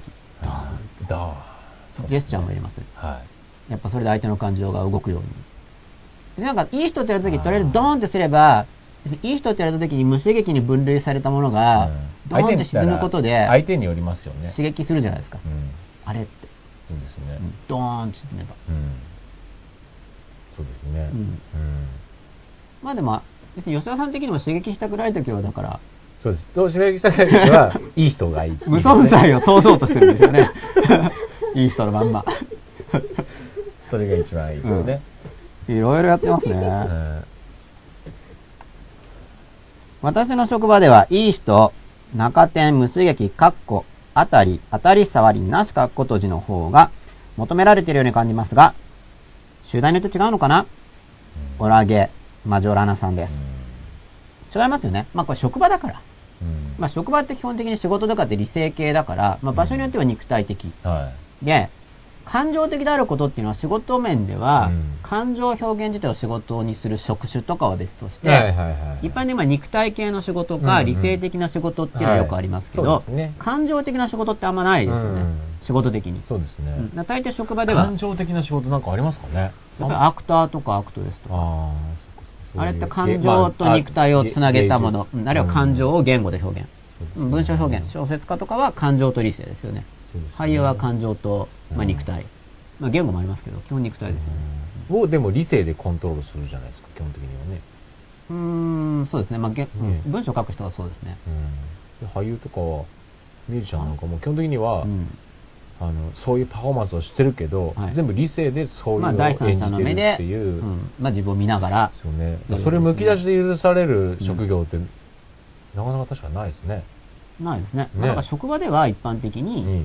ジェスチャーも入れます。はい。やっぱそれで相手の感情が動くように。なんか、いい人って言われたとき、とりあえずドーンってすれば、いい人って言われたときに無刺激に分類されたものが、ドーンって沈むことで、 相手によりますよね。 刺激するじゃないですか。あれって。 そうですね。 ドーンって沈めば。 そうですね。 まあでも、別に吉田さん的にも刺激したくないときは、だから、 そうです。どう刺激したくないときは、いい人がいい。 無存在を通そうとしてるんですよね。いい人のまんま。 それが一番いいですね。 いろいろやってますね。私の職場では、いい人、中点、無刺激、当たり障りなし閉じの方が求められているように感じますが、集団によって違うのかな？オラゲ、マジョラナさんです。違いますよね。まあこれ職場だから。まあ職場って基本的に仕事とかって理性系だから、まあ場所によっては肉体的。で、感情的であることっていうのは仕事面では、感情表現自体を仕事にする職種とかは別として、一般に肉体系の仕事か理性的な仕事っていうのはよくありますけど、感情的な仕事ってあんまないですよね。仕事的に。 そうですね。 大体職場では。 感情的な仕事なんかありますかね？ やっぱりアクターとかアクトレスとか。あれって感情と肉体をつなげたもの、あるいは感情を言語で表現。文章表現、小説家とかは感情と理性ですよね。俳優は感情と、肉体。言語もありますけど、基本肉体ですよね。 をでも理性でコントロールするじゃないですか、基本的にはね。 そうですね。文章書く人はそうですね。 俳優とかは、ミュージシャンなんかも基本的には、そういうパフォーマンスをしてるけど、全部理性でそういうのを演じてるっていう。 自分を見ながら。 そうね。それむき出しで許される職業って、なかなか確かにないですね。 ないですね。なんか職場では一般的に、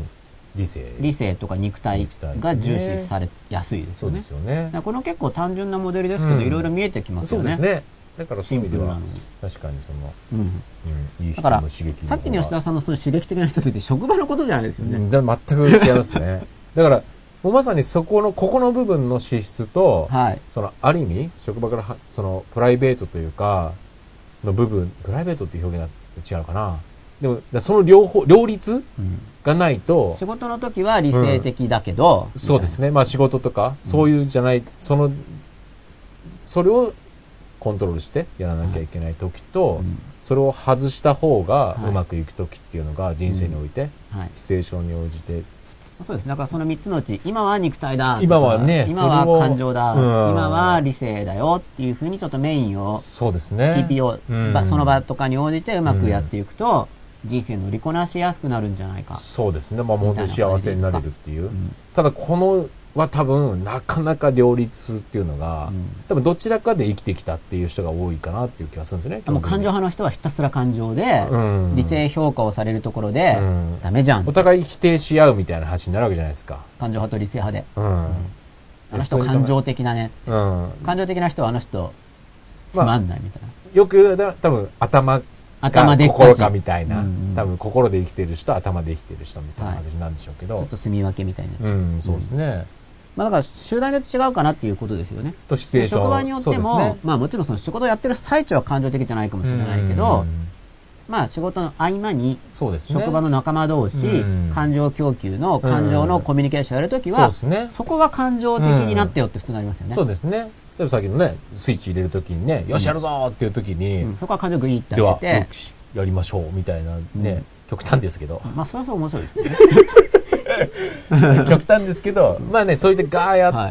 理性とか肉体が重視されやすいですよね。そうですよね。この結構単純なモデルですけど、いろいろ見えてきますよね。 そうですね。だからそういう意味では確かにその、いい人の刺激の方が。 さっきの吉田さんのその刺激的な人って職場のことじゃないですよね。 じゃあ全く違いますね。だからもうまさにここの部分の資質と、そのある意味職場からそのプライベートというかの部分、プライベートっていう表現は違うかな。でもその両立がないと、 仕事の時は理性的だけど、 そうですね。まあ仕事とかそういうじゃない、それをコントロールしてやらなきゃいけない時と、それを外した方がうまくいく時っていうのが人生において、シチュエーションに応じて、 そうです。だからその3つのうち、今は肉体だ。 今はね、 今は感情だ。今は理性だよっていうふうにちょっとメインを、 そうですね。 TPO、その場とかに応じてうまくやっていくと、人生乗りこなしやすくなるんじゃないか。 そうですね。まあ本当に幸せになれるっていう。ただこのは多分なかなか両立っていうのが、多分どちらかで生きてきたっていう人が多いかなっていう気がするんですよね。 もう感情派の人はひたすら感情で、理性評価をされるところで、ダメじゃん。 お互い否定し合うみたいな話になるわけじゃないですか。 感情派と理性派で。あの人感情的だね。感情的な人はあの人つまんないみたいな。 よく多分頭で心かみたいな、多分心で生きてる人、頭で生きてる人みたいな話なんでしょうけど、 ちょっと住み分けみたいな。 そうですね。 まあだから集団によって違うかなっていうことですよね。 とシチュエーション。 職場によっても、まあもちろんその仕事をやってる最中は感情的じゃないかもしれないけど、まあ仕事の合間に、職場の仲間同士、感情供給の感情のコミュニケーションやるときは、そこは感情的になってよって普通になりますよね。 そうですね。例えばさっきのね、スイッチ入れるときにね、よしやるぞーっていうときに、 そこは感情グイって上げて、 では、やりましょうみたいなね、極端ですけど。 まあそれはそう面白いですけどね。 極端ですけど、まあね、そういったガーやって、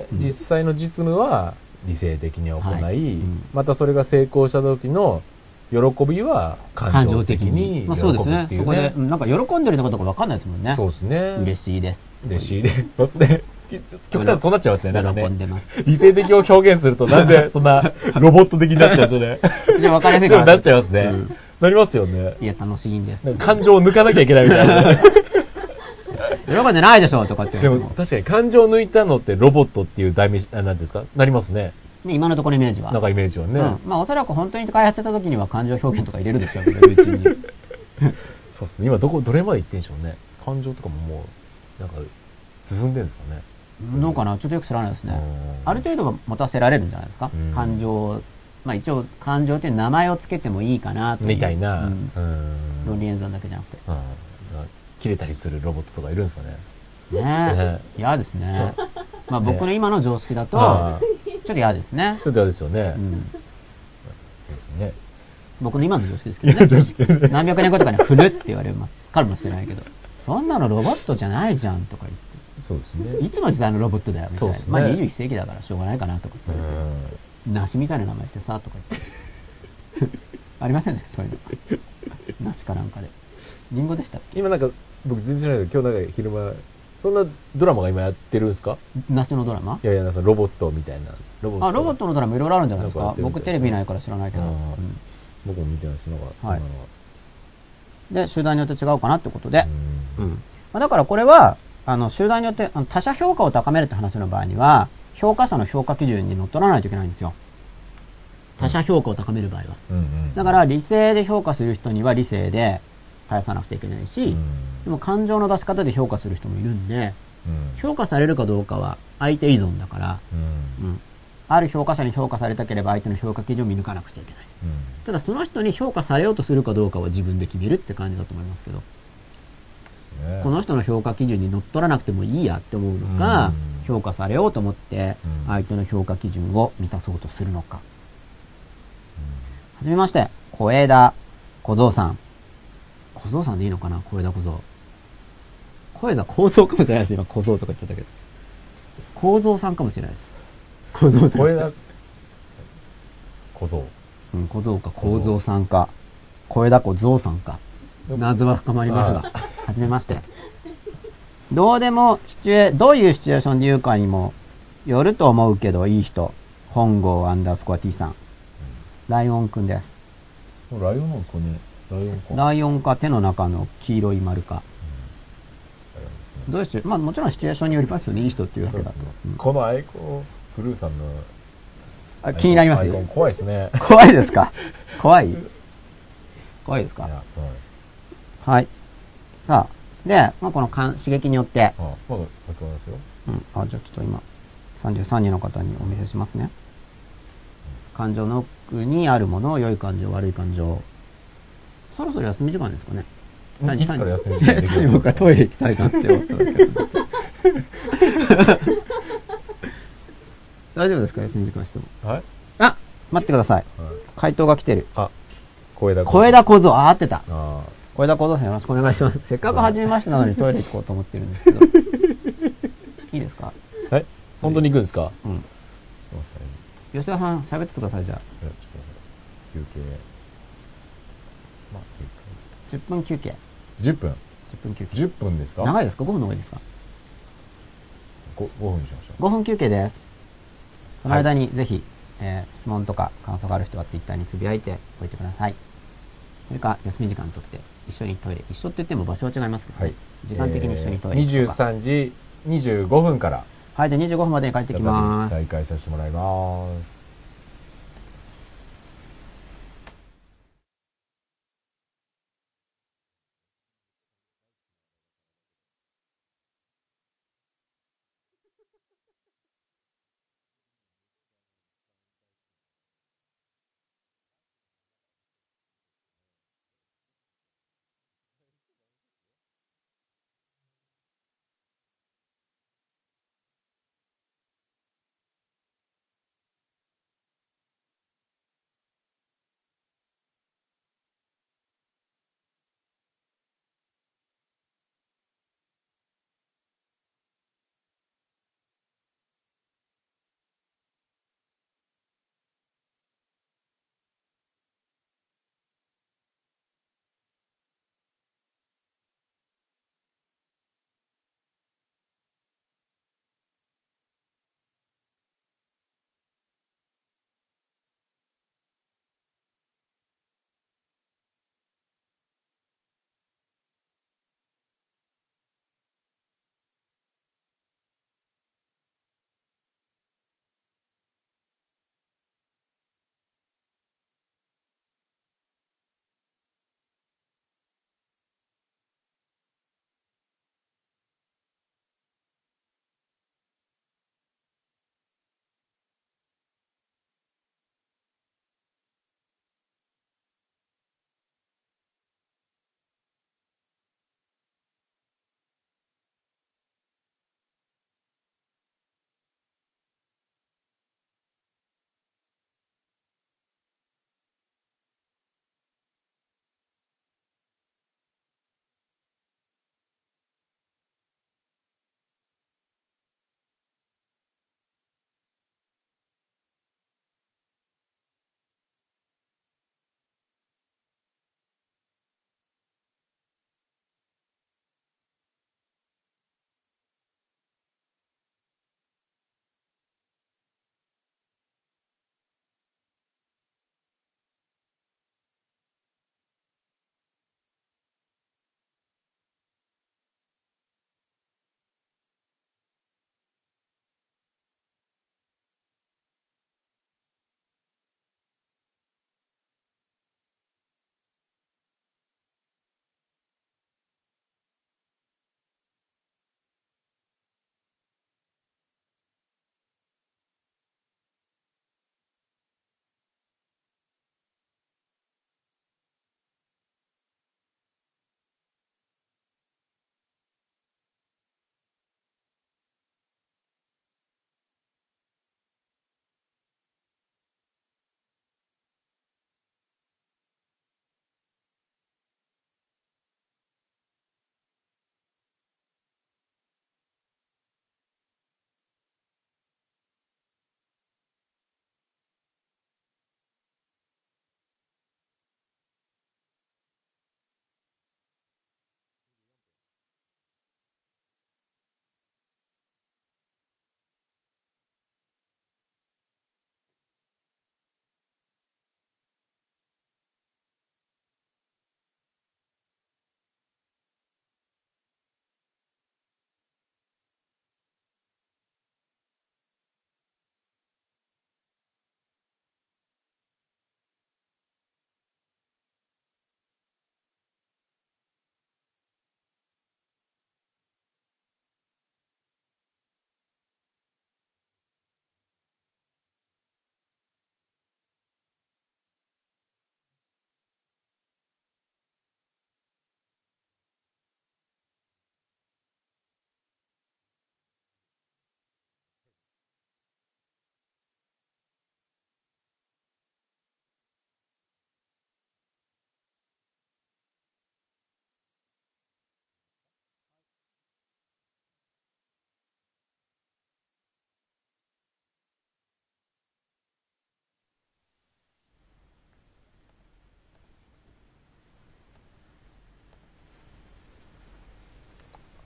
実際の実務は理性的に行い、またそれが成功した時の喜びは感情的に喜ぶっていうね。そうですね。そこで、 なんか喜んでるのかどうかわかんないですもんね。 そうですね。 嬉しいです。 嬉しいですね。極端そうなっちゃいますね。なんかね。 喜んでます。 理性的を表現するとなんでそんなロボット的になっちゃうんでしょうね。 じゃあ分かりやすいから。 なっちゃいますね。なりますよね。 いや、楽しいんです。 感情を抜かなきゃいけないみたいな。 喜んでないでしょとかって。 でも確かに感情を抜いたのってロボットっていう代名詞、なんですかなりますね。 今のところイメージは。 なんかイメージはね。 まあおそらく本当に開発した時には感情表現とか入れるでしょうけど、うちに。 そうですね。今どれまで行ってんでしょうね。感情とかももう、なんか進んでるんですかね。 どうかなちょっとよく知らないですね。ある程度は持たせられるんじゃないですか。感情、まあ一応感情っていう名前をつけてもいいかなという。 みたいな。 論理演算だけじゃなくて。 切れたりするロボットとかいるんですかね。 ねえ。嫌ですね。まあ僕の今の常識だと、ちょっと嫌ですね。 ちょっと嫌ですよね。 僕の今の常識ですけどね。何百年後とかに振るって言われます。かもしれないけど。そんなのロボットじゃないじゃんとか言って。 そうですね。 いつの時代のロボットだよみたいな。まあ21世紀だからしょうがないかなとか言って。梨みたいな名前してさ、とか言って。ありませんね、そういうの。梨かなんかで。リンゴでしたっけ？ 今なんか、僕全然知らないけど、今日なんか昼間、そんなドラマが今やってるんですか？ 梨のドラマ？ いやいや、ロボットみたいな。 ロボットのドラマいろいろあるんじゃないですか？僕テレビないから知らないけど。 僕も見てないです。 はい。で、集団によって違うかなってことで。だからこれは、集団によって他者評価を高めるって話の場合には、評価者の評価基準にのっとらないといけないんですよ。他者評価を高める場合は。だから理性で評価する人には理性で返さなくちゃいけないし、でも感情の出し方で評価する人もいるんで、評価されるかどうかは相手依存だから、ある評価者に評価されたければ相手の評価基準を見抜かなくちゃいけない。ただその人に評価されようとするかどうかは自分で決めるって感じだと思いますけど、この人の評価基準にのっとらなくてもいいやって思うのか、評価されようと思って相手の評価基準を満たそうとするのか。はじめまして、小枝小僧さん。小僧さんでいいのかな？小枝小僧。小枝小僧かもしれないです。今小僧とか言っちゃったけど。小僧さんかもしれないです。小僧さん。 小枝小僧。 小僧か小僧さんか。小枝小僧さんか。謎は深まりますが。はじめまして。どういうシチュエーションで言うかにもよると思うけど、いい人。本郷_T さん。ライオンくんです。 ライオンなんですかね。 ライオンか手の中の黄色い丸か。 どういうまあもちろんシチュエーションによりますよね、いい人っていうわけだと。 このアイコン、ブルーさんの気になりますよ。怖いですね。 怖いですか？怖い怖いですか？ いや、そうなんです。 はい。さあ、で、まあ、この刺激によって。 まだ書き込みますよ。 じゃあちょっと今、33人の方にお見せしますね。感情の奥にあるもの、良い感情、悪い感情。そろそろ休み時間ですかね。 いつから休み時間できるんですか？ 僕はトイレ行きたいなって思ってますけど。大丈夫ですか？休み時間しても。 はい。 待ってください。回答が来てる。小枝小僧。合ってた。小枝小僧さんよろしくお願いします。せっかく始めましたのにトイレ行こうと思ってるんですけど。いいですか？ はい。本当に行くんですか？ うん。吉田さん喋ってください、じゃあ。 休憩。 10分休憩。 10分 ?10 分休憩。 10分ですか？ 長いですか？ 5 分の方がいいですか ？5分にしましょう。 5分休憩です。その間にぜひ、質問とか感想がある人はツイッターにつぶやいておいてください。それか休み時間とって一緒にトイレ。一緒って言っても場所は違いますけどね。はい、時間的に一緒にトイレ。 23時25分から。 はい、じゃあ25分までに帰ってきます。 再開させてもらいます。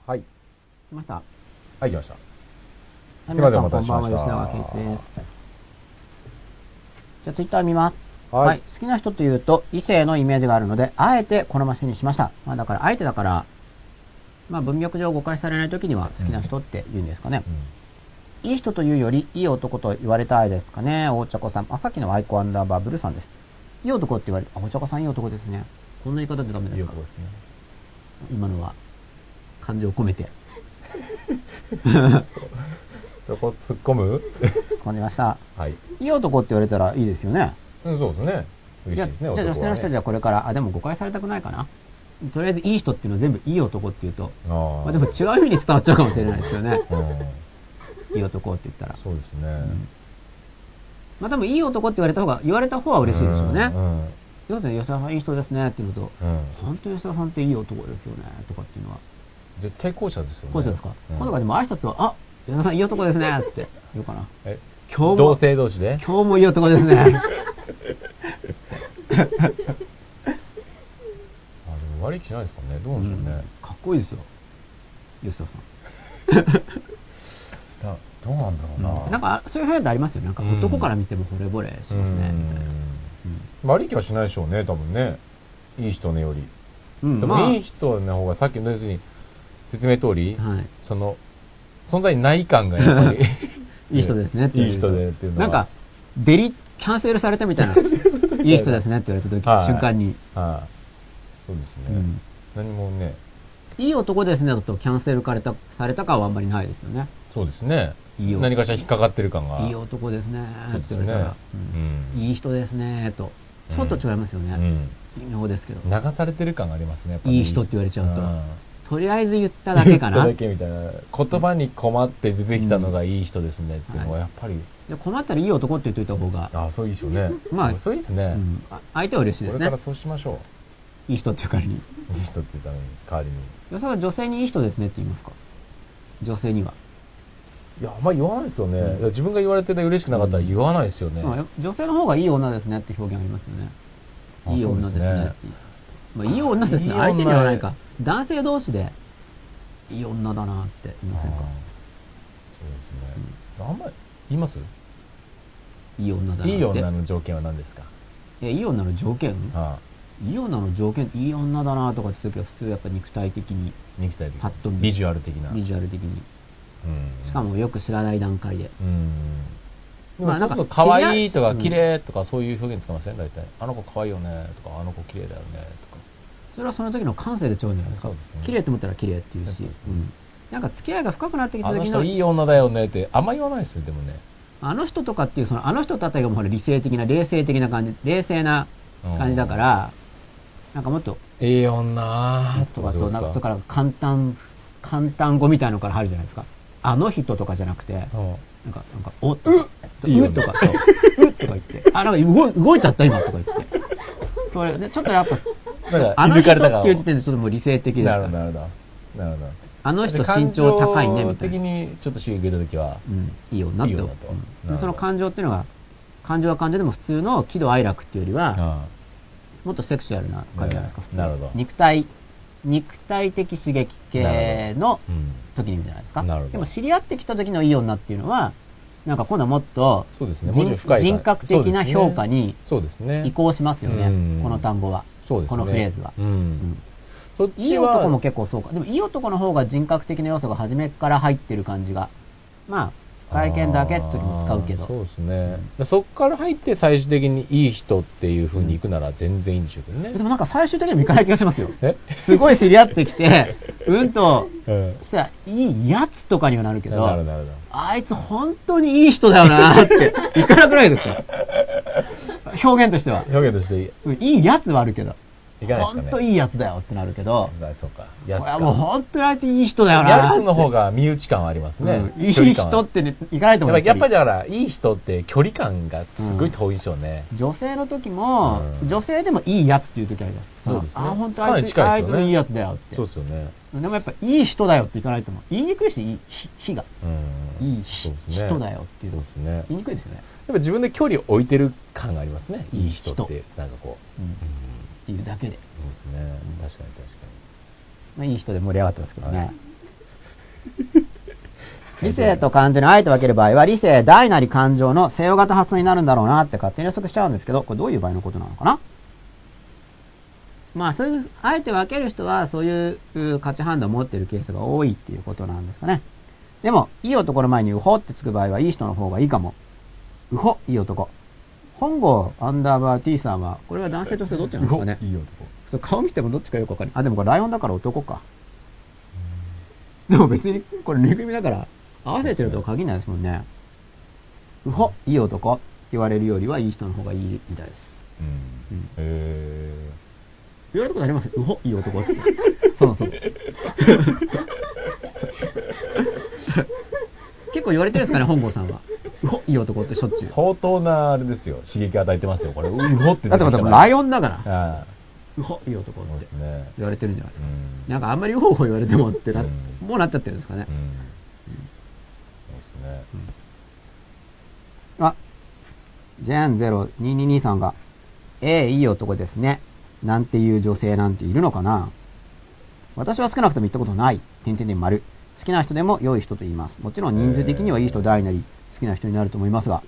はい。 来ました。 はい、来ました。 はい、 すいません、お皆さん待たせしました。 こんばんは、吉永健一です。じゃあ、ツイッター見ます。 はい。 好きな人というと、異性のイメージがあるので、あえてこのマシンにしました。まあ、だから、あえてだから、まあ、文脈上誤解されないときには、好きな人って言うんですかね。いい人というより、いい男と言われたいですかね。大茶子さん。さっきのアイコアンダーバーブルーさんです。いい男って言われて、大茶子さんいい男ですね。こんな言い方でダメですか？いい男ですね。今のは、感情を込めて。 そこ突っ込む？ 突っ込んでました。 はい。 いい男って言われたらいいですよね。 そうですね。嬉しいですね。 じゃあ女性の人じゃこれから、でも誤解されたくないかな。とりあえずいい人っていうのは全部いい男っていうと、まあでも違う意味に伝わっちゃうかもしれないですよね。いい男って言ったら。 そうですね。 まあ多分いい男って言われた方は嬉しいでしょうね。要するに吉田さんいい人ですねっていうのと、本当に吉田さんっていい男ですよねとかっていうのは。 絶対後者ですよね。 後者ですか。今度からでも挨拶は、あ、吉田さんいい男ですねって言おうかな。 今日も同性同士で今日もいい男ですね。 悪い気しないですかね。どうなんでしょうね。 かっこいいですよ、吉田さん。 どうなんだろうな。 なんかそういう部屋ってありますよね。なんか男から見ても惚れ惚れしますね。 悪い気はしないでしょうね。多分ね。いい人ねより。でもいい人の方がさっきの要するに説明通り、その存在にない感がやっぱりいい人ですねっていう。 いい人でっていうのは。 なんかキャンセルされたみたいな。いい人ですねって言われた時瞬間に。 そうですね。何もね。 いい男ですねだとキャンセルされたかはあんまりないですよね。 そうですね。何かしら引っかかってる感が。 いい男ですねって言われたら、いい人ですねとちょっと違いますよね。微妙ですけど。 流されてる感がありますね。 いい人って言われちゃうと、とりあえず言っただけかな。 言っただけみたいな。言葉に困って出てきたのがいい人ですねっていうのはやっぱり。 困ったらいい男って言っといた方が。 あ、そういいでしょうね。まあ、そういいですね。 相手は嬉しいですね。 これからそうしましょう。いい人っていう代わりに。いい人っていう代わりに。 吉田さん女性にいい人ですねって言いますか？女性には。 いや、あんまり言わないですよね。自分が言われてて嬉しくなかったら言わないですよね。 女性の方がいい女ですねって表現ありますよね。いい女ですねっていう。まあ、いい女ですね。相手にはないか。男性同士で、いい女だなって言いませんか？ そうですね。あんまり言います？ いい女だなって。 いい女の条件は何ですか？ いい女の条件？いい女の条件、いい女だなとかって時は普通やっぱ肉体的に。パッと見。 ビジュアル的な。 ビジュアル的に。しかもよく知らない段階で。 まあなんか可愛いとか綺麗とかそういう表現使いません？大体。あの子可愛いよねとか、あの子綺麗だよねとか。 それはその時の感性でちゃうんじゃないですか。綺麗と思ったら綺麗っていうし。なんか付き合いが深くなってきた時の。 あの人いい女だよねってあんま言わないですよ、でもね。 あの人とかっていう、あの人とあたりがもう理性的な、冷静的な感じ、冷静な感じだから、なんかもっと。 いい女とか、そう、なんかそれから簡単語みたいなのから入るじゃないですか。あの人とかじゃなくて、なんか、おっとか、うとか、そう、うとか言って、あ、なんか動いちゃった今とか言って。それね、ちょっとやっぱ、あの人っていう時点でちょっともう理性的ですから。 なるほど。 あの人身長高いねみたいな。 的にちょっと刺激受けた時は、 いい女って。その感情っていうのが、感情は感情でも普通の喜怒哀楽っていうよりは、もっとセクシュアルな感じじゃないですか、普通。 なるほど。 肉体的刺激系の時に言うじゃないですか。でも知り合ってきた時のいい女っていうのは、なんか今度はもっと人格的な評価に移行しますよね、この単語は。このフレーズは。いい男も結構そうか。でもいい男の方が人格的な要素が初めから入ってる感じが。まあ、外見だけって時に使うけど。 そうですね。そっから入って最終的にいい人っていう風に行くなら全然いいんでしょうけどね。 でもなんか最終的にもいかない気がしますよ。すごい知り合ってきて、したらいいやつとかにはなるけど、あいつ本当にいい人だよなって、いかなくないですか？表現としては。 表現としていいやつはあるけど。 いかないですかね。 本当いいやつだよってなるけど、 そうか。やつか。 もう本当にあいついい人だよな。 やつの方が身内感はありますね。 いい人ってね、いかないと思う。 やっぱりだから、いい人って距離感がすごい遠いでしょうね。 女性の時も、女性でもいいやつっていう時あるじゃん。 そうですね。 本当あいつのいいやつだよって。 そうですよね。 でもやっぱいい人だよっていかないと思う。言いにくいし、日が。いい人だよっていうの。言いにくいですよね。 やっぱ自分で距離を置いてる感がありますね。いい人って、なんかこう。 っていうだけで。 そうですね。確かに。 まあいい人で盛り上がってますけどね。 理性と感情にあえて分ける場合は、理性大なり感情の西洋型発想になるんだろうなって勝手に予測しちゃうんですけど、これどういう場合のことなのかな。まあそういう、あえて分ける人はそういう価値判断を持っているケースが多いっていうことなんですかね。でも、いい男の前にウホってつく場合はいい人の方がいいかも。ウホ、いい男。本郷アンダーバー T さんは、これは男性としてどっちなんですかね。 いい男。 そう顔見てもどっちかよくわかんない。あ、でもこれライオンだから男か。でも別に、これぬいぐるみだから、合わせてるとは限らないですもんね。ウホ、いい男って言われるよりはいい人の方がいいみたいです。言われたことあります？ウホ、いい男って。そうそう。結構言われてるんですかね、本郷さんは。ウホ、いい男ってしょっちゅう。 相当なあれですよ。刺激与えてますよ、これ。ウホって。 だってまたライオンだから。ウホ、いい男って言われてるんじゃないですか。なんかあんまりウホウホ言われてもってもうなっちゃってるんですかね。 そうですね。 あ、ジェン0222さんが、いい男ですね。なんていう女性なんているのかな。私は少なくとも言ったことない。で丸。好きな人でも良い人と言います。もちろん人数的にはいい人大なり好きな人になると思いますが。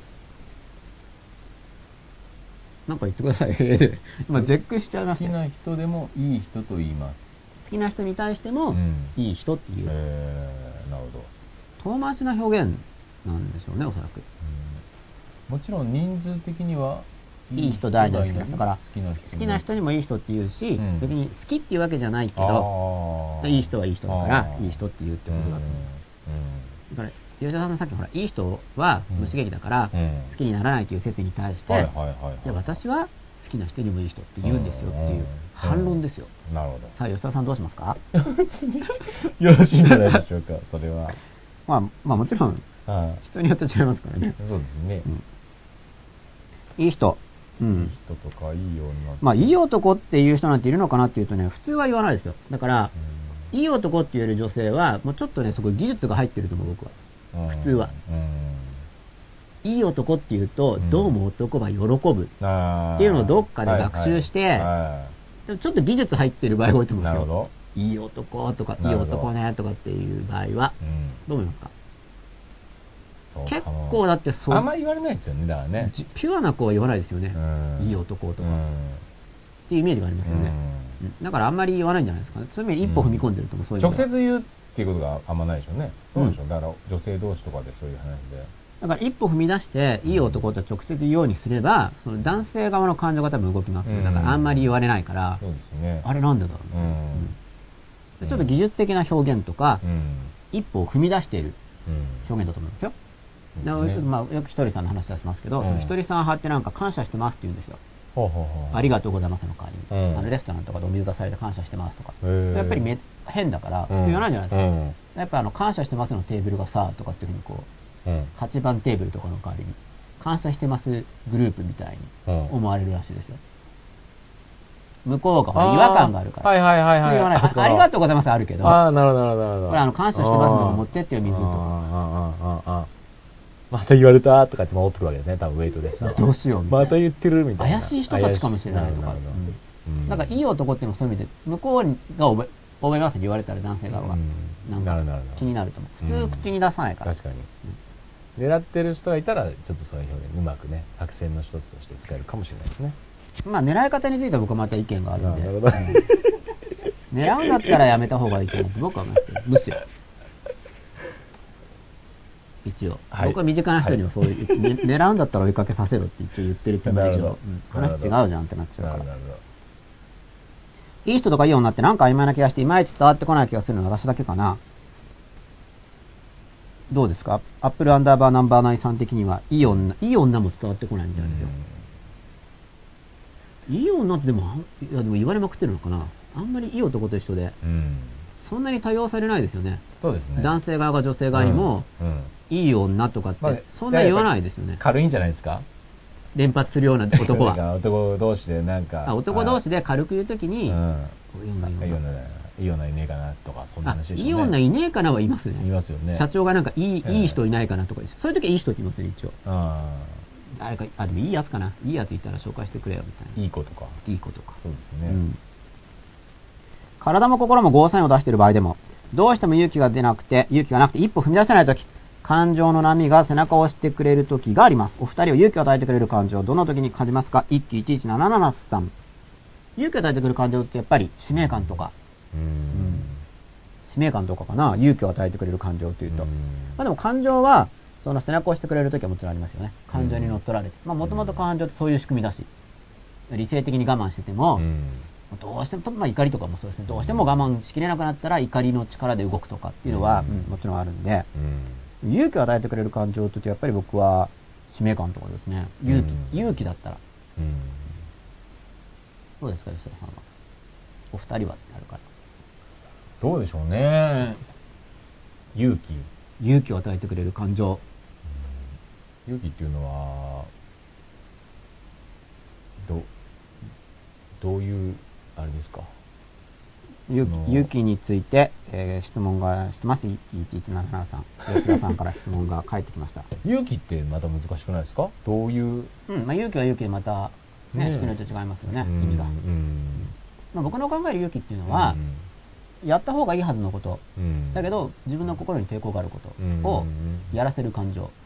なんか言ってください。今絶句しちゃいました。 好きな人でもいい人と言います。 好きな人に対してもいい人っていう。 なるほど。 遠回しな表現なんでしょうね、おそらく。 もちろん人数的にはいい人大なり好きな人だから、好きな人にもいい人って言うし、別に好きっていうわけじゃないけど、いい人はいい人だから、いい人って言うってことだと思う。だから、吉田さんのさっきほら、いい人は無刺激だから、好きにならないという説に対して、私は好きな人にもいい人って言うんですよっていう反論ですよ。 なるほど。 さあ、吉田さんどうしますか？ よろしいんじゃないでしょうか、それは。 まあもちろん、人によって違いますからね。 そうですね。 いい人。 いい人とかいい女。 まあ、いい男っていう人なんているのかなっていうとね、普通は言わないですよ。だから、いい男って言える女性は、もうちょっとね、そこ技術が入ってると思う、僕は。普通は。いい男って言うと、どうも男は喜ぶっていうのをどっかで学習して、でもちょっと技術入ってる場合が多いと思うんですよ。いい男とか、いい男ねとかっていう場合は、どう思いますか？結構だってあんまり言われないですよね、だからね。 ピュアな子は言わないですよね。いい男とか。っていうイメージがありますよね。だからあんまり言わないんじゃないですかね。そういう意味で一歩踏み込んでると思う。そういう直接言うっていうことがあんまないでしょうね。どうでしょう。だから女性同士とかでそういう話で。 だから一歩踏み出して、いい男と直接言うようにすれば、その男性側の感情が多分動きますね。だからあんまり言われないから、あれなんでだろう。ちょっと技術的な表現とか、一歩を踏み出している表現だと思いますよ。まあ、よくひとりさんの話出しますけど、そのひとりさん派ってなんか感謝してますって言うんですよ。ありがとうございますの代わりに。レストランとかでお水出されて感謝してますとか。やっぱり変だから、普通言わないじゃないですか。やっぱ感謝してますのテーブルがさ、とかっていうふうにこう、8番テーブルとかの代わりに、感謝してますグループみたいに思われるらしいですよ。向こうが違和感があるから。普通言わない。ありがとうございますあるけど。 なるほど、なるほど。 これ感謝してますのを持ってってよ水とか。 また言われたとかって戻ってくるわけですね、多分ウェイトレスさんは。 どうしようみたいな。 また言ってるみたいな。 怪しい人たちかもしれないとか。なんかいい男っていうのもそういう意味で、向こうが覚えますって言われたら男性側が。なんか気になると思う。普通口に出さないから。 確かに。狙ってる人がいたら、ちょっとそういう表現うまくね、作戦の一つとして使えるかもしれないですね。 まあ狙い方については僕はまた意見があるんで。狙うんだったらやめた方がいいかなって僕は思いますけど、むしろ。一応。僕は身近な人にはそういう、狙うんだったら追いかけさせろって一応言ってるっていう以上、話違うじゃんってなっちゃうから。いい人とかいい女ってなんか曖昧な気がしていまいち伝わってこない気がするのは私だけかな。どうですか？アップルアンダーバーナンバー9さん的にはいい女も伝わってこないみたいですよ。いい女ってでも言われまくってるのかな。あんまりいい男と一緒で、そんなに多用されないですよね。 そうですね。 男性側が女性側にも、いい女とかってそんなに言わないですよね。 軽いんじゃないですか？ 連発するような男は。 男同士でなんか。 男同士で軽く言うときに、いい女いねえかなとか、そんな話でしょうね。 いい女いねえかなは言いますね。 言いますよね。 社長がなんかいい人いないかなとかです。そういう時はいい人って言いますね、一応。誰か、でもいいやつかな。いいやついたら紹介してくれよ、みたいな。 いい子とか。 いい子とか。 そうですね。 体も心もゴーサインを出している場合でも、 どうしても勇気がなくて一歩踏み出せないとき、感情の波が背中を押してくれるときがあります。お二人は勇気を与えてくれる感情、どの時に感じますか？一期1177さん。勇気を与えてくれる感情ってやっぱり使命感とか、使命感とかかな。勇気を与えてくれる感情というと。まあでも感情は、その背中を押してくれるときはもちろんありますよね。感情に乗っ取られて。まあもともと感情ってそういう仕組みだし、理性的に我慢してても、どうしても、まあ怒りとかもそうですね。どうしても我慢しきれなくなったら怒りの力で動くとかっていうのは、もちろんあるんで、勇気を与えてくれる感情というとやっぱり僕は使命感とかですね。勇気だったら。どうですか、吉田さんは。お二人はってあるから。 どうでしょうね。勇気を与えてくれる感情。 勇気っていうのは、どういう、あれですか。 勇気について、質問がしてます。1177さん。吉田さんから質問が返ってきました。 勇気ってまた難しくないですか？どういう。 まあ勇気は勇気でまた、ね、人によって違いますよね、意味が。まあ、僕の考える勇気っていうのは、やった方がいいはずのこと、だけど自分の心に抵抗があることをやらせる感情。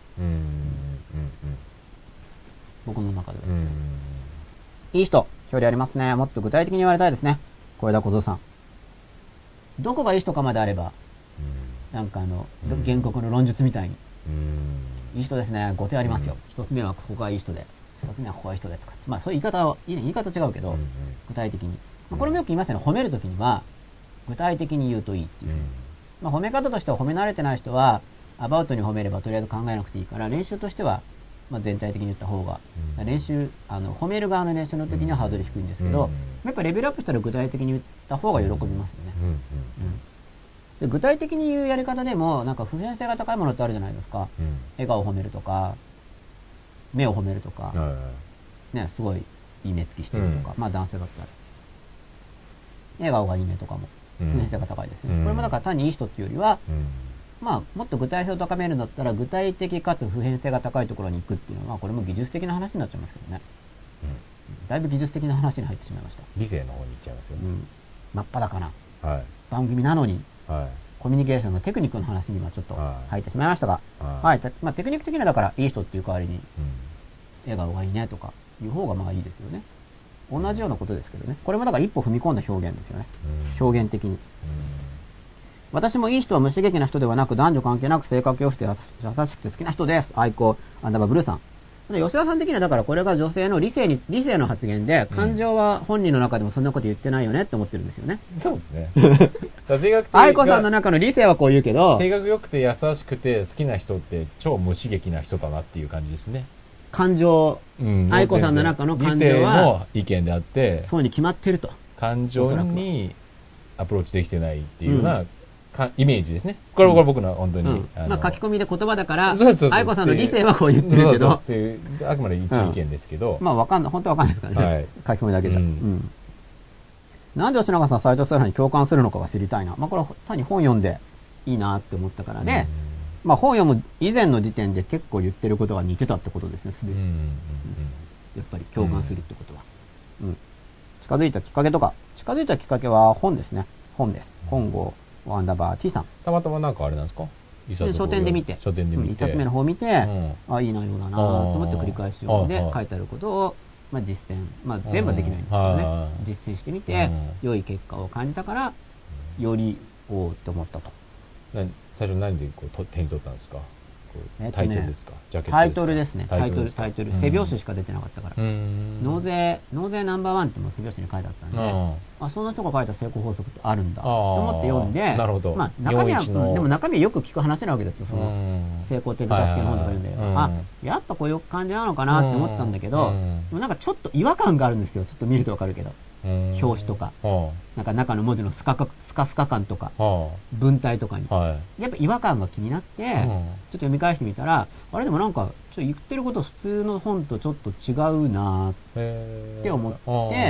僕の中ではですね。いい人、表裏ありますね。もっと具体的に言われたいですね。小枝小僧さん。どこがいい人かまであれば、なんか原告の論述みたいに、いい人ですね、5点ありますよ。一つ目はここがいい人で、二つ目はここがいい人でとか。まあそういう言い方違うけど、具体的に。まあ、これもよく言いますよね。褒めるときには、具体的に言うといいっていう。まあ褒め方としては褒め慣れてない人は、アバウトに褒めればとりあえず考えなくていいから、練習としては、まあ全体的に言った方が、褒める側の練習の時にはハードル低いんですけど、やっぱレベルアップしたら具体的に言った方が喜びますよね。で具体的に言うやり方でも、なんか普遍性が高いものってあるじゃないですか。笑顔を褒めるとか、目を褒めるとか、ね、すごいいい目つきしてるとか、まあ男性だったら。笑顔がいいねとかも、普遍性が高いですね。これもだから単にいい人っていうよりは、まあ、もっと具体性を高めるんだったら、具体的かつ普遍性が高いところに行くっていうのは、これも技術的な話になっちゃいますけどね。だいぶ技術的な話に入ってしまいました。 理性の方に行っちゃいますよね。 真っ裸な番組なのに、コミュニケーションのテクニックの話にはちょっと入ってしまいましたが、まあ、テクニック的にはだから、いい人っていう代わりに、笑顔がいいねとかいう方がまあいいですよね。同じようなことですけどね。これもだから一歩踏み込んだ表現ですよね。表現的に。私もいい人は無刺激な人ではなく、男女関係なく性格良くて優しくて好きな人です。愛好、アンダーバーブルーさん。吉田さん的にはだからこれが女性の理性の発言で、感情は本人の中でもそんなこと言ってないよねって思ってるんですよね。 そうですね。 愛子さんの中の理性はこう言うけど、 性格良くて優しくて好きな人って超無刺激な人だなっていう感じですね。 感情、愛子さんの中の感情は、理性の意見であって、 そうに決まってると。 感情にアプローチできてないっていうような、イメージですね。これ僕の本当に。 まあ書き込みで言葉だから、愛子さんの理性はこう言ってるけど。 っていう、あくまで一意見ですけど。 まあ本当わかんないですからね。書き込みだけじゃ。なんで吉永さん、斎藤さんに共感するのかが知りたいな。まあこれは単に本読んでいいなって思ったからで、まあ本読む以前の時点で結構言ってることが似てたってことですね、すでに。やっぱり共感するってことは。近づいたきっかけとか、近づいたきっかけは本ですね。本です。本郷アンダーバー T さん。 たまたまなんかあれなんですか？ 書店で見て。一冊目の方を見て、あ、いい内容だなと思って繰り返し読んで、書いてあることを、まあ実践。まあ全部はできないんですけどね。実践してみて、良い結果を感じたから、より、おーって思ったと。 最初何で手に取ったんですか？タイトルですか？ジャケットですか？ タイトルですね。タイトル。背表紙しか出てなかったから。納税ナンバーワンっても背表紙に書いてあったんで、あ、そんな人が書いた成功法則ってあるんだと思って読んで、 なるほど。 まあ中身は、でも中身はよく聞く話なわけですよ。その、成功哲学系の本とか読んで。あ、やっぱこういう感じなのかなって思ったんだけど、でもなんかちょっと違和感があるんですよ。ちょっと見るとわかるけど。表紙とか、なんか中の文字のスカスカ感とか、文体とかに、やっぱ違和感が気になって、ちょっと読み返してみたら、あれでもなんか、ちょっと言ってること普通の本とちょっと違うなって思って、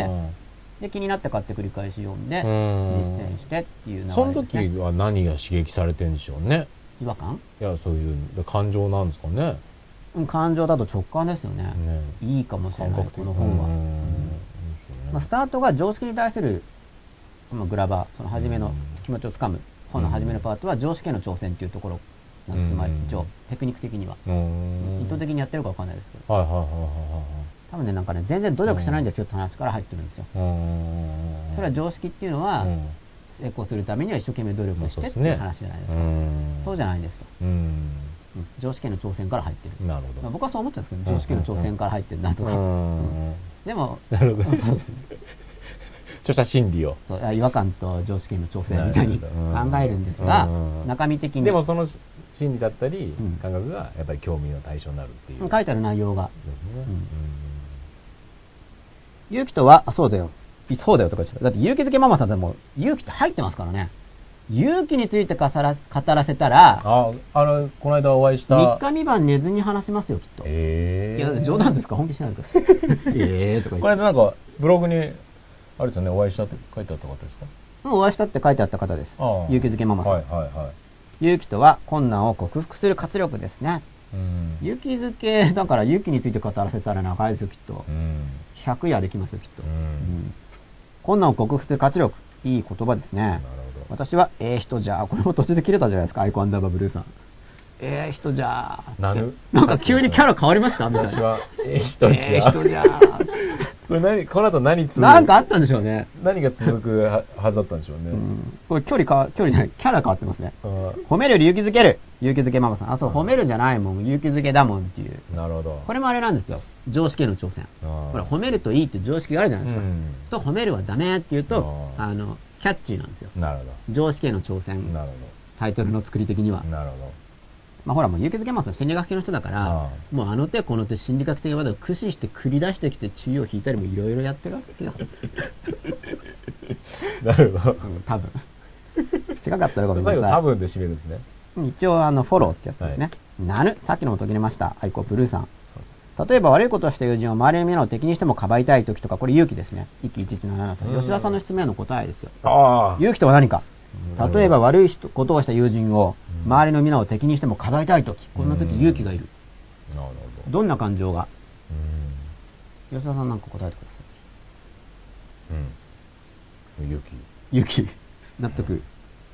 で、気になって買って繰り返し読んで、実践してっていう流れですね。 その時は何が刺激されてるんでしょうね。 違和感？ いや、そういう感情なんですかね。 感情だと直感ですよね。いいかもしれない、この本は。まあ、スタートが常識に対する、グラバー、その初めの気持ちをつかむ本の初めのパートは常識への挑戦っていうところなんですけど、まあ一応テクニック的には意図的にやってるかわかんないですけど、多分ねなんかね全然努力してないんですよって話から入ってるんですよ。それは常識っていうのは成功するためには一生懸命努力してっていう話じゃないですか。そうじゃないんですと。常識への挑戦から入ってる。なるほど。まあ、僕はそう思っちゃうんですけど、常識への挑戦から入ってるなとか。でも、なるほど。 著者心理を。 そう、違和感と常識への挑戦みたいに考えるんですが、中身的に。 でもその心理だったり、感覚がやっぱり興味の対象になるっていう。 書いてある内容が。勇気とは、そうだよ。そうだよとか言っちゃった。だって勇気づけママさんでも勇気って入ってますからね。勇気について語らせたら、 この間お会いした。 3日3晩寝ずに話しますよ、きっと。いや、冗談ですか？本気しないでください。とか言って。 これなんか、ブログに、あれですよね、お会いしたって書いてあった方ですか？ お会いしたって書いてあった方です。勇気づけママさん。勇気とは困難を克服する活力ですね。勇気づけ、だから勇気について語らせたら長いですよ、きっと。100夜できますよ、きっと。困難を克服する活力。いい言葉ですね。私は、人じゃこれも途中で切れたじゃないですか、アイコアンダーバーブルーさん。人じゃなんか急にキャラ変わりましたみたいな。 私は、人じゃ人じゃこれこの後何続くなんかあったんでしょうね。 何が続くはずだったんでしょうね。 これ距離じゃない、キャラ変わってますね。褒めるより勇気づける。勇気づけママさん。そう、褒めるじゃないもん、勇気づけだもんっていう。 なるほど。 これもあれなんですよ。常識への挑戦。ほら、褒めるといいっていう常識があるじゃないですか。と、褒めるはダメっていうと、キャッチーなんですよ。 なるほど。 常識への挑戦。 なるほど。 タイトルの作り的には。 なるほど。 まあほらもう勇気づけます心理学系の人だから、もうあの手この手心理学的な技を駆使して繰り出してきて注意を引いたりもいろいろやってるわけですよ。 なるほど。 多分。違かったらごめんなさい。 最後多分で締めるんですね。 一応フォローってやつですね。なる。さっきのも途切れました。アイコブルーさん。例えば悪いことをした友人を周りの目の敵にしてもかばいたい時とか、これ勇気ですね。一期一一の7歳。吉田さんの質問への答えですよ。勇気とは何か。例えば悪いことをした友人を周りの皆を敵にしてもかばいたいとき、こんな時勇気がいる。どんな感情が？吉田さんなんか答えてください。 勇気。納得。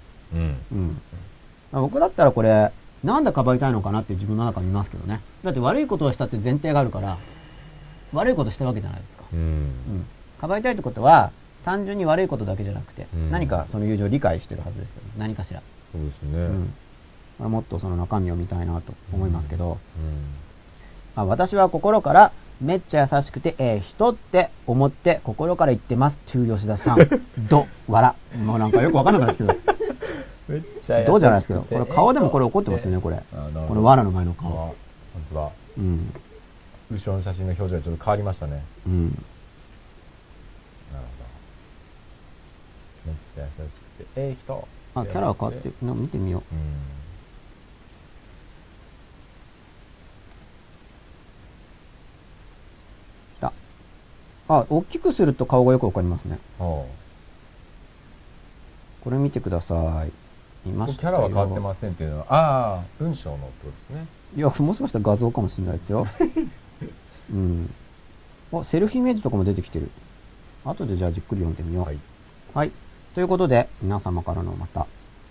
僕だったらこれ、なんでかばいたいのかなって自分の中に見ますけどね。だって悪いことをしたって前提があるから、悪いことしたわけじゃないですか。かばいたいってことは、単純に悪いことだけじゃなくて、何かその友情を理解してるはずですよね。何かしら。 そうですね。 もっとその中身を見たいなと思いますけど、私は心からめっちゃ優しくて人って思って心から言ってますto吉田さん。笑。もうなんかよくわかんなくなってきてる。 めっちゃ優しくて。 どうじゃないですけど、これ顔でもこれ怒ってますよね、これ。この藁の前の顔。 本当だ。後ろの写真の表情がちょっと変わりましたね。なるほど。めっちゃ優しくて人。 キャラは変わってる。見てみよう。来た。大きくすると顔がよくわかりますね。これ見てください。 キャラは変わってませんっていうのは、文章のってことですね。 いや、もしかしたら画像かもしれないですよ。セルフイメージとかも出てきてる。後でじゃあじっくり読んでみよう。はい。ということで、皆様からのまた、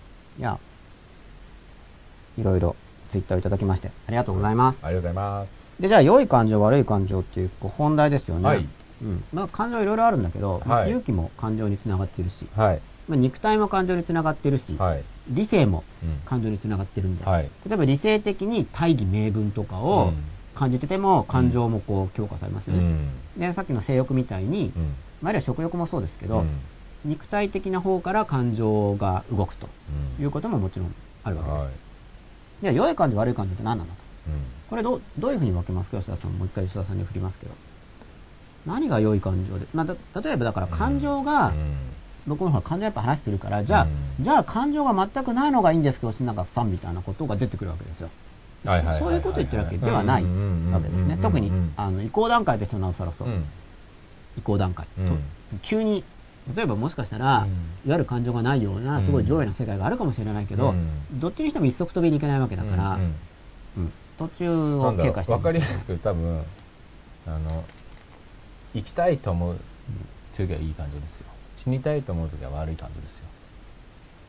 いろいろツイッターをいただきまして、ありがとうございます。 ありがとうございます。 で、じゃあ、良い感情、悪い感情っていう本題ですよね。感情いろいろあるんだけど、勇気も感情につながってるし、肉体も感情につながってるし、理性も感情につながってるんで、例えば理性的に大義名分とかを感じてても、感情もこう強化されますよね。で、さっきの性欲みたいに、あるいは食欲もそうですけど、肉体的な方から感情が動くということももちろんあるわけです。じゃあ、良い感情、悪い感情って何なんだと。これどういうふうに分けますか？吉田さん、もう一回吉田さんに振りますけど。何が良い感情で、例えばだから感情が、僕も感情やっぱ話するから、じゃあ感情が全くないのがいいんですけど、吉永さんみたいなことが出てくるわけですよ。そういうことを言ってるわけではないわけですね。特に移行段階としてはなおさらそう。移行段階と急に例えばもしかしたら、いわゆる感情がないようなすごい上位な世界があるかもしれないけど、どっちにしても一足飛びにいけないわけだから、途中を経過して分かりやすく多分生きたいと思う時はいい感情ですよ。死にたいと思う時は悪い感情ですよ。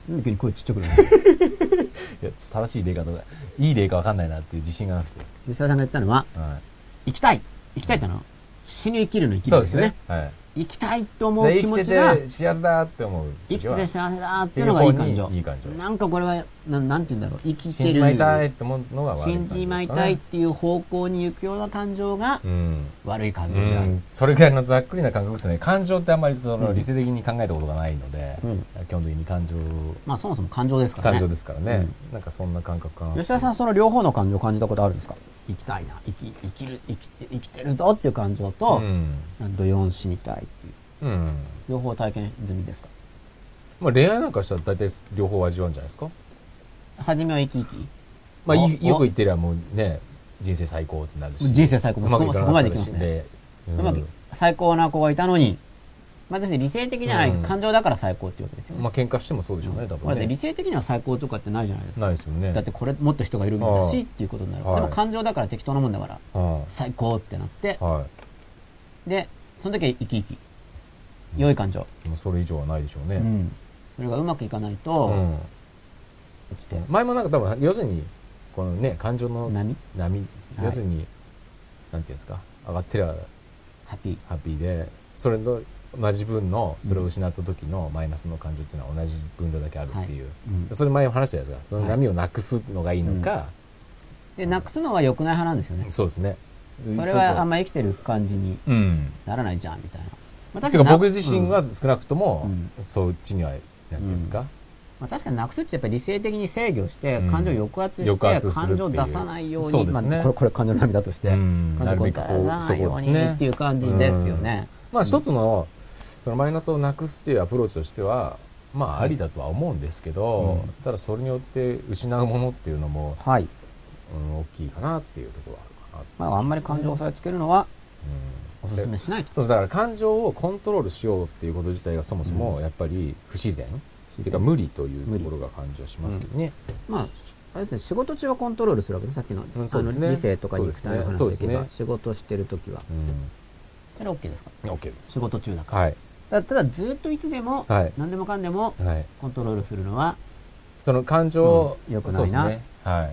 なんで急に声ちっちゃくなるいや、正しい例かとか、いい例かわかんないなっていう自信がなくて。 吉田さんが言ったのは、生きたいってのは、死に生きるの生きるですよね。 はい。 生きたいと思う気持ちが、 生きてて幸せだって思う。 生きてて幸せだっていうのがいい感情。 いい感情。 なんかこれは、なんて言うんだろう。生きてる。 信じまいたいって思うのが悪い感情。 信じまいたいっていう方向に行くような感情が、悪い感情である。 それぐらいのざっくりな感覚ですね。感情ってあんまり理性的に考えたことがないので、基本的に感情。 まあそもそも感情ですからね。 感情ですからね。なんかそんな感覚かな。 吉田さん、その両方の感情を感じたことあるんですか？生きたいな、生きてるぞっていう感情と、どよん死にたいっていう。両方体験済みですか？ まあ恋愛なんかしたら大体両方味わうんじゃないですか？ 初めは生きまあよく言ってりゃもうね、人生最高ってなるし。 人生最高もそこまでいきますね。うまく最高な子がいたのに、まあ確かに理性的じゃない、感情だから最高っていうわけですよね。 まあ喧嘩してもそうでしょうね、多分ね。 理性的には最高とかってないじゃないですか。 ないですよね。 だってこれもっと人がいるんだしっていうことになる。でも感情だから適当なもんだから、最高ってなって、で、その時は生き良い感情。 それ以上はないでしょうね。 それがうまくいかないと、 落ちて。前もなんか多分、要するに、このね、感情の波。要するに、なんていうんですか、上がってりゃ、ハッピーで、それと同じ分の、それを失った時のマイナスの感情っていうのは同じ分量だけあるっていう。それ前も話したじゃないですか。その波をなくすのがいいのか。 で、なくすのは良くない派なんですよね。 そうですね。 それはあんま生きてる感じにならないじゃん、みたいな。 てか僕自身は少なくとも、そっちには、なんていうんですか。 まあ確かになくすってやっぱり理性的に制御して、感情を抑圧して、感情を出さないように、まあこれ感情の波だとして、感情を出さないようにっていう感じですよね。 まあ一つの、そのマイナスをなくすっていうアプローチとしては、まあありだとは思うんですけど、ただそれによって失うものっていうのも、大きいかなっていうところはあるかな。 まああんまり感情を押さえつけるのは、おすすめしないと。 そうだから感情をコントロールしようっていうこと自体がそもそもやっぱり不自然っていうか無理というところが感じはしますけどね。 まああれですね、仕事中はコントロールするわけです。さっきの理性とか肉体の話でいけば、仕事してるときは。それは OK ですか？ OK です。 仕事中だから。ただずっといつでも何でもかんでもコントロールするのはその感情良くないな。 はい。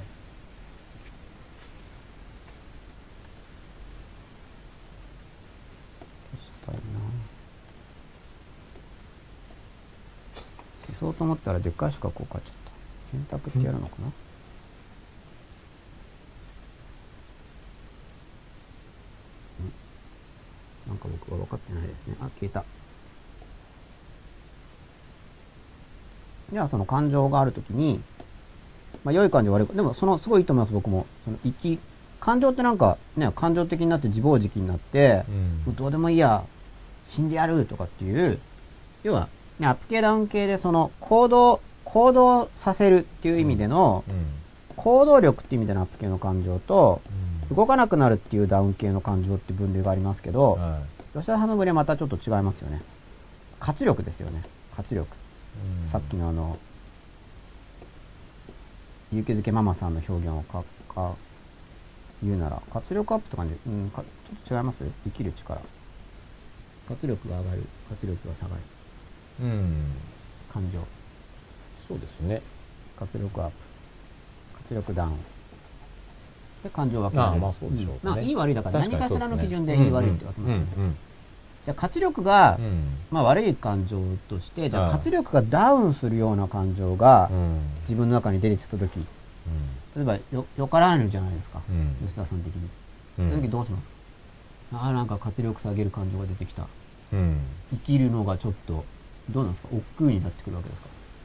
消そうと思ったらでっかい四角を買っちゃった。選択ってやるのかな？なんか僕は分かってないですね。あ、消えた。じゃあその感情があるときに、まあ良い感情悪い、でもすごいいいと思います、僕も。感情ってなんかね、感情的になって自暴自棄になって、もうどうでもいいや、死んでやるとかっていう、要は、ね、アップ系ダウン系でその行動させるっていう意味での、行動力っていう意味でのアップ系の感情と、動かなくなるっていうダウン系の感情って分類がありますけど、吉田さんの分類はまたちょっと違いますよね。活力ですよね。活力。さっきの勇気づけママさんの表現を言うなら、活力アップとかね、ちょっと違います？生きる力。活力が上がる、活力が下がる。感情。 そうですね。 活力アップ。活力ダウン。で、感情が分けられる。 まあそうでしょうね。 いい悪いだから何かしらの基準でいい悪いって分けますよね。じゃあ活力が、まあ悪い感情として、じゃあ活力がダウンするような感情が自分の中に出てきたとき、例えばよからぬじゃないですか、吉田さん的に。その時どうしますか？なんか活力下げる感情が出てきた。生きるのがちょっと、どうなんですか？億劫になってくるわけですか？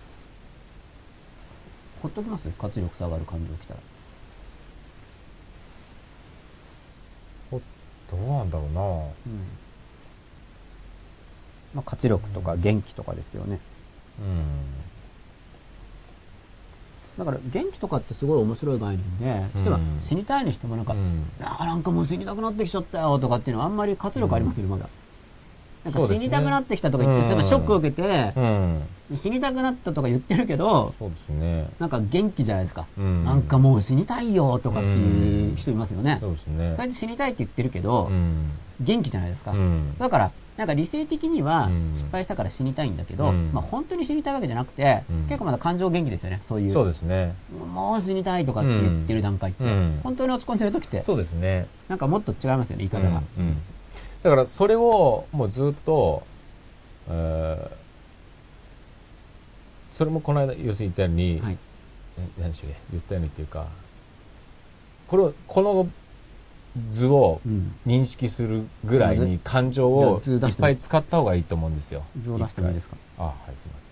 ほっときます？活力下がる感情が来たら。 どうなんだろうな。 まあ、活力とか元気とかですよね。だから元気とかってすごい面白い概念で、例えば死にたいにしてもなんか、なんかもう死にたくなってきちゃったよとかっていうのはあんまり活力ありますよ、まだ。なんか死にたくなってきたとか言って、例えばショックを受けて、死にたくなったとか言ってるけど、 そうですね。 なんか元気じゃないですか。なんかもう死にたいよとかっていう人いますよね。 そうですね。 それで死にたいって言ってるけど、元気じゃないですか。だから、 なんか理性的には失敗したから死にたいんだけど、まあ本当に死にたいわけじゃなくて、結構まだ感情元気ですよね、そういう。 そうですね。 もう死にたいとかって言ってる段階って、本当に落ち込んでる時って、 そうですね。 なんかもっと違いますよね、言い方が。 だからそれをもうずっと、それもこの間、要するに言ったように、何でしょうね、言ったようにっていうか、この図を認識するぐらいに感情をいっぱい使った方がいいと思うんですよ。 図を出してもいいですか？ はい、すいま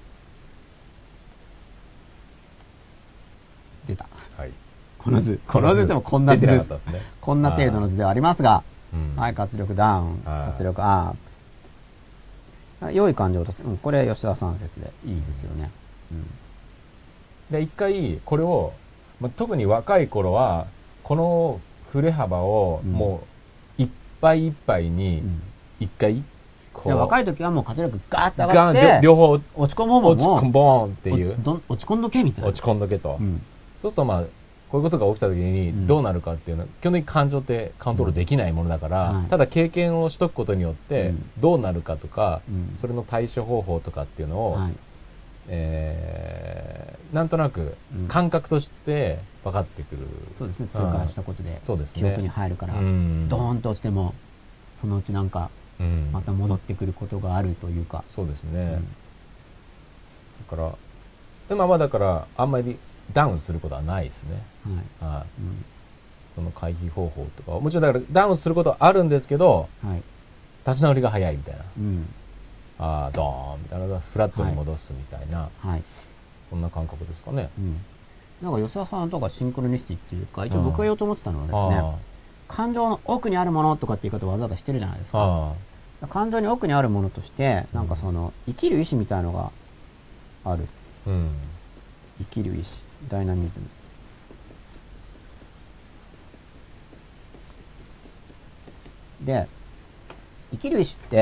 せん。出た。 はい。 この図でもこんな図です。こんな程度の図ではありますが、はい、活力ダウン、活力アップ。良い感情と、これ吉田三節でいいですよね。 で、一回これを、特に若い頃は、この振れ幅をもういっぱいいっぱいに一回こう若い時はもう活力ガーッと上がって両方落ち込む方も落ち込んボーンっていう落ち込んどけみたいな落ち込んどけと、そうするとまあこういうことが起きた時にどうなるかっていうのは、基本的に感情ってコントロールできないものだから、ただ経験をしとくことによってどうなるかとか、それの対処方法とかっていうのを、なんとなく感覚として分かってくる。 そうですね。痛感したことで記憶に入るから、ドーンと落ちてもそのうちなんかまた戻ってくることがあるというか。 そうですね。だから今はだからあんまりダウンすることはないですね。その回避方法とかもちろんだからダウンすることはあるんですけど、立ち直りが早いみたいな。ドーンみたいな、フラットに戻すみたいな、そんな感覚ですかね。 なんか吉田さんとかシンクロニシティっていうか、一応僕が言おうと思ってたのはですね、感情の奥にあるものとかっていう言い方をわざわざしてるじゃないですか。感情に奥にあるものとして、なんかその生きる意志みたいのがある。生きる意志、ダイナミズム。で、生きる意志って、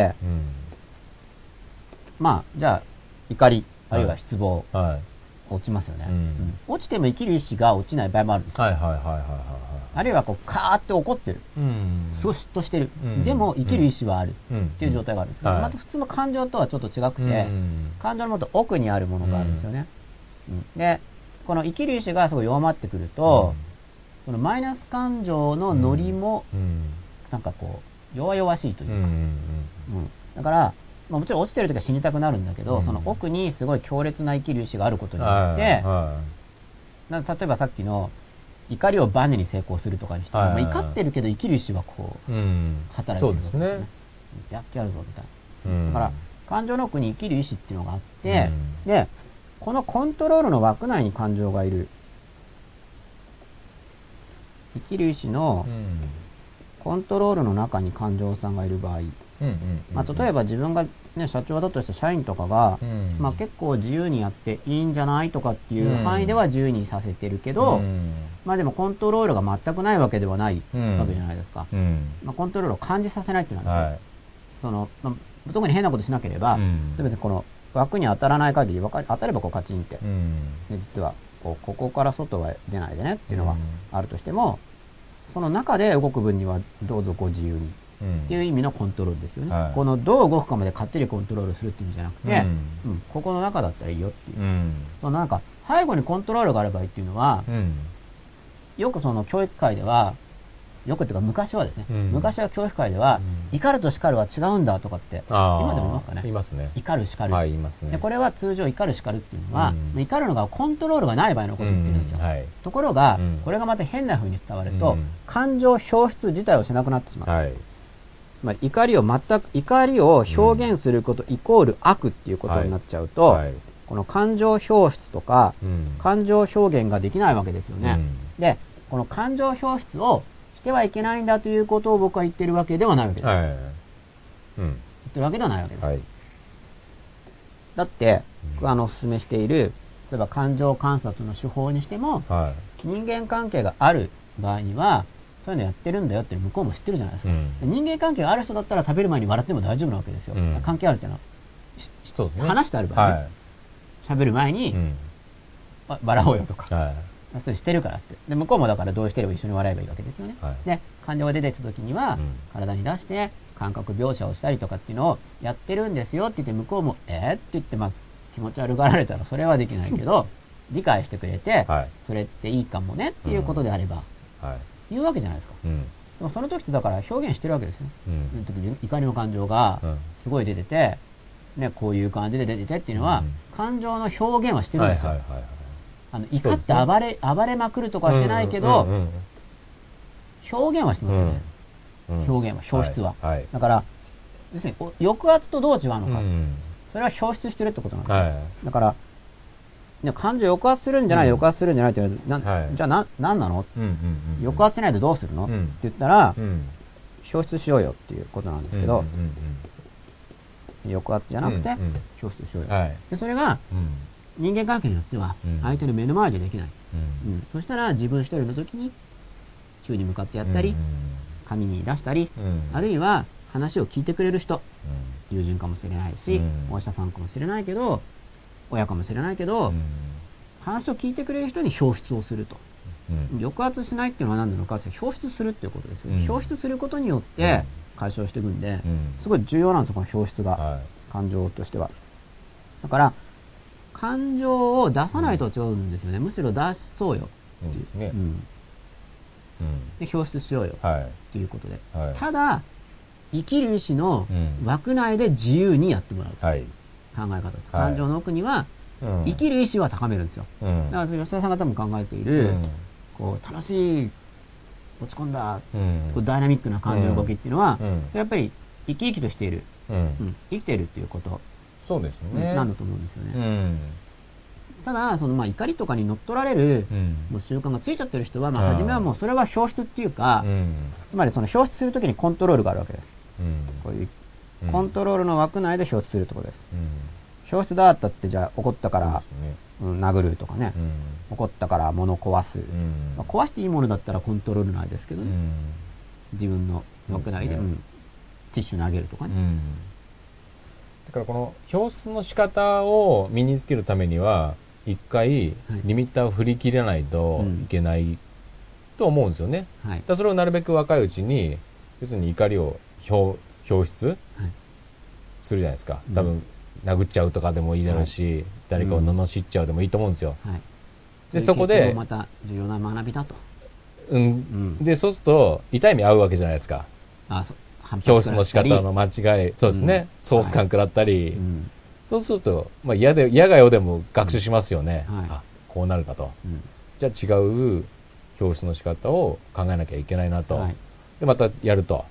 まあ、じゃあ、怒り、あるいは失望、落ちますよね。落ちても生きる意志が落ちない場合もあるんですよ。あるいは、こう、カーって怒ってる。すごい嫉妬してる。でも、生きる意志はある。っていう状態があるんですけど、また普通の感情とはちょっと違くて、感情のもっと奥にあるものがあるんですよね。で、この生きる意志がすごい弱まってくると、そのマイナス感情のノリも、なんかこう、弱々しいというか。だから、もちろん落ちてる時は死にたくなるんだけど、その奥にすごい強烈な生きる意志があることによって、例えばさっきの怒りをバネに成功するとかにしても、怒ってるけど生きる意志はこう、働いてるんですね。やってやるぞみたいな。だから、感情の奥に生きる意志っていうのがあって、で、このコントロールの枠内に感情がいる。生きる意志のコントロールの中に感情さんがいる場合、例えば自分が、ね、社長だとして社員とかが、結構自由にやっていいんじゃないとかっていう範囲では自由にさせてるけど、でもコントロールが全くないわけではないわけじゃないですか。コントロールを感じさせないっていうのは、その特に変なことしなければ、別にこの枠に当たらない限り、当たればこうカチンって、実はここから外は出ないでねっていうのがあるとしても、その中で動く分にはどうぞご自由にっていう意味のコントロールですよね。このどう動くかまでかっちりコントロールするっていう意味じゃなくて、ここの中だったらいいよっていう。そのなんか背後にコントロールがある場合っていうのは、よくその教育界では、よくっていうか昔はですね、昔は教育界では、怒ると叱るは違うんだとかって、今でも言いますかね。 言いますね。 怒る叱る。 言いますね。 で、これは通常怒る叱るっていうのは、怒るのがコントロールがない場合のことを言ってるんですよ。ところが、これがまた変な風に伝わると、感情表出自体をしなくなってしまう。つまり怒りを表現することイコール悪っていうことになっちゃうと、この感情表出とか、感情表現ができないわけですよね。で、この感情表出をしてはいけないんだということを僕は言ってるわけではないわけです。言ってるわけではないわけです。だって、僕がお勧めしている、例えば感情観察の手法にしても、人間関係がある場合には、そういうのやってるんだよって向こうも知ってるじゃないですか。人間関係がある人だったら食べる前に笑っても大丈夫なわけですよ。関係あるっていうのは、話してある場合ね。喋る前に、笑おうよとか。それしてるからって。で、向こうもだからどうしてれば一緒に笑えばいいわけですよね。で、感情が出てきた時には、体に出して、 感覚描写をしたりとかっていうのをやってるんですよって言って、向こうもって言って、気持ち悪がられたらそれはできないけど、理解してくれて、それっていいかもねっていうことであれば、言うわけじゃないですか。でもその時ってだから表現してるわけですよ。怒りの感情がすごい出てて、ね、こういう感じで出ててっていうのは、感情の表現はしてるんですよ。怒って暴れまくるとかはしてないけど、表現はしてますよね。表現は、表出は。だから、要するに、抑圧とどう違うのか。それは表出してるってことなんですよ。だから、感情抑圧するんじゃない、抑圧するんじゃないって、じゃあ何なの、抑圧しないでどうするの、って言ったら、表出しようよっていうことなんですけど、抑圧じゃなくて、表出しようよ。で、それが、人間関係によっては、相手の目の前でできない。そしたら、自分一人の時に、宙に向かってやったり、紙に出したり、あるいは、話を聞いてくれる人、友人かもしれないし、お医者さんかもしれないけど、親かもしれないけど、話を聞いてくれる人に表出をすると。抑圧しないっていうのは何なのかって表出するっていうことですよ。表出することによって解消していくんで、すごい重要なんですよ、この表出が。感情としては。だから、感情を出さないと違うんですよね。むしろ出そうよっていう。で、表出しようよっていうことで。ただ、生きる意志の枠内で自由にやってもらうと。考え方です。感情の奥には、生きる意志は高めるんですよ。だから吉田さんが多分考えている、こう楽しい、落ち込んだ、こうダイナミックな感情の動きっていうのは、それやっぱり生き生きとしている、生きているっていうこと、 そうですね。 なんだと思うんですよね。ただ、その怒りとかに乗っ取られる、もう習慣がついちゃってる人は、初めはもうそれは表出っていうか、つまりその表出するときにコントロールがあるわけです。こういうコントロールの枠内で表出するってことです。表出だったってじゃあ怒ったから、殴るとかね、怒ったから物壊す、壊していいものだったらコントロール内ですけどね、自分の枠内で、ティッシュ投げるとかね。 だからこの表出の仕方を身につけるためには一回リミッターを振り切らないといけないと思うんですよね。だからそれをなるべく若いうちに要するに怒りを表出するじゃないですか。多分殴っちゃうとかでもいいだろうし、誰かを罵っちゃうでもいいと思うんですよ。で、そこで、 また重要な学びだと。 で、そうすると、痛い目合うわけじゃないですか。表出の仕方の間違い、そうですね。ソース感食らったり。そうすると、嫌がよでも学習しますよね。あ、こうなるかと。じゃあ違う表出の仕方を考えなきゃいけないなと。で、またやると。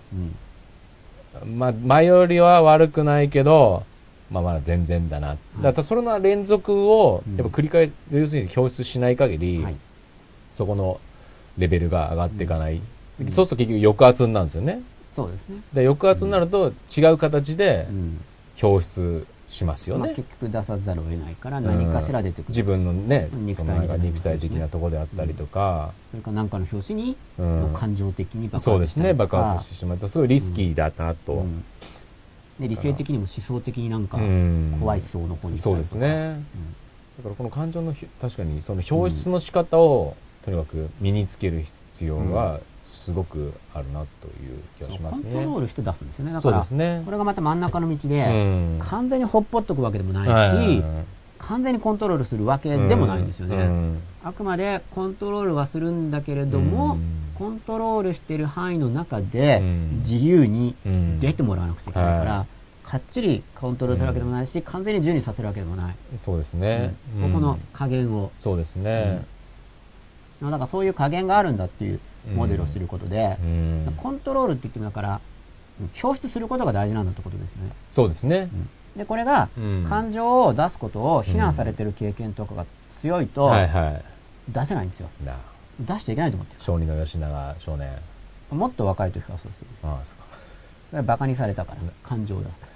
前よりは悪くないけど、まだ全然だな。だからそれの連続を、やっぱ繰り返し、要するに表出しない限り、そこのレベルが上がっていかない。そうすると結局抑圧になるんですよね。 そうですね。 で、抑圧になると違う形で表出しますよね。 結局出さざるを得ないから何かしら出てくる。 自分のね、肉体的なところであったりとか。 それから何かの表紙に、感情的に爆発そうですね、爆発してしまった。すごいリスキーだなと。 で理性的にも思想的になんか怖い思想の方に行ったりとか。 そうですね。だからこの感情の確かにその表出の仕方をとにかく身につける必要がすごくあるなという気がしますね。 コントロールして出すんですよね。だからこれがまた真ん中の道で完全にほっぽっとくわけでもないし、完全にコントロールするわけでもないんですよね。あくまでコントロールはするんだけれども、コントロールしている範囲の中で自由に出てもらわなくちゃいけないから、かっちりコントロールするわけでもないし、完全に自由にさせるわけでもない。 そうですね。 ここの加減を。 そうですね。 だからそういう加減があるんだっていうモデルを知ることで、コントロールって言ってもだから、表出することが大事なんだってことですね。 そうですね。 で、これが感情を出すことを非難されてる経験とかが強いと、出せないんですよ。出しちゃいけないと思ってる。 小児の吉永少年。 もっと若い時からそうですよ。 ああ、そうか。 それはバカにされたから、感情を出す。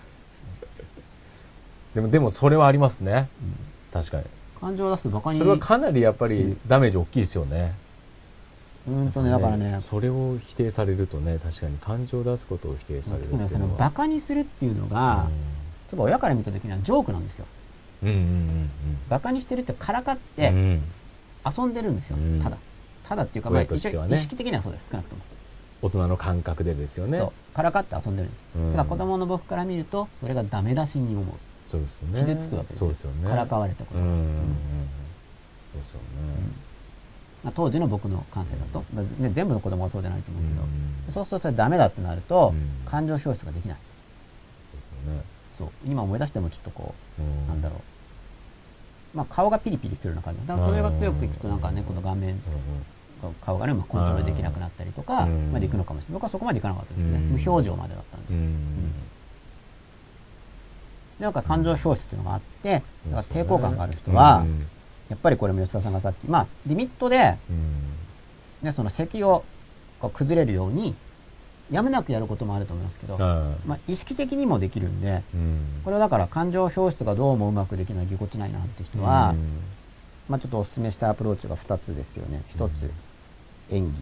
でもそれはありますね。確かに。 感情を出すとバカに。 それはかなりやっぱりダメージ大きいですよね。 だからね。 それを否定されるとね、確かに感情を出すことを否定されるっていうのは。 そのバカにするっていうのが、例えば親から見た時にはジョークなんですよ。バカにしてるってからかって遊んでるんですよ。ただっていうか、一応意識的にはそうです、少なくとも。 大人の感覚でですよね。 そうからかって遊んでるんです。だから子供の僕から見るとそれがダメ出しに思う。 そうですよね。 傷つくわけですよ。 そうですよね。 からかわれたこと。そうですよね。 当時の僕の感性だと、全部の子供はそうじゃないと思うけど、そうするとそれダメだってなると、感情表出ができない。そう今思い出してもちょっとこう、なんだろう、顔がピリピリするような感じ。だからそれが強くいくとなんかね、この顔面、顔がね、コントロールできなくなったりとか、までいくのかもしれない。僕はそこまでいかなかったですね。無表情までだったんで。なんか感情表出っていうのがあって、だから抵抗感がある人は、やっぱりこれも吉田さんがさっき、リミットで、ね、その咳を崩れるように、やむなくやることもあると思いますけど、意識的にもできるんで、これはだから感情表出がどうもうまくできない、ぎこちないなって人は、ちょっとお勧めしたアプローチが2つですよね。1つ、演技。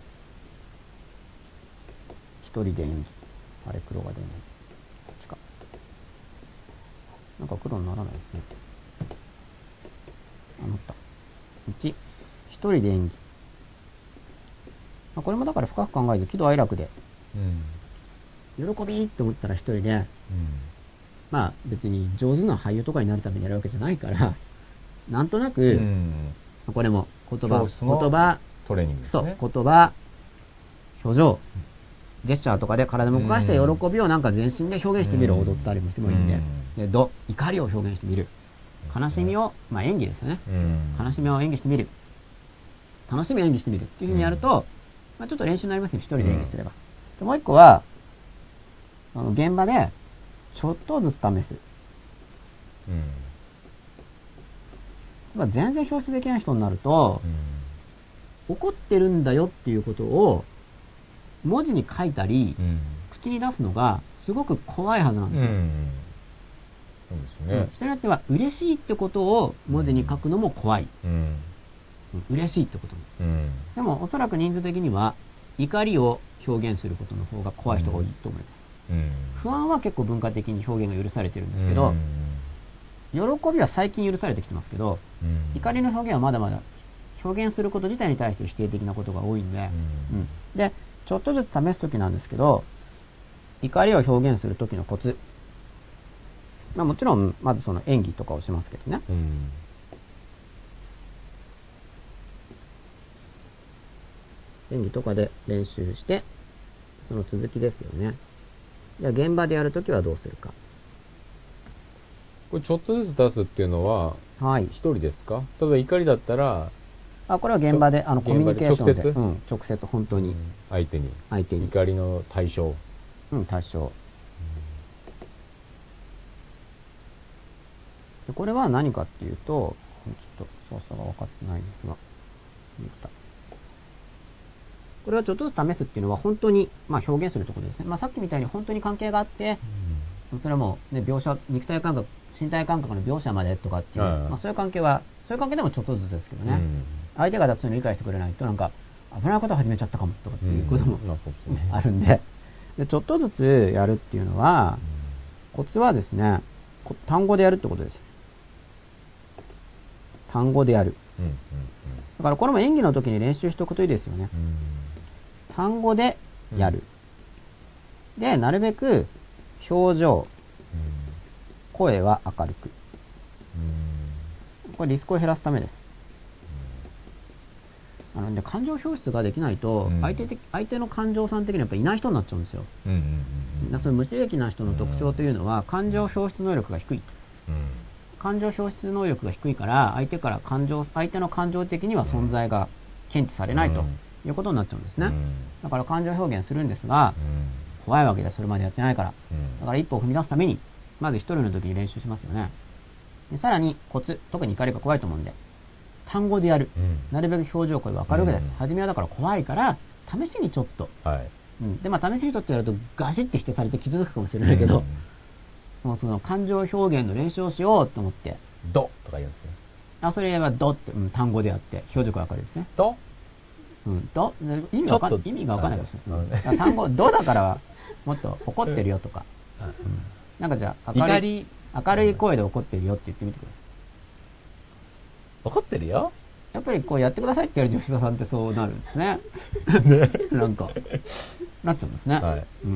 一人で演技。あれ、黒が出ない。こっちか。なんか黒にならないですね。なった。1、一人で演技。これもだから深く考えず、喜怒哀楽で、喜びって思ったら一人で、別に上手な俳優とかになるためにやるわけじゃないから、なんとなく、これも言葉、 トレーニングですね。 そう、言葉、表情、ジェスチャーとかで体も動かして喜びをなんか全身で表現してみる、踊ったりもしてもいいんで、で、怒りを表現してみる。悲しみを、演技ですよね。悲しみを演技してみる。楽しみを演技してみるっていうふうにやると、ちょっと練習になりますね、一人で演技すれば。でもう一個は、現場で、ちょっとずつ試す。全然表出できない人になると、怒ってるんだよっていうことを、文字に書いたり、口に出すのが、すごく怖いはずなんですよ。 そうですね。 人によっては、嬉しいってことを文字に書くのも怖い。嬉しいってことも。でも、おそらく人数的には、怒りを表現することの方が怖い人が多いと思います。不安は結構文化的に表現が許されてるんですけど、喜びは最近許されてきてますけど、怒りの表現はまだまだ表現すること自体に対して否定的なことが多いんで、で、ちょっとずつ試すときなんですけど、怒りを表現するときのコツ。もちろん、まずその演技とかをしますけどね。演技とかで練習して、その続きですよね。じゃあ現場でやるときはどうするか。 これちょっとずつ出すっていうのは、一人ですか？例えば怒りだったら、 これは現場で、コミュニケーションで。直接、本当に。 相手に。怒りの対象。 対象。でこれは何かっていうと、ちょっと操作が分かってないんですが、できた。これはちょっとずつ試すっていうのは本当に、表現するところですね。さっきみたいに本当に関係があって、それもね、描写、肉体感覚、身体感覚の描写までとかっていう、そういう関係は、そういう関係でもちょっとずつですけどね。相手がそういうの理解してくれないと、なんか、危ないことを始めちゃったかもとかっていうこともあるんで、ちょっとずつやるっていうのは、コツはですね、単語でやるってことです。単語でやる。だからこれも演技の時に練習しておくといいですよね。単語でやる。で、なるべく表情、声は明るく。これリスクを減らすためです。で感情表出ができないと、相手の感情さん的にやっぱりいない人になっちゃうんですよ。そういう無刺激な人の特徴というのは、感情表出能力が低い。感情表出能力が低いから、相手の感情的には存在が検知されないということになっちゃうんですね。だから感情表現するんですが、怖いわけでそれまでやってないから。だから一歩を踏み出すために、まず一人の時に練習しますよね。でさらにコツ、特に怒りが怖いと思うんで、単語でやる。なるべく表情声分かるわけです。初めはだから怖いから、試しにちょっと。で、試しにちょっとやるとガシッて否定されて傷つくかもしれないけど、その感情表現の練習をしようと思って。 ドとか言うんですね。 それはドって、単語でやって、表情声分かるですね。 ドド意味が分かんないですね。単語、ドだから、もっと怒ってるよとか。なんかじゃあ、明るい声で怒ってるよって言ってみてください。 怒ってるよやっぱりこうやってくださいって言われる吉田さんってそうなるんですね。なんか、なっちゃうんですね。 はい。 うん。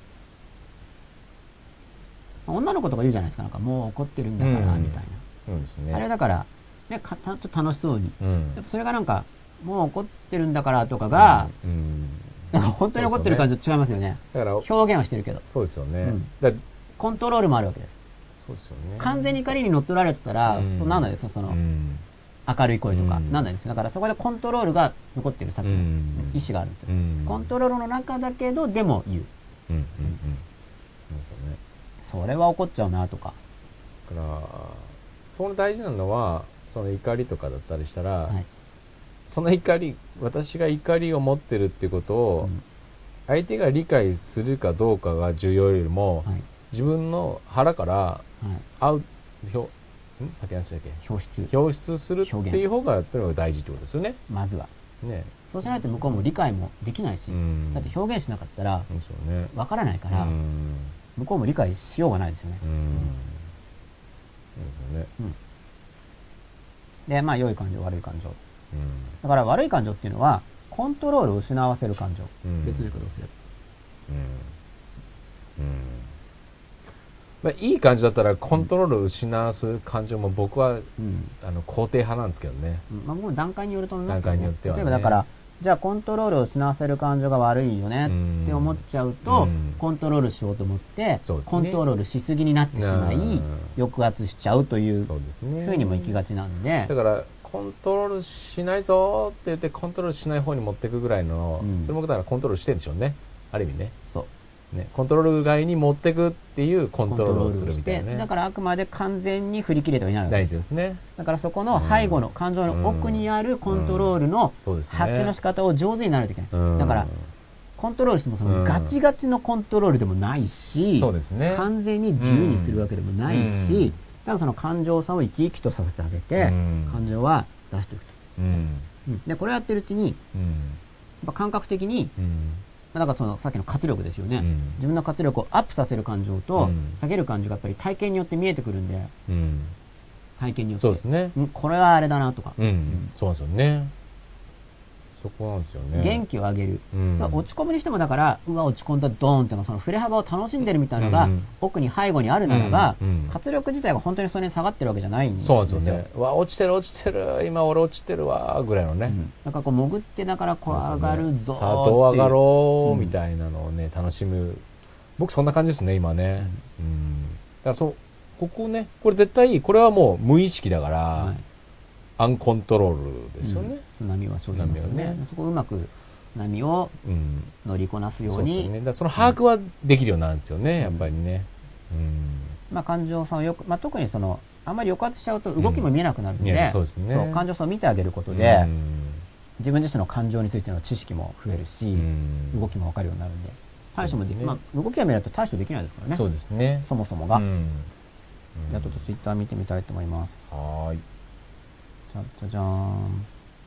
女の子とか言うじゃないですか。なんかもう怒ってるんだから、みたいな。 そうですね。 あれだから、ね、ちょっと楽しそうに。やっぱそれがなんか、もう怒ってるんだからとかが、なんか本当に怒ってる感じと違いますよね。だから表現はしてるけど。 そうですよね。 コントロールもあるわけです。 そうですよね。 完全に怒りに乗っ取られてたら、そうなんないですよ、その、明るい声とか、なんないです。だからそこでコントロールが残ってるさっきの意思があるんですよ。コントロールの中だけど、でも言う。それは怒っちゃうなとか。 だから、その大事なのは、その怒りとかだったりしたら、はい、その怒り、私が怒りを持ってるっていうことを、相手が理解するかどうかが重要よりも、はい、自分の腹から、先何でしたっけ？表出するっていう方がやってるのが大事ってことですよね。 まずは。ね。そうしないと向こうも理解もできないし、だって表現しなかったら、わからないから、向こうも理解しようがないですよね。で、まあ、良い感情、悪い感情。だから悪い感情っていうのは、コントロールを失わせる感情。別の言い方をすれば。いい感じだったらコントロールを失わす感情も僕は、肯定派なんですけどね。 まあ、僕も段階によると思いますけど、ね、段階によっては、ね。例えばだから、じゃあコントロールを失わせる感情が悪いよねって思っちゃうと、コントロールしようと思って、コントロールしすぎになってしまい、抑圧しちゃうというふうにもいきがちなんで。 だから、コントロールしないぞって言ってコントロールしない方に持っていくぐらいの、それもだからコントロールしてるんでしょうね。ある意味ね。 そう。 ね、コントロール外に持っていくっていうコントロールをするみたいなね。 だからあくまで完全に振り切れてはいないわけです。 ですね。 だからそこの背後の感情の奥にあるコントロールの発揮の仕方を上手にならないといけない。だからコントロールしてもそのガチガチのコントロールでもないし、完全に自由にするわけでもないし、ただその感情さを生き生きとさせてあげて、感情は出していくと。で、これをやってるうちに、やっぱ感覚的に、なんかそのさっきの活力ですよね、自分の活力をアップさせる感情と、下げる感情がやっぱり体験によって見えてくるんで、体験によって。 そうですね。 これはあれだなとか。 そうですよね。そこなんですよね。 元気を上げる。落ち込むにしてもだから、うわ、落ち込んだドーンっていうのはその振れ幅を楽しんでるみたいなのが、奥に背後にあるならば、活力自体が本当にそれに下がってるわけじゃないんですよ。 そうですよね。うわ、落ちてる落ちてる、今俺落ちてるわ、ぐらいのね。 なんかこう潜ってだからこう上がるぞー。 さあ、どう上がろう、みたいなのをね、楽しむ。僕そんな感じですね、今ね。だからここね、これ絶対、これはもう無意識だから、アンコントロールですよね。 波は生じますよね。そこをうまく波を乗りこなすように。 そうですね。その把握はできるようになるんですよね、やっぱりね。 まあ感情さをよく、まあ特にその、あんまり抑圧しちゃうと動きも見えなくなるので、そう感情さを見てあげることで、自分自身の感情についての知識も増えるし、動きもわかるようになるんで、対処もでき、まあ動きが見えないと対処できないですからね。 そうですね。 そもそもが。じゃあちょっとツイッター見てみたいと思います。 はい。 じゃじゃーん。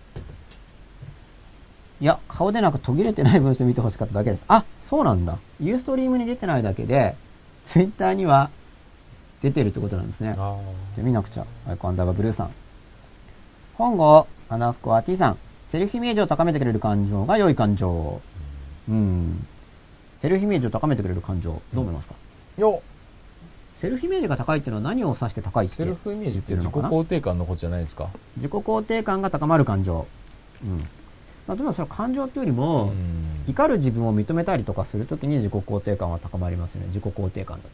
いや、顔でなく途切れてない文章見てほしかっただけです。あ、そうなんだ。ユーストリームに出てないだけで、ツイッターには出てるってことなんですね。じゃあ見なくちゃ。アイコンアンダーバーブルーさん。本郷、アナスコア T さん。セルフイメージを高めてくれる感情が良い感情。セルフイメージを高めてくれる感情、どう思いますか？セルフイメージが高いっていうのは何を指して高いってセルフイメージって自己肯定感のことじゃないですか？ 自己肯定感が高まる感情。まあ、どうもその感情というよりも、怒る自分を認めたりとかするときに自己肯定感は高まりますよね。自己肯定感だと。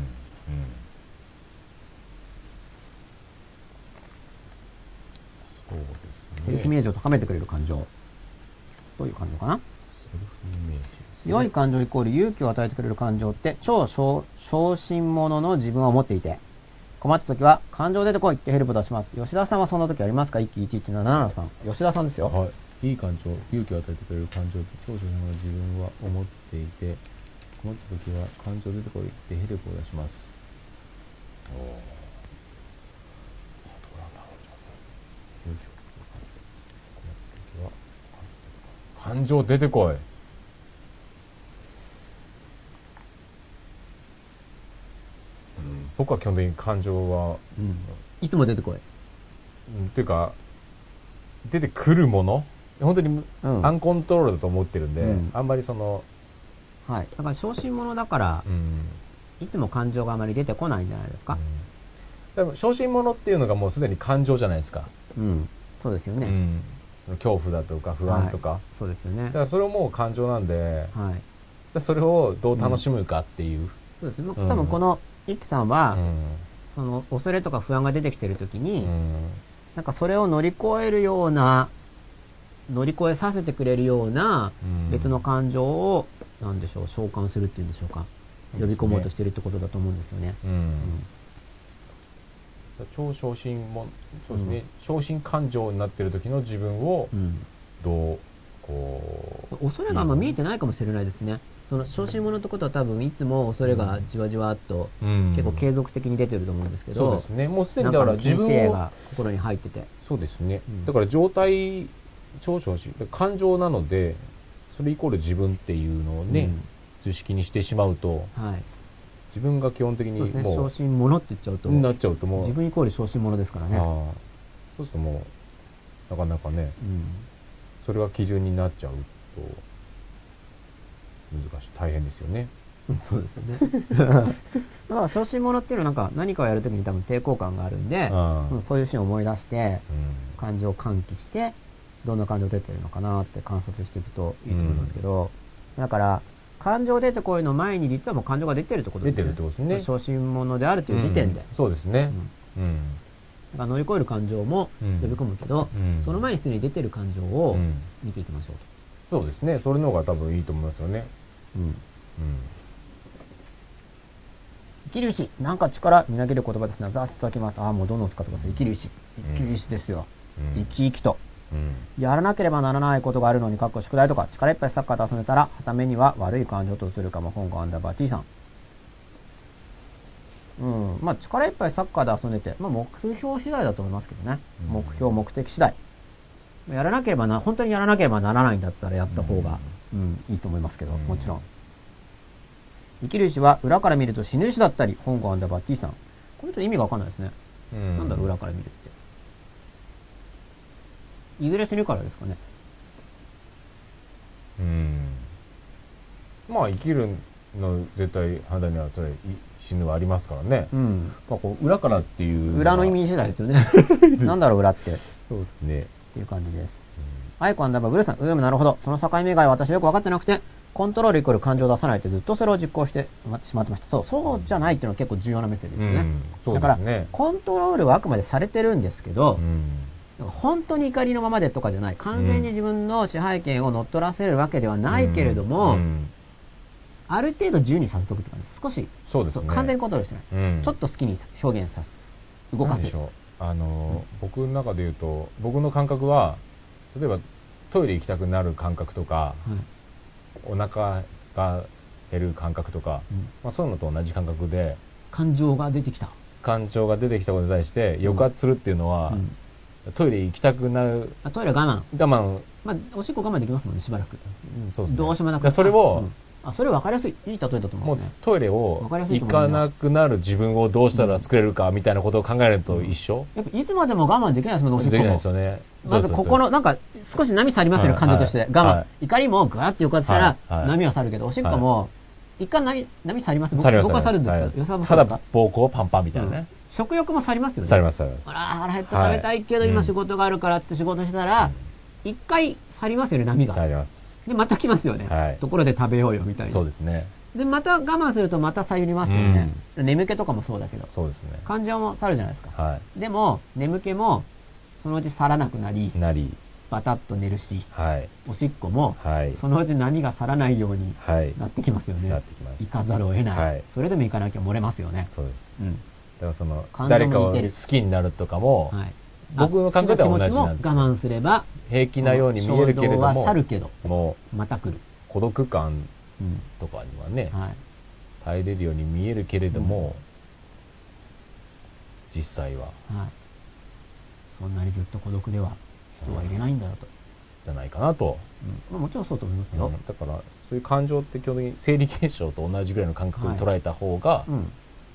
そうですね。セルフイメージを高めてくれる感情。どういう感情かな？セルフイメージ。良い感情イコール勇気を与えてくれる感情って超小心者の自分を持っていて、困った時は感情出てこいってヘルプ出します。吉田さんはそんな時ありますか？ 11177 さん。吉田さんですよ。 はい。いい感情、勇気を与えてくれる感情って超小心者の自分は思っていて、困った時は感情出てこいってヘルプを出します。どうなんだろう。勇気を困った時は感情出てこい。僕は基本的に感情は、 いつも出てこい。 っていうか、 出てくるもの、本当にうん、 アンコントロールだと思ってるんで、 うん、 あんまりその、 はい。だから小心者だから、 うん、 いつも感情があまり出てこないんじゃないですか。 でも小心者っていうのがもうすでに感情じゃないですか。 うん。そうですよね。 うん、恐怖だとか不安とか、 はい、そうですよね。 だからそれをもう感情なんで、 はい。 じゃあそれをどう楽しむかっていう。 そうですね。 うん、 多分このイキさんは、 うん、 その恐れとか不安が出てきてるときに、 うん、 なんかそれを乗り越えるような、乗り越えさせてくれるような別の感情を、なんでしょう、召喚するっていうんでしょうか。呼び込もうとしてるってことだと思うんですよね。 うん。超小心も、そうですね、小心感情になってる時の自分を、どう、こう。恐れがあんま見えてないかもしれないですね。その小心者ってことは多分いつも恐れがじわじわっと、結構継続的に出てると思うんですけど、 そうですね。もうすでにだから自分が心に入ってて。 そうですね。だから状態、超小心、感情なので、それイコール自分っていうのをね、図式にしてしまうと、はい、自分が基本的にもう、 ね、小心者って言っちゃうと、 なっちゃうともう、 自分イコール小心者ですからね。 そうするともう、なかなかね、それが基準になっちゃうと、難しい、大変ですよね。 そうですよね。だから小心者っていうのはなんか何かをやるときに多分抵抗感があるんで、そういうシーンを思い出して、感情を喚起して、どんな感情出てるのかなって観察していくといいと思いますけど、だから、感情出てこいの前に実はもう感情が出てるってことですね。出てるってことですね。小心者であるという時点で。 そうですね。 だから乗り越える感情も呼び込むけど、その前にすでに出てる感情を見ていきましょうと。そうですね。それの方が多分いいと思いますよね。 生きる石。なんか力みなげる言葉ですね。ザースいただきます。ああ、もうどんどん使ってください。生きる石。生きる石ですよ。生き生きと。やらなければならないことがあるのに、宿題とか、力いっぱいサッカーで遊んでたら、はためには悪い感情と映るかも、香港アンダーバー T さん。まあ、力いっぱいサッカーで遊んでて、まあ、目標次第だと思いますけどね。目標、目的次第。やらなければ本当にやらなければならないんだったらやった方が、いいと思いますけど、もちろん。生きる石は裏から見ると死ぬ石だったり、香港アンダーバー T さん。これちょっと意味がわかんないですね。なんだろう、裏から見るって。いずれ死ぬからですかね。 まあ生きるの絶対肌にはそれ死ぬはありますからね。まあこう裏からっていう裏の意味次第ですよね。なんだろう裏って。 そうですね。 っていう感じです。アイコアンダーバーブルーさん、なるほど。その境目が私はよく分かってなくて、コントロールイコール感情を出さないってずっとそれを実行してしまってました。そうじゃないっていうのは結構重要なメッセージですね。だから、コントロールはあくまでされてるんですけど、本当に怒りのままでとかじゃない。完全に自分の支配権を乗っ取らせるわけではないけれども、ある程度自由にさせとくって感じです。少し、そうですね、完全にコントロールしてない。ちょっと好きに表現させ、動かせる。 僕の中で言うと、僕の感覚は、例えばトイレ行きたくなる感覚とか、お腹が減る感覚とか、まあ、そういうのと同じ感覚で、 感情が出てきたことに対して抑圧するっていうのは、トイレ行きたくなる。 トイレ我慢。 まあ、おしっこ我慢できますもんね、しばらく。 そうですね。 どうしようもなく。 それを、 それ分かりやすい、いい例えだと思うんですね。 トイレを行かなくなる自分をどうしたら作れるかみたいなことを考えると一緒。 やっぱいつまでも我慢できないですもんね、おしっこも。 できないですよね。 まずここの、なんか、少し波去りますよね、感情として。我慢。怒りもグワッて抑圧したら、波は去るけど、おしっこも、一回波去ります。僕は去るんですけど、 ただ、膀胱パンパンみたいなね。 食欲も去りますよね。 去ります、去ります。 腹減って食べたいけど、今仕事があるからって仕事してたら、一回去りますよね、波が。 去ります。 で、また来ますよね。ところで食べようよ、みたいな。 そうですね。 で、また我慢するとまた去りますよね。眠気とかもそうだけど。 そうですね。 感情も去るじゃないですか。でも、眠気も、そのうち去らなくなり、バタッと寝るし、おしっこも、そのうち波が去らないようになってきますよね。 なってきます。 行かざるを得ない。それでも行かなきゃ漏れますよね。 そうです。だからその、誰かを好きになるとかも、僕の感覚では同じなんですよ。 我慢すれば、 平気なように見えるけれども、 衝動は去るけど、 もう、また来る。 孤独感とかにはね、耐えれるように見えるけれども、実際は、 そんなにずっと孤独では人はいれないんだよと。 じゃないかなと。 もちろんそうと思いますよ。 だから、そういう感情って基本的に生理現象と同じぐらいの感覚で捉えた方が、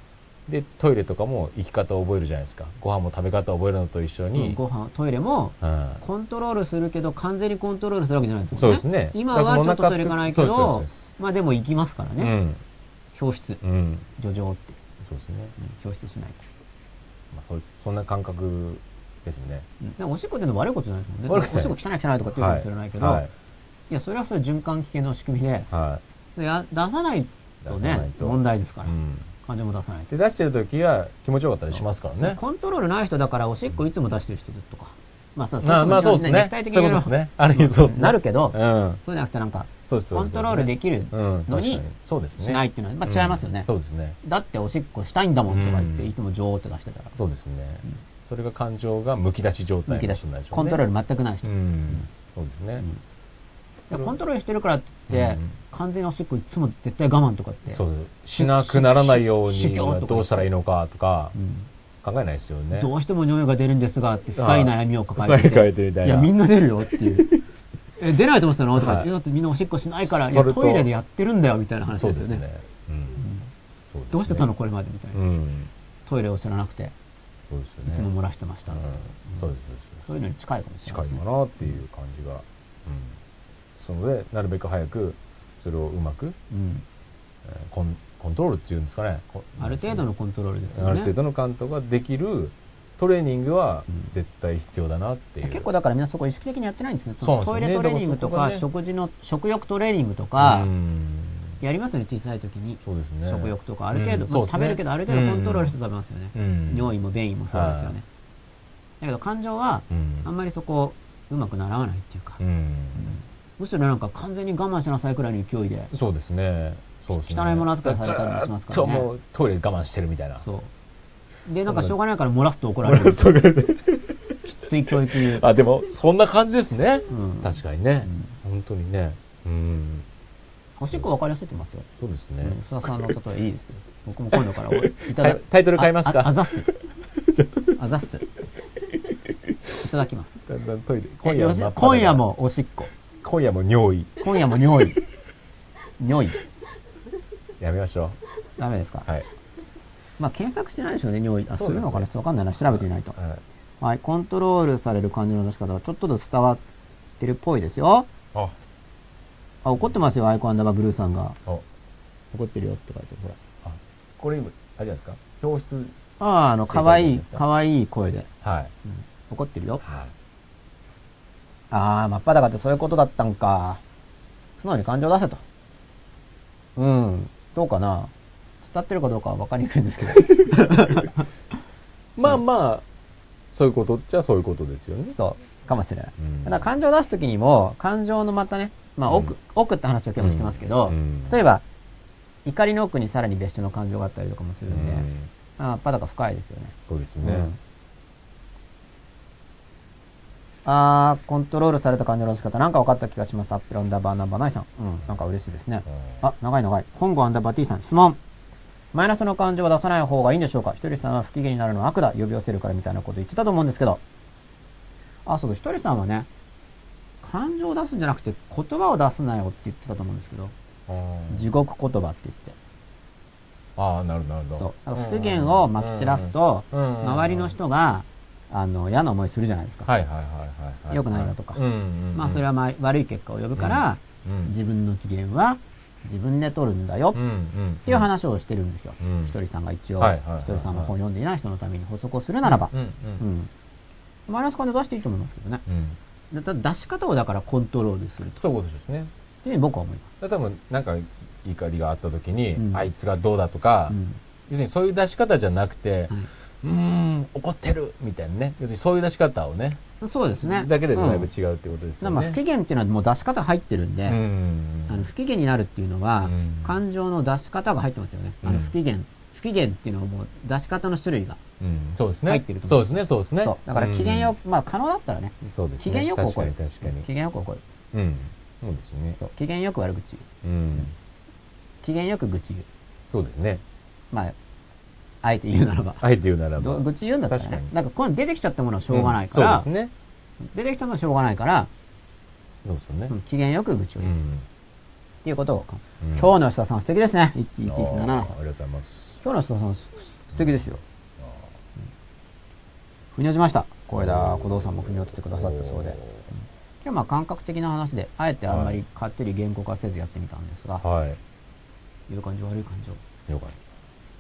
でトイレとかも行き方を覚えるじゃないですか。ご飯も食べ方を覚えるのと一緒に、 ご飯トイレもコントロールするけど完全にコントロールするわけじゃないですもんね。 そうですね。 今はちょっとトイレ行かないけど、まあでも行きますからね。教室、叙情って。 そうですね。 教室しないと。まあそんな感覚ですね。 おしっこってのは悪いことじゃないですもんね。おしっこ汚い汚いとかって言うかもしれないけど、いやそれはそれ循環器系の仕組みで、出さないとね問題ですから。感情も出さないと。 で出してる時は気持ちよかったりしますからね。 コントロールない人だからおしっこいつも出してる人とか。 まあそうですね。そういうことですね。ある意味そうですね。 なるけど、そうじゃなくてなんか、コントロールできるのにしないっていうのは違いますよね。 そうですね。 だっておしっこしたいんだもんとか言っていつもジョーって出してたら。 そうですね。それが感情がむき出し状態。むき出し。 コントロール全くない人。 そうですね。 コントロールしてるからって言って、完全におしっこいつも絶対我慢とかって。 そう。しなくならないようにどうしたらいいのかとか、考えないですよね。 どうしても尿が出るんですがって深い悩みを抱えて。いや、みんな出るよっていう。出ないと思ってたのとか、だってみんなおしっこしないから、いや、トイレでやってるんだよみたいな話ですよね。どうしてたのこれまでみたいな。トイレを知らなくて、いつも漏らしてました。そういうのに近いかもしれない。 近いかなっていう感じが。そのでなるべく早くそれをうまくコントロールっていうんですかね。 ある程度のコントロールですよね。 ある程度の監督ができるトレーニングは絶対必要だなっていう。 結構だからみんなそこ意識的にやってないんですね。トイレトレーニングとか食欲トレーニングとかやりますよね、小さい時に。 そうですね。 食欲とかある程度食べるけどある程度コントロールして食べますよね。尿意も便意もそうですよね。だけど感情はあんまりそこうまくならないっていうか。むしろなんか完全に我慢しなさいくらいの勢いで。 そうですね。 汚いもの扱いされたりもしますからね。 もうトイレ我慢してるみたいな。 そう。で、なんかしょうがないから漏らすと怒られる。きつい教育。 あ、でも、そんな感じですね。確かにね。本当にね。 おしっこ分かりやすいってますよ。 そうですね。 須田さんの例えいいですよ。僕も今度からタイトル変えますか？ あざっす。あざっす。いただきます。 だんだんトイレ。 今夜もおしっこ。 今夜も尿意。 今夜も尿意。尿意。 やめましょう。 ダメですか？ はい。 まあ検索してないでしょうね、尿意。するのかな、ちょっとわかんないな。調べてみないと。はい。コントロールされる感じの出し方がちょっとずつ伝わってるっぽいですよ。怒ってますよ、アイコアンダーバーブルーさんが。怒ってるよって書いてる、ほら。 これ今、あれじゃないですか？教室。 かわいい声で。 はい。 怒ってるよ。真っ裸ってそういうことだったんか。素直に感情出せと。どうかな。伝ってるかどうかは分かりにくいんですけど。 まあまあ、そういうことっちゃそういうことですよね。 そう、かもしれない。だから感情を出すときにも、感情のまたね、奥って話を今日もしてますけど、例えば、怒りの奥にさらに別種の感情があったりとかもするんで、真っ裸深いですよね。 そうですね。 コントロールされた感情の出し方、なんか分かった気がします。アップルアンダーバーナンバーナイさん。なんか嬉しいですね。長い。本郷アンダーバー T さん、質問。マイナスの感情を出さない方がいいんでしょうか？ひとりさんは不機嫌になるのは悪だ、呼び寄せるからみたいなこと言ってたと思うんですけど。そうだ、ひとりさんはね、感情を出すんじゃなくて言葉を出すなよって言ってたと思うんですけど、地獄言葉って言って。 なるほど。 そう。不機嫌を撒き散らすと、周りの人が、嫌な思いするじゃないですか。良くないよとか。それは悪い結果を呼ぶから、自分の機嫌は自分で取るんだよっていう話をしてるんですよ。ひとりさんが一応、ひとりさんの本を読んでいない人のために補足をするならば。マイナス感情出していいと思いますけどね。ただ出し方をだからコントロールする。 そういうことですね。 って僕は思います。 多分なんか怒りがあった時に、あいつがどうだとか、要するにそういう出し方じゃなくて、怒ってるみたいなね。要するにそういう出し方をね。 そうですね。 だけでだいぶ違うってことですよね。 不機嫌っていうのはもう出し方入ってるんで、不機嫌になるっていうのは、感情の出し方が入ってますよね。不機嫌っていうのはもう出し方の種類が入ってると思う。 そうですね。 だから機嫌よく、可能だったらね、機嫌よく怒る。機嫌よく怒る。 そうですね。 機嫌よく悪口言う。機嫌よく愚痴言う。 そうですね。 あえて言うならば。愚痴言うんだったらね。なんかこれ出てきちゃったものはしょうがないから。 そうですね。 出てきたものはしょうがないから、 そうですね。 機嫌よく愚痴を言う。っていうことを。今日の吉田さん素敵ですね。1177さん。ありがとうございます。 今日の吉田さん、 素敵ですよ。腑に落ちました。この間小僧さんも腑に落ちてくださったそうで、今日まあ感覚的な話であえてあんまりかってり言語化せずやってみたんですが、 はい。 いい感情悪い感情、 よかった。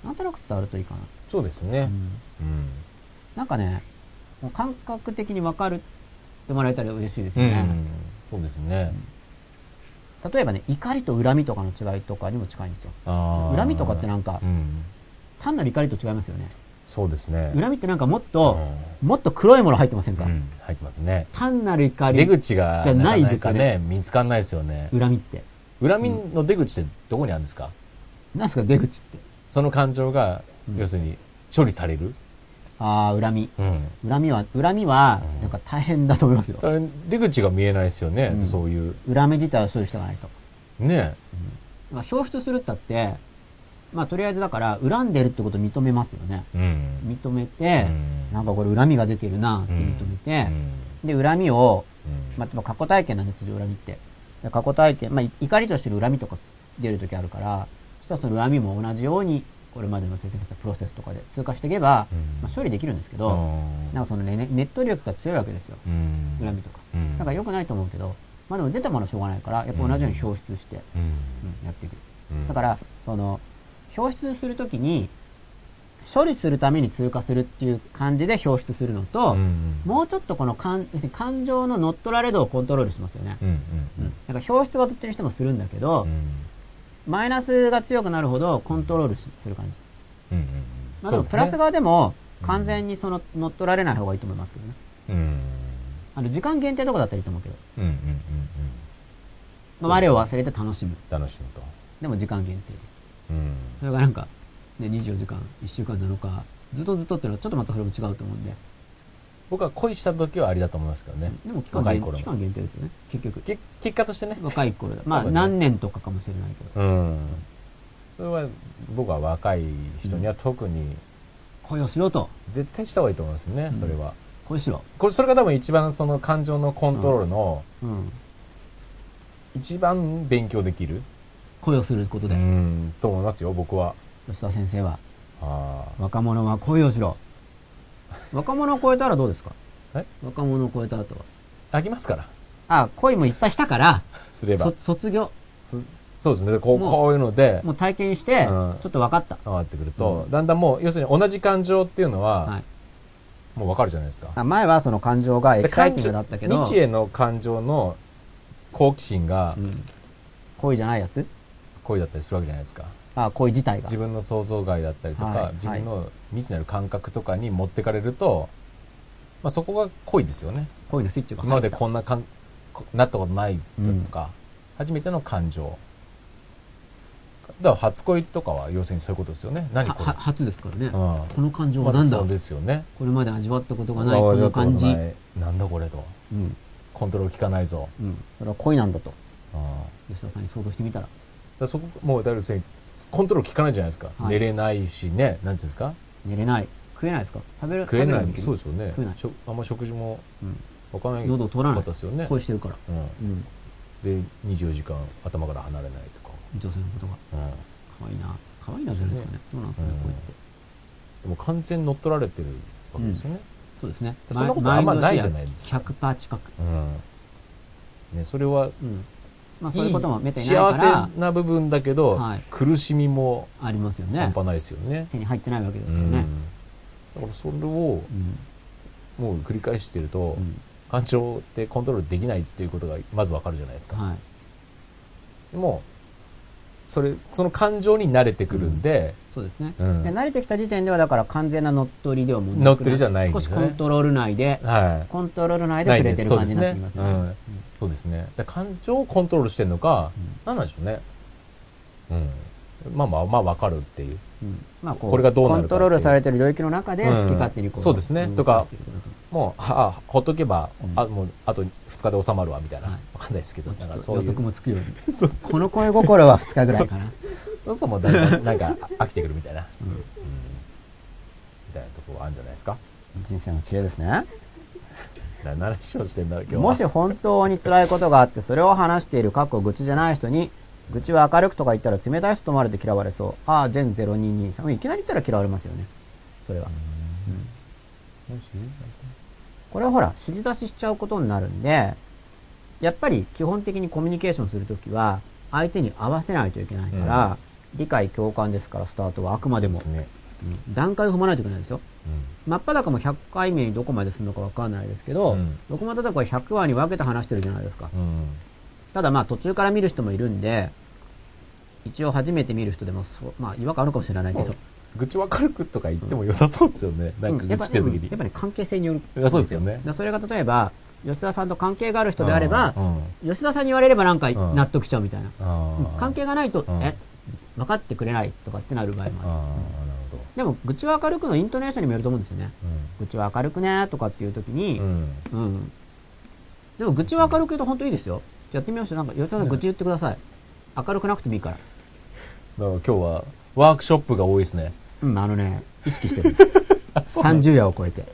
なんとなく伝わるといいかな。 そうですね。 なんかね、もう感覚的に分かるってもらえたら嬉しいですよね。 そうですね。 例えばね、怒りと恨みとかの違いとかにも近いんですよ。恨みとかってなんか、単なる怒りと違いますよね。 そうですね。 恨みってなんかもっと黒いもの入ってませんか？ 入ってますね。 単なる怒り出口がじゃないですよね。 見つかんないですよね。 恨みって。 恨みの出口ってどこにあるんですか？ 何ですか出口って？ その感情が、要するに処理される。 恨み。恨みは、なんか大変だと思いますよ。 出口が見えないですよね、そういう。 恨み自体を処理しておかないと。 ねえ。表出するったって、まあとりあえずだから恨んでるってことを認めますよね。認めて、なんかこれ恨みが出てるなって認めて、で恨みを、まあ過去体験なんですよ、恨みって。過去体験、まあ怒りとしてる恨みとか出るときあるから、そしたらその恨みも同じようにこれまでの先生がしたプロセスとかで通過していけば、まあ処理できるんですけど、なんかそのね、ネット力が強いわけですよ。恨みとか。だから良くないと思うけど、まあでも出たものはしょうがないから、やっぱ同じように表出して、やっていく。だから、その、表出するときに、処理するために通過するっていう感じで表出するのと、もうちょっとこの感情の乗っ取られ度をコントロールしますよね。なんか表出はどっちにしてもするんだけど、マイナスが強くなるほどコントロールする感じ。まあでもプラス側でも完全にその乗っ取られない方がいいと思いますけどね。時間限定とかだったらいいと思うけど。我を忘れて楽しむ。 と。 でも時間限定。それがなんか、ね、24時間、1週間7日、ずっとっていうのはちょっとまたそれも違うと思うんで。 僕は恋した時はありだと思いますけどね。 でも期間限定ですよね、結局。 結果としてね。 若い頃だ。まあ何年とかかもしれないけど。 それは僕は若い人には特に恋をしろと。 絶対した方がいいと思いますね、それは。 恋しろ。 それが多分一番その感情のコントロールの一番勉強できる。 恋をすることで。 と思いますよ、僕は。 吉田先生は。若者は恋をしろ。若者を超えたらどうですか？若者を超えた後は。 飽きますから。 恋もいっぱいしたから、 すれば。 卒業。 そうですね、こういうので。 もう体験して、ちょっと分かった。 分かってくると、だんだんもう、要するに同じ感情っていうのは、もう分かるじゃないですか。 前はその感情がエキサイティングだったけど。 未知への感情の好奇心が、 恋じゃないやつ？ 恋だったりするわけじゃないですか。 恋自体が。 自分の想像外だったりとか、自分の未知なる感覚とかに持ってかれると、まあそこが恋ですよね。 恋のスイッチが入った。 今までこんななったことないとか、初めての感情。だから初恋とかは要するにそういうことですよね。何これ？ 初ですからね。この感情は何だ？ そうですよね。 これまで味わったことがないこの感じ。 なんだこれと。コントロール効かないぞ。 それは恋なんだと。吉田さんに想像してみたら。 そこ、もう、だからコントロール効かないじゃないですか。寝れないしね。なんていうんですか？ 寝れない。食えないですか？ 食えない。そうですよね。 食えない。 あんま食事も、わかんない。 喉を通らない。 ですよね。 恋してるから。 で、24時間頭から離れないとか。 女性のことが。可愛いな。可愛いなじゃないですかね。どうなんですかね、恋って。 でも完全に乗っ取られてるわけですよね。 そうですね。 そんなことあんまないじゃないですか。 100% 近く。 ね、それは、 まあそういうこともめったにないから。 幸せな部分だけど、苦しみもありますよね。 半端ないですよね。 手に入ってないわけですからね。 だからそれを、もう繰り返してると、感情ってコントロールできないっていうことがまずわかるじゃないですか。でも、その感情に慣れてくるんで、 そうですね。慣れてきた時点ではだから完全な乗っ取りではもう乗っ取りじゃないんですね。 少しコントロール内で、コントロール内で触れてる感じになってきますね。 そうですね。感情をコントロールしてるのか、何なんでしょうね。まあわかるっていう。 まあこれがどうなるか。 コントロールされてる領域の中で好き勝手にそうですね。とか、もう、ほっとけば、もう、あと2日で収まるわ、みたいな。わかんないですけど、なんかそういう。 予測もつくように。この恋心は2日ぐらいかな。 そうそう、もうだんだん、なんか飽きてくるみたいな。みたいなところあるんじゃないですか。 人生の知恵ですね。 何の話をしてんだろう、今日は。 もし本当に辛いことがあって、それを話している、愚痴じゃない人に、愚痴は明るくとか言ったら冷たい人と思われて嫌われそう。全0223。いきなり言ったら嫌われますよね。 それは。 もしこれはほら、指示出ししちゃうことになるんで、やっぱり基本的にコミュニケーションするときは、相手に合わせないといけないから、理解共感ですから、スタートはあくまでも、段階を踏まないといけないですよ。真っ裸も100回目にどこまでするのかわかんないですけど、僕も例えば100話に分けて話してるじゃないですか。ただまあ途中から見る人もいるんで、一応初めて見る人でもまあ違和感あるかもしれないけど。 愚痴は軽くとか言っても良さそうですよね。なんか愚痴ってる時に。 やっぱり関係性による。 そうですよね。 それが例えば、吉田さんと関係がある人であれば、吉田さんに言われればなんか納得しちゃうみたいな。関係がないと、分かってくれないとかってなる場合もある。でも、愚痴は明るくのイントネーションにもよると思うんですよね。愚痴は明るくねとかっていう時に、でも愚痴は明るく言うと本当いいですよ。やってみましょう。なんか、吉田さん愚痴言ってください。明るくなくてもいいから。 今日はワークショップが多いですね。 意識してるんです。30夜を超えて。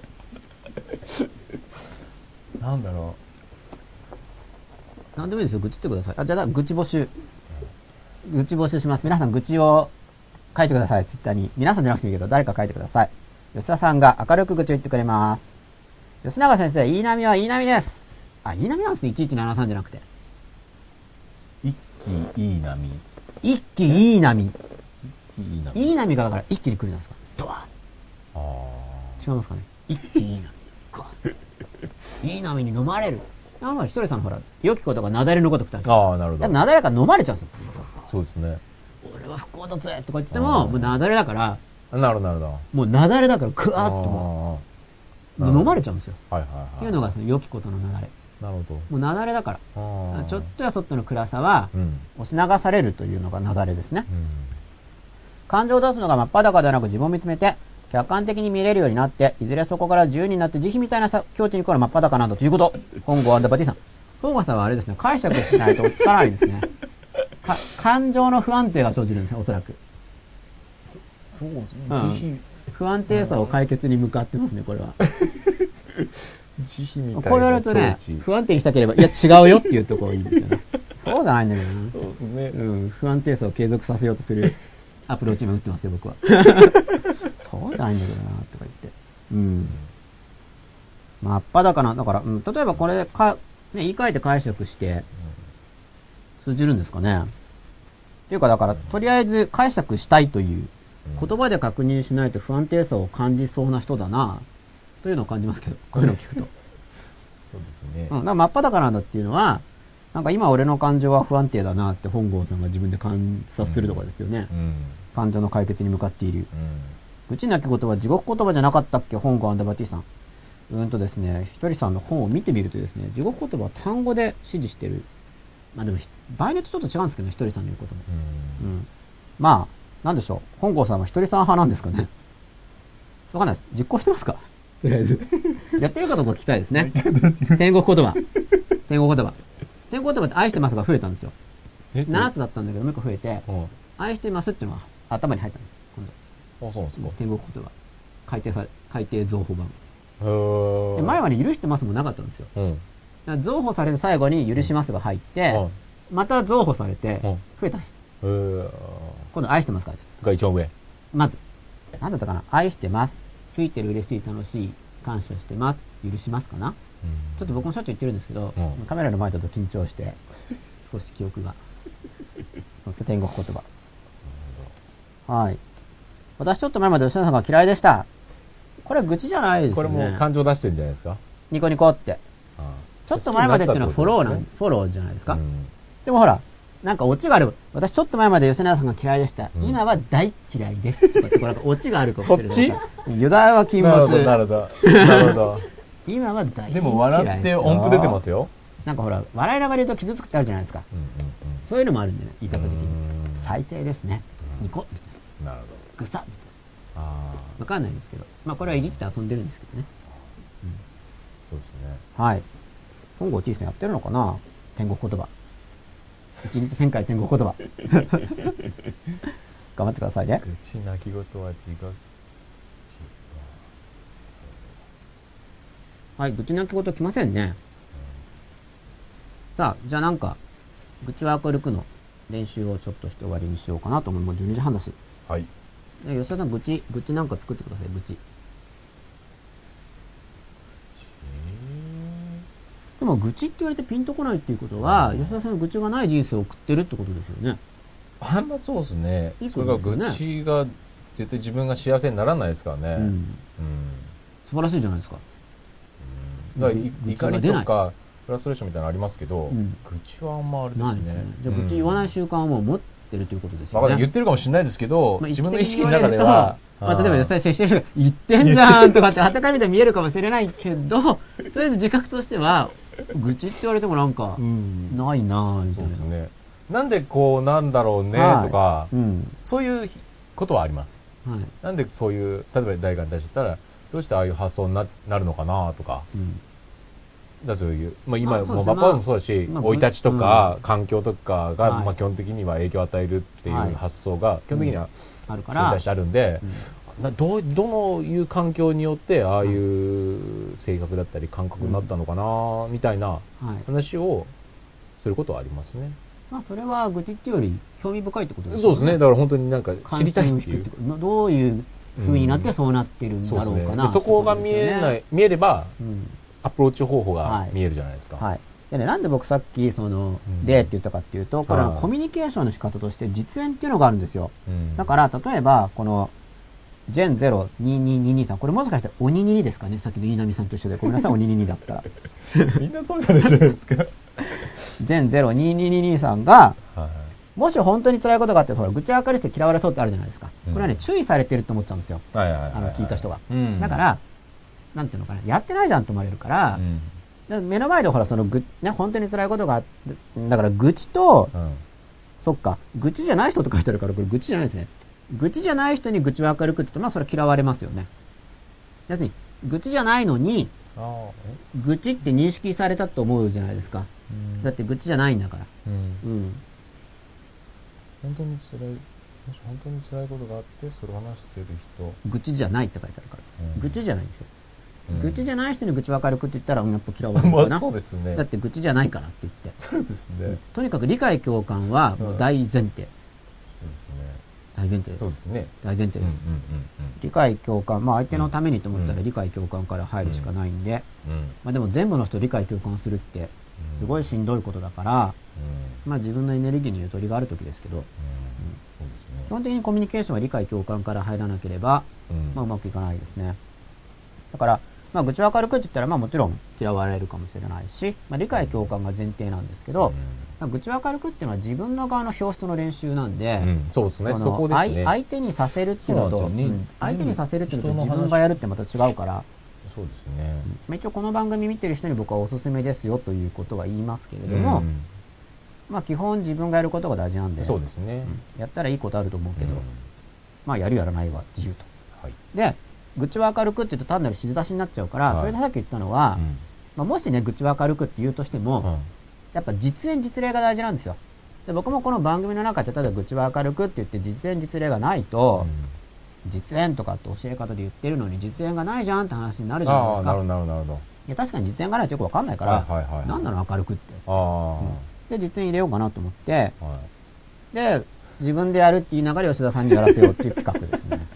なんだろう。なんでもいいですよ。愚痴ってください。じゃあ、愚痴募集。愚痴募集します。皆さん愚痴を書いてください。ツイッターに。皆さんじゃなくてもいいけど、誰か書いてください。吉田さんが明るく愚痴を言ってくれます。吉永先生、いい波はいい波です。いい波なんですね。1173じゃなくて。 一気いい波。 一気いい波。いい波がだから一気に来るじゃないですか。ドワーン。違いますかね。一気いい波。いい波に飲まれる。ひとりさんのほら、良きことがなだれのこと二人。 なるほど。 なだれから飲まれちゃうんですよ。 そうですね。 俺は不幸だぜとか言っても、もうなだれだから、 なるほど。 もうなだれだから、ぐわーっともう、飲まれちゃうんですよ。っていうのがその良きことのなだれ。 なるほど。 もうなだれだから。ちょっとやそっとの暗さは、押し流されるというのがなだれですね。感情を出すのが真っ裸ではなく自分を見つめて、客観的に見れるようになって、いずれそこから自由になって慈悲みたいな境地に来る真っ裸なんだということ。本郷&バティさん。本郷さんはあれですね、解釈しないと落ち着かないんですね。感情の不安定が生じるんですね、おそらく。 そうですね。 不安定さを解決に向かってますね、これは。 慈悲みたいな。 こう言われるとね、不安定にしたければ、いや違うよっていうところいいんですよね。そうじゃないんだけどな。 そうですね。 不安定さを継続させようとするアプローチ今打ってますよ、僕は。そうじゃないんだけどな、とか言って。真っ裸な、だから、例えばこれで言い換えて解釈して、通じるんですかね。っていうか、だから、とりあえず解釈したいという、言葉で確認しないと不安定さを感じそうな人だな、というのを感じますけど、こういうのを聞くと。 そうですね。 だから真っ裸なんだっていうのは、なんか今俺の感情は不安定だなって本郷さんが自分で観察するところですよね。感情の解決に向かっている。愚痴なき言葉は地獄言葉じゃなかったっけ、本郷&バティさん。ですね、ひとりさんの本を見てみるとですね、地獄言葉は単語で指示してる。まあでも、場合によってちょっと違うんですけどね、ひとりさんの言うことも。まあ、なんでしょう。本郷さんはひとりさん派なんですかね。わかんないです。実行してますかとりあえず。やってるかどうか聞きたいですね。天国言葉。天国言葉。天国言葉って愛してますが増えたんですよ。7つだったんだけど、もう一個増えて、愛してますっていうのが頭に入ったんです。 今度。そうなんですか。 天国言葉。改訂増補版。前はね、許してますもなかったんですよ。増補されて最後に許しますが入って、また増補されて、増えたんです。今度愛してますかが一番上。 まず、なんだったかな、愛してます。ついてる嬉しい楽しい感謝してます。許しますかな。ちょっと僕もしょっちゅう言ってるんですけど、カメラの前だと緊張して、少し記憶が。そして天国言葉。はい。私ちょっと前まで吉野さんが嫌いでした。これは愚痴じゃないですね。 これも感情出してるんじゃないですか。 ニコニコって。ちょっと前までっていうのはフォローじゃないですか。でもほら、なんかオチがある。私ちょっと前まで吉永さんが嫌いでした。今は大嫌いです。とかってこれなんかオチがあるかもしれない。 そっち？ 油断は禁物。 なるほど。 今は大嫌い。 でも笑って音符出てますよ。 なんかほら、笑いながら言うと傷つくってあるじゃないですか。そういうのもあるんでね、言い方的に。最低ですね。ニコみたいな。 なるほど。 ぐさみたいな。わかんないですけど。まあこれはいじって遊んでるんですけどね。 そうですね。 はい。本郷Tさんやってるのかな、天国言葉。1日1000回天国言葉。頑張ってくださいね。 愚痴泣き言は自覚。 はい、愚痴泣き言来ませんね。さあ、じゃあなんか、愚痴は明るくの練習をちょっとして終わりにしようかなと思う。もう12時半だし。 はい。 吉田さん、愚痴なんか作ってください、愚痴。でも、愚痴って言われてピンとこないっていうことは、吉田さんは愚痴がない人生を送ってるってことですよね。 あんまそうですね。 いいことですよね。 それが愚痴が、絶対自分が幸せにならないですからね。 素晴らしいじゃないですか。 だから怒りとか、フラストレーションみたいなのありますけど、愚痴はあんまあれですね。 ないですね。じゃあ、愚痴言わない習慣はもう持ってるということですよね。 言ってるかもしれないですけど、自分の意識の中では、 例えば実際接してる人が言ってんじゃんとかって旗から見たら見えるかもしれないけど、とりあえず自覚としては、愚痴って言われてもなんか、ないなぁ、みたいな。そうですね。 なんでこうなんだろうねとか、そういうことはあります。なんでそういう、例えば誰かに対して言ったら、どうしてああいう発想になるのかなとか、そういう、今、もうパパもそうだし、生い立ちとか、環境とかが、基本的には影響を与えるっていう発想が、基本的には、 あるから、 対してあるんで、どういう環境によって、ああいう性格だったり感覚になったのかな、みたいな話をすることはありますね。 それは愚痴っていうより興味深いってことですね。 そうですね。だから本当になんか知りたいっていう。 どういう風になってそうなってるんだろうかな。 そこが見えれば、アプローチ方法が見えるじゃないですか。 でね、なんで僕さっきその例って言ったかっていうと、これはコミュニケーションの仕方として実演っていうのがあるんですよ。だから例えばこのジェン02222これもしかして鬼22ですかね。さっきの飯波さんと一緒でごめんなさい鬼22だったら。 みんなそうじゃないですか。 ジェン02222さんが、もし本当に辛いことがあって、ほら愚痴明かりして嫌われそうってあるじゃないですか。これはね注意されてると思っちゃうんですよ。聞いた人が。だからなんていうのかな、やってないじゃんと思われるから。目の前でほらその本当に辛いことがあって、だから愚痴と、そっか、愚痴じゃない人と書いてあるから、これ愚痴じゃないですね。愚痴じゃない人に愚痴を明るくって言うと、それは嫌われますよね。要するに、愚痴じゃないのに、愚痴って認識されたと思うじゃないですか。だって愚痴じゃないんだから。 本当に辛い、もし本当に辛いことがあって、それを話してる人。 愚痴じゃないって書いてあるから。愚痴じゃないんですよ。愚痴じゃない人に愚痴を明るくって言ったら、やっぱ嫌われるかな。 そうですね。 だって愚痴じゃないからって言って。 そうですね。 とにかく理解共感はもう大前提。そうですね。大前提です。 そうですね。 大前提です。理解共感、相手のためにと思ったら理解共感から入るしかないんで、でも全部の人理解共感するってすごいしんどいことだから、自分のエネルギーにゆとりがある時ですけど、基本的にコミュニケーションは理解共感から入らなければ、うまくいかないですね。だから、愚痴を明るくって言ったら、もちろん嫌われるかもしれないし、理解共感が前提なんですけど、愚痴を明るくっていうのは自分の側の表出の練習なんで、 そうですね、そこですね。 相手にさせるっていうのと、相手にさせるっていうのと自分がやるってまた違うから、 そうですね。 一応この番組見てる人に僕はおすすめですよということは言いますけれども、基本自分がやることが大事なんで、 そうですね。 やったらいいことあると思うけど、やるやらないは自由と。で、愚痴は明るくって言うと単なる静出しになっちゃうから、それでさっき言ったのは、もしね、愚痴は明るくって言うとしても、やっぱ実演実例が大事なんですよ。で、僕もこの番組の中でただ愚痴は明るくって言って実演実例がないと、実演とかって教え方で言ってるのに実演がないじゃんって話になるじゃないですか。 なるほど。 いや、確かに実演がないとよくわかんないから、何なの明るくって。で、実演入れようかなと思って、で、自分でやるって言いながら吉田さんにやらせようっていう企画ですね。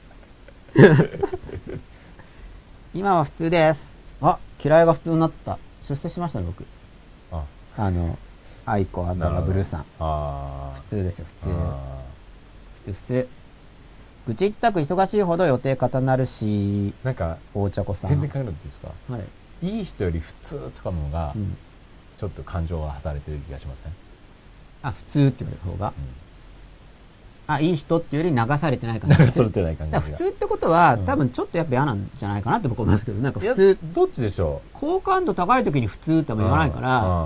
今は普通です。嫌いが普通になった。出世しましたね、僕。アイコブルーさん。普通ですよ、普通。愚痴一択忙しいほど予定重なるし、 なんか、 大茶子さん。 全然考えるんですか？いい人より普通とかの方が、ちょっと感情が働いてる気がしません？ 普通って言われる方が。いい人っていうより流されてない感じ。 流されてない感じ。 普通ってことは、多分ちょっとやっぱ嫌なんじゃないかなって僕は思いますけど、なんか普通。 どっちでしょう？好感度高い時に普通っても言わないから、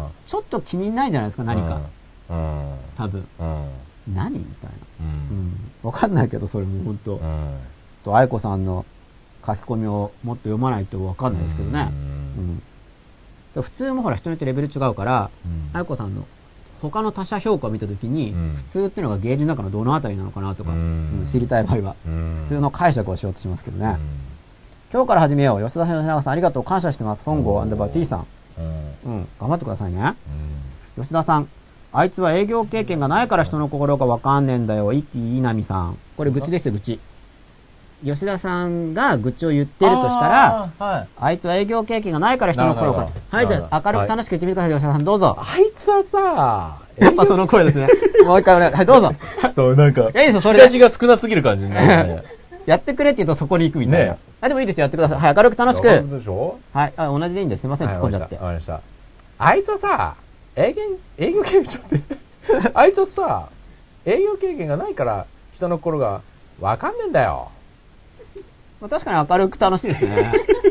ちょっと気にないんじゃないですか、何か。多分。何みたいな。わかんないけど、それも本当。愛子さんの書き込みをもっと読まないとわかんないですけどね。普通もほら人によってレベル違うから、愛子さんの他の他者評価を見たときに、普通っていうのが芸術の中のどのあたりなのかなとか、知りたい場合は、普通の解釈をしようとしますけどね。今日から始めよう。吉田さん、吉永さん、ありがとう。感謝してます。本郷&T さん。頑張ってくださいね。吉田さん、あいつは営業経験がないから人の心がわかんねえんだよ。稲見さん。これ愚痴ですよ、愚痴。 吉田さんが愚痴を言ってるとしたら、あいつは営業経験がないから人の心を。はい、じゃあ明るく楽しく言ってみてください、吉田さん、どうぞ。 あいつはさ、 やっぱその声ですね。もう一回お願い。はい、どうぞ。 ちょっとなんか、 いいですよ、それ。 引き出しが少なすぎる感じになるね。 やってくれって言うとそこに行くみたいな。 ねあ、でもいいですよ、やってください。はい、明るく楽しく。 はい、 同じでいいんです。すいません、突っ込んじゃって。 わかりました。あいつはさ、営業経験者って、あいつはさ、営業経験がないから人の心がわかんねえんだよ。 確かに明るく楽しいですね。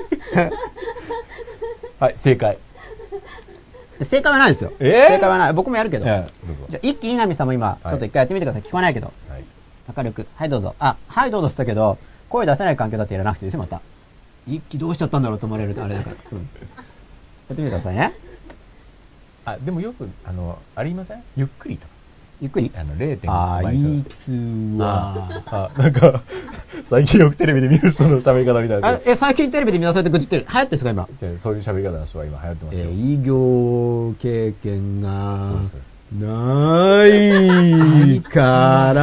はい、正解。 正解はないですよ。正解はない。僕もやるけど。じゃあ、一気に稲見さんも今、ちょっと一回やってみてください。聞こえないけど。明るく。はい、どうぞ。あ、はい、どうぞって言ったけど、声出せない環境だってやらなくていいですよ、また。一気どうしちゃったんだろうと思われるとあれだから。やってみてくださいね。 あ、でもよく、ありません？ゆっくりと。 ゆっくり 0.5 あいつは。 なんか、最近よくテレビで見る人の喋り方みたいな。 最近テレビで皆さんそうやって愚痴ってる。流行ってるんですか、今。 そういう喋り方の人が今流行ってますよ。 営業経験がないから、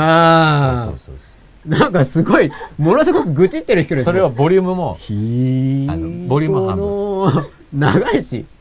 なんかすごい、ものすごく愚痴ってる人ですよ。 それはボリュームも、ボリューム半分。 長いし、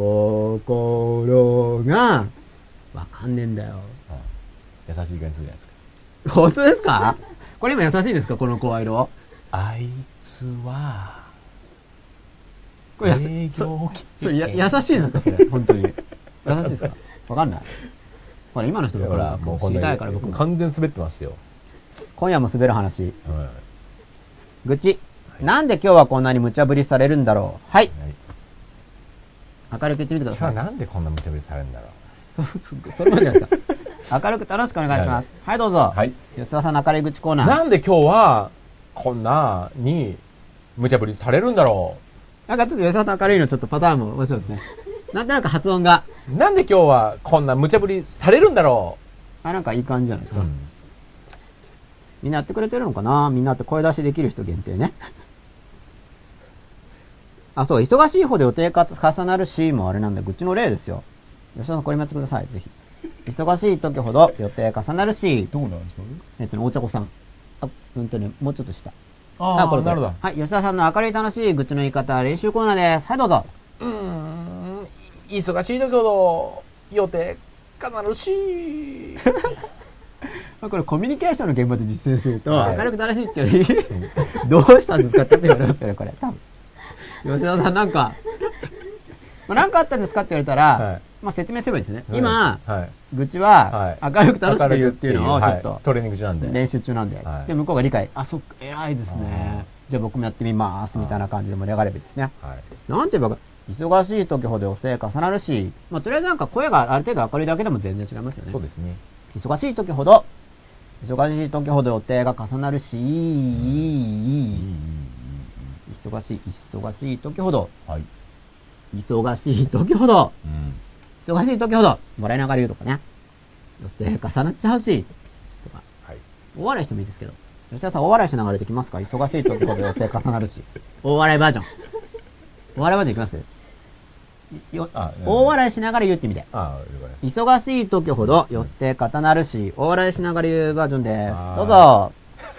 心が、わかんねえんだよ。 優しい感じするじゃないですか。 本当ですか？これ今優しいですか、この声色。 あいつは、 これそれ優しいですか、それ。本当に。優しいですか？わかんない。ほら、今の人だからもう知りたいから僕も。 完全滑ってますよ。 今夜も滑る話。愚痴。なんで今日はこんなに無茶ぶりされるんだろう。はい。明るく言ってみてください。 今日はなんでこんな無茶ぶりされるんだろう。 それまでじゃないですか。明るく楽しくお願いします。はい、どうぞ。 はい。 吉田さんの明るい愚痴コーナー。 なんで今日はこんなに無茶ぶりされるんだろう。なんかちょっと吉田さんの明るいのちょっとパターンも面白いですね。なんとなく発音が。 なんで今日はこんな無茶ぶりされるんだろう。なんかいい感じじゃないですか。みんなやってくれてるのかな？みんなって声出しできる人限定ね。あ、そう、忙しい方で予定が重なるしもあれなんだ。愚痴の例ですよ。吉田さんこれもやってください、ぜひ。忙しい時ほど予定重なるし。 どうなんですか？ お茶子さん。もうちょっと下。 これ。なるほど。 はい、吉田さんの明るい楽しい愚痴の言い方練習コーナーです。はい、どうぞ。 忙しい時ほど予定重なるし。 これコミュニケーションの現場で実践すると、明るく楽しいってより、どうしたんですかって言われますよね、これ。多分。吉田さんなんか、なんかあったんですかって言われたら、説明すればいいですね。今、愚痴は明るく楽しく言うっていうのをちょっと、 トレーニング中なんで。 練習中なんで。で、向こうが理解。あ、そっか、偉いですね。じゃあ僕もやってみます。みたいな感じで盛り上がればいいですね。なんて言えば、忙しい時ほど予定重なるし、とりあえずなんか声がある程度明るいだけでも全然違いますよね。 そうですね。 忙しい時ほど予定が重なるし、忙しい時ほど、忙しい時ほど、もらいながら言うとかね。予定重なっちゃうし、とか。大笑いしてもいいですけど。吉田さん大笑いしながらできますか？忙しい時ほど予定重なるし。大笑いバージョン。大笑いバージョンいきます？大笑いしながら言ってみて。忙しい時ほど予定重なるし、大笑いしながら言うバージョンです。どうぞ。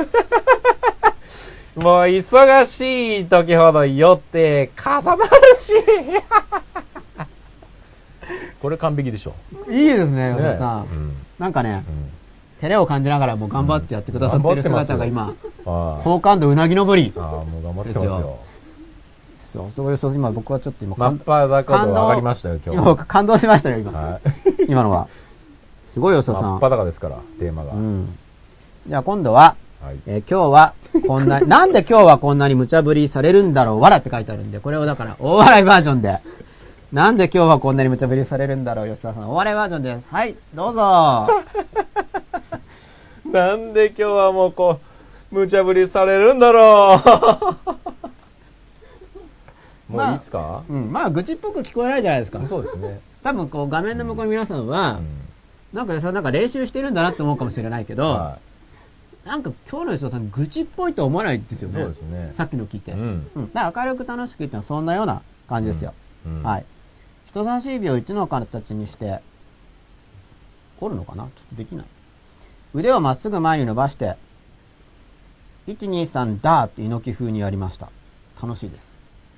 もう忙しい時ほど予定重なるし。これ完璧でしょ。 いいですね、吉田さん。なんかね、照れを感じながらも頑張ってやってくださってる姿が今、好感度うなぎ登り。 もう頑張ってますよ。 そう、今僕はちょっと今、 マッパーだか上がりましたよ、今日。 今感動しましたよ、今。今のは。すごいよ、吉田さん。 マッパーだかですから、テーマが。 じゃあ今度は、今日はこんな、なんで今日はこんなに無茶ぶりされるんだろう、わらって書いてあるんで、これをだから、大笑いバージョンで。なんで今日はこんなに無茶ぶりされるんだろう、吉田さん。お笑いバージョンです。はい、どうぞ。 なんで今日はもう無茶ぶりされるんだろう。もういいっすか？ 愚痴っぽく聞こえないじゃないですか。 そうですね。 多分画面の向こうの皆さんは、なんか練習してるんだなって思うかもしれないけど、なんか今日の吉田さん愚痴っぽいと思わないですよね。 そうですね。 さっきの聞いて。だから明るく楽しく言ってのはそんなような感じですよ。はい。人差し指を1の形にして、折るのかな？ちょっとできない。腕をまっすぐ前に伸ばして、 123ダーって猪木風にやりました。楽しいです。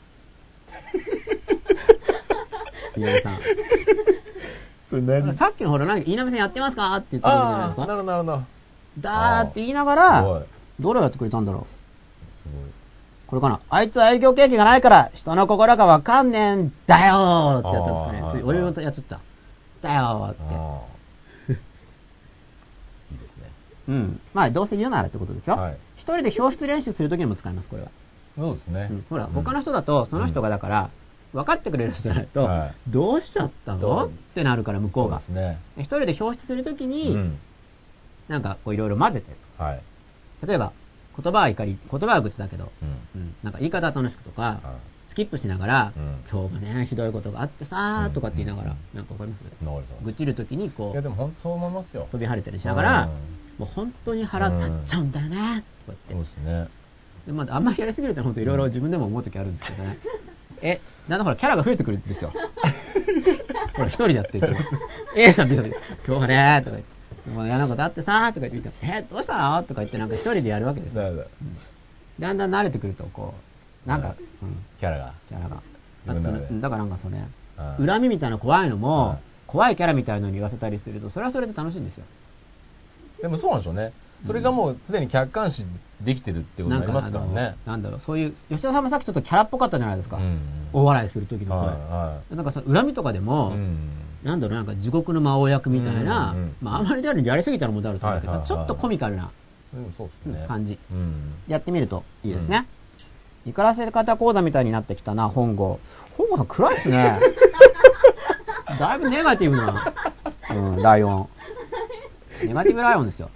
稲見さん。さっきのほら何、稲見さんやってますかって言ってたじゃないですか。 なるほど。 ダーって言いながら、どれをやってくれたんだろう。すごい。これかな。あいつは営業経験がないから、人の心がわかんねえんだよーってやったんですかね。俺もやっちゃった。だよーって。いいですね。うん。まあ、どうせ言うならってことですよ。一人で表出練習するときにも使います、これは。 そうですね。 ほら、他の人だと、その人がだから、分かってくれる人じゃないと、どうしちゃったのってなるから、向こうが。一人で表出するときに、なんか、こういろいろ混ぜて。例えば、言葉は愚痴だけど、なんか言い方は楽しくとか、スキップしながら、今日もね、ひどいことがあってさーとかって言いながら、なんかわかります？愚痴るときに、こう、 いやでも本当そう思いますよ。 飛び跳ねたりしながら、もう本当に腹立っちゃうんだよね、とかって。 そうですね。 で、まあ、あんまりやりすぎると本当いろいろ自分でも思うときあるんですけどね。だんだんほら、キャラが増えてくるんですよ。ほら、一人でやってると。さんって言って、今日はねーとか言って。もう嫌なことあってさーとか言って、どうしたのとか言ってなんか一人でやるわけですよ。だんだん慣れてくると、こう、なんか、 キャラが。 だからなんかそうね、恨みみたいな怖いのも、怖いキャラみたいのに言わせたりすると、それはそれで楽しいんですよ。 でもそうなんでしょうね。それがもうすでに客観視できてるってことになりますからね。 なんだろう、そういう、吉田さんもさっきちょっとキャラっぽかったじゃないですか。大笑いする時の声。なんかさ、恨みとかでも、なんだろう、なんか地獄の魔王役みたいな、まああんまりリアルにやりすぎたらもだると思うけど、ちょっとコミカルな感じ。やってみるといいですね。怒らせ方講座みたいになってきたな、本郷。本郷さん暗いっすね。だいぶネガティブな、ライオン。ネガティブライオンですよ。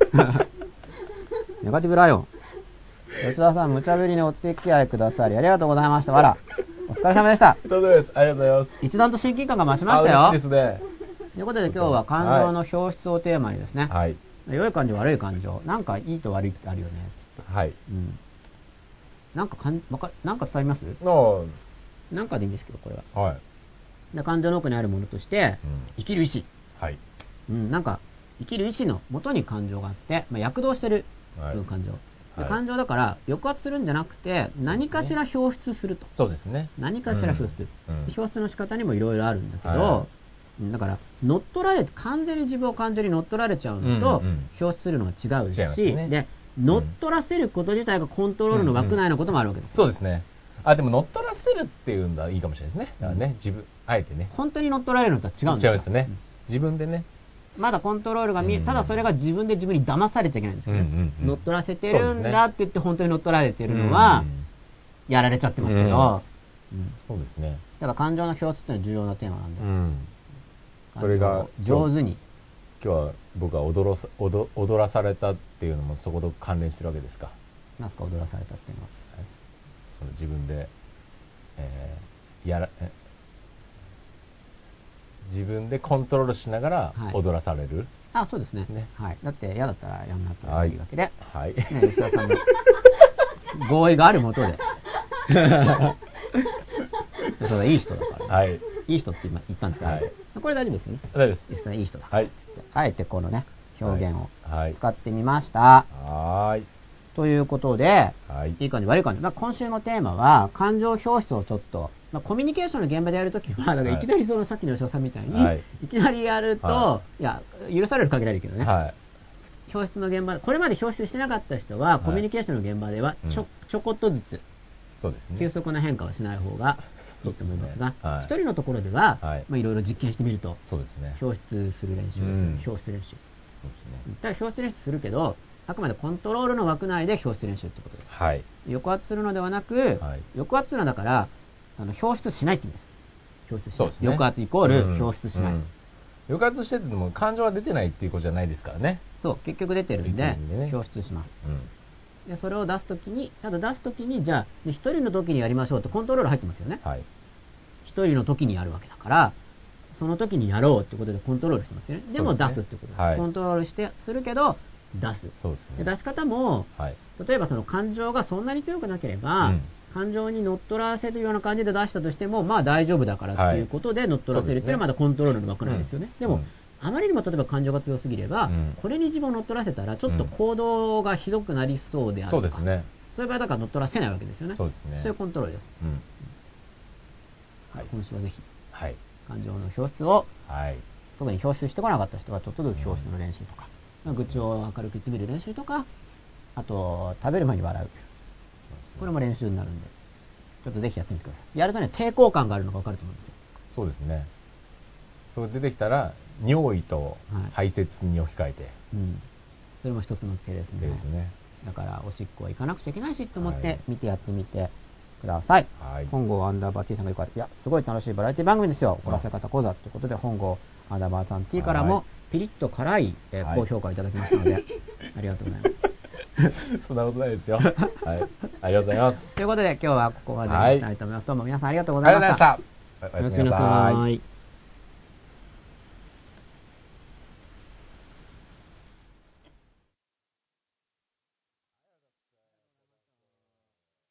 ネガティブライオン。吉田さん、無茶ぶりにお付き合いくださりありがとうございました。わら。お疲れ様でした。 ありがとうございます。ありがとうございます。 一段と親近感が増しましたよ。 嬉しいですね。 ということで今日は感情の表出をテーマにですね。はい。良い感情、悪い感情。なんかいいと悪いってあるよね。 はい。 なんか伝わります？なんかでいいんですけど、これは。はい。感情の奥にあるものとして、生きる意志。はい。なんか、生きる意志の元に感情があって、躍動してる感情。感情だから抑圧するんじゃなくて何かしら表出すると。 そうですね。 何かしら表出。表出の仕方にもいろいろあるんだけど、だから乗っ取られて完全に自分を感情に乗っ取られちゃうのと表出するのは違うし、で乗っ取らせること自体がコントロールの枠内のこともあるわけです。 そうですね。でも乗っ取らせるっていうのはいいかもしれないですね。だからね、自分あえてね。 本当に乗っ取られるのとは違うんですよ。 違いますね。自分でね。 まだコントロールがただそれが自分で自分に騙されちゃいけないんですよね。乗っ取らせてるんだって言って本当に乗っ取られてるのは、やられちゃってますけど。 そうですね。 だから感情の表出っていうのは重要なテーマなんで。 それが上手に。 今日は僕は踊らされたっていうのもそこと関連してるわけですか。 何ですか、踊らされたっていうのは。 その自分で、自分でコントロールしながら踊らされる。 そうですね。はい。だって嫌だったらやんなくていいわけで。 はい。 吉田さんの合意があるもとで。それいい人だから。はい。いい人って今言ったんですから。これ大丈夫ですよね。 大丈夫です。 吉田さんいい人だから。あえてこのね、表現を使ってみました。はい。ということで、いい感じ悪い感じ。今週のテーマは感情表出をちょっと、コミュニケーションの現場でやるときは、だからいきなりそのさっきの吉田さんみたいに、いきなりやると、いや、許される限られるけどね。表出の現場、これまで表出してなかった人は、コミュニケーションの現場では、ちょこっとずつ、急速な変化はしない方がいいと思いますが、一人のところでは、いろいろ実験してみると、表出する練習ですよね。表出練習。だから表出練習するけど、あくまでコントロールの枠内で表出練習ってことです。抑圧するのではなく、抑圧するのだから、表出しないって意味です。表出しない。抑圧イコール表出しない。 抑圧してても感情が出てないっていうことじゃないですからね。 そう、結局出てるんで、表出します。で、それを出すときに、ただ出すときに、じゃあ、一人の時にやりましょうってコントロール入ってますよね。一人の時にやるわけだから、その時にやろうってことでコントロールしてますよね。でも出すってことです。コントロールするけど、出す。で出し方も、例えばその感情がそんなに強くなければ、感情に乗っ取らせるような感じで出したとしても、まあ大丈夫だからっていうことで乗っ取らせるっていうのはまだコントロールの枠内ですよね。でも、 あまりにも例えば感情が強すぎれば、これに自分を乗っ取らせたらちょっと行動がひどくなりそうであるとか、 そうですね。 そういう場合だから乗っ取らせないわけですよね。 そうですね。 そういうコントロールです。 はい、 今週はぜひ、 はい、 感情の表出を、 はい、 特に表出してこなかった人はちょっとずつ表出の練習とか、愚痴を明るく言ってみる練習とか、あと食べる前に笑う。これも練習になるんで、ちょっとぜひやってみてください。やるとね、抵抗感があるのが分かると思うんですよ。 そうですね。それ出てきたら、尿意と排泄に置き換えて、 それも一つの手ですね。だからおしっこは行かなくちゃいけないしと思って見てやってみてください。本郷アンダーバー T さんがよくある、いやすごい楽しいバラエティ番組ですよ、怒らせ方講座ということで、本郷アンダーバーさん T からもピリッと辛い高評価をいただきましたので、ありがとうございます。 そんなことないですよ。はい、ありがとうございます。 ということで今日はここまでにしたいと思います。どうも皆さんありがとうございました。 おやすみなさい。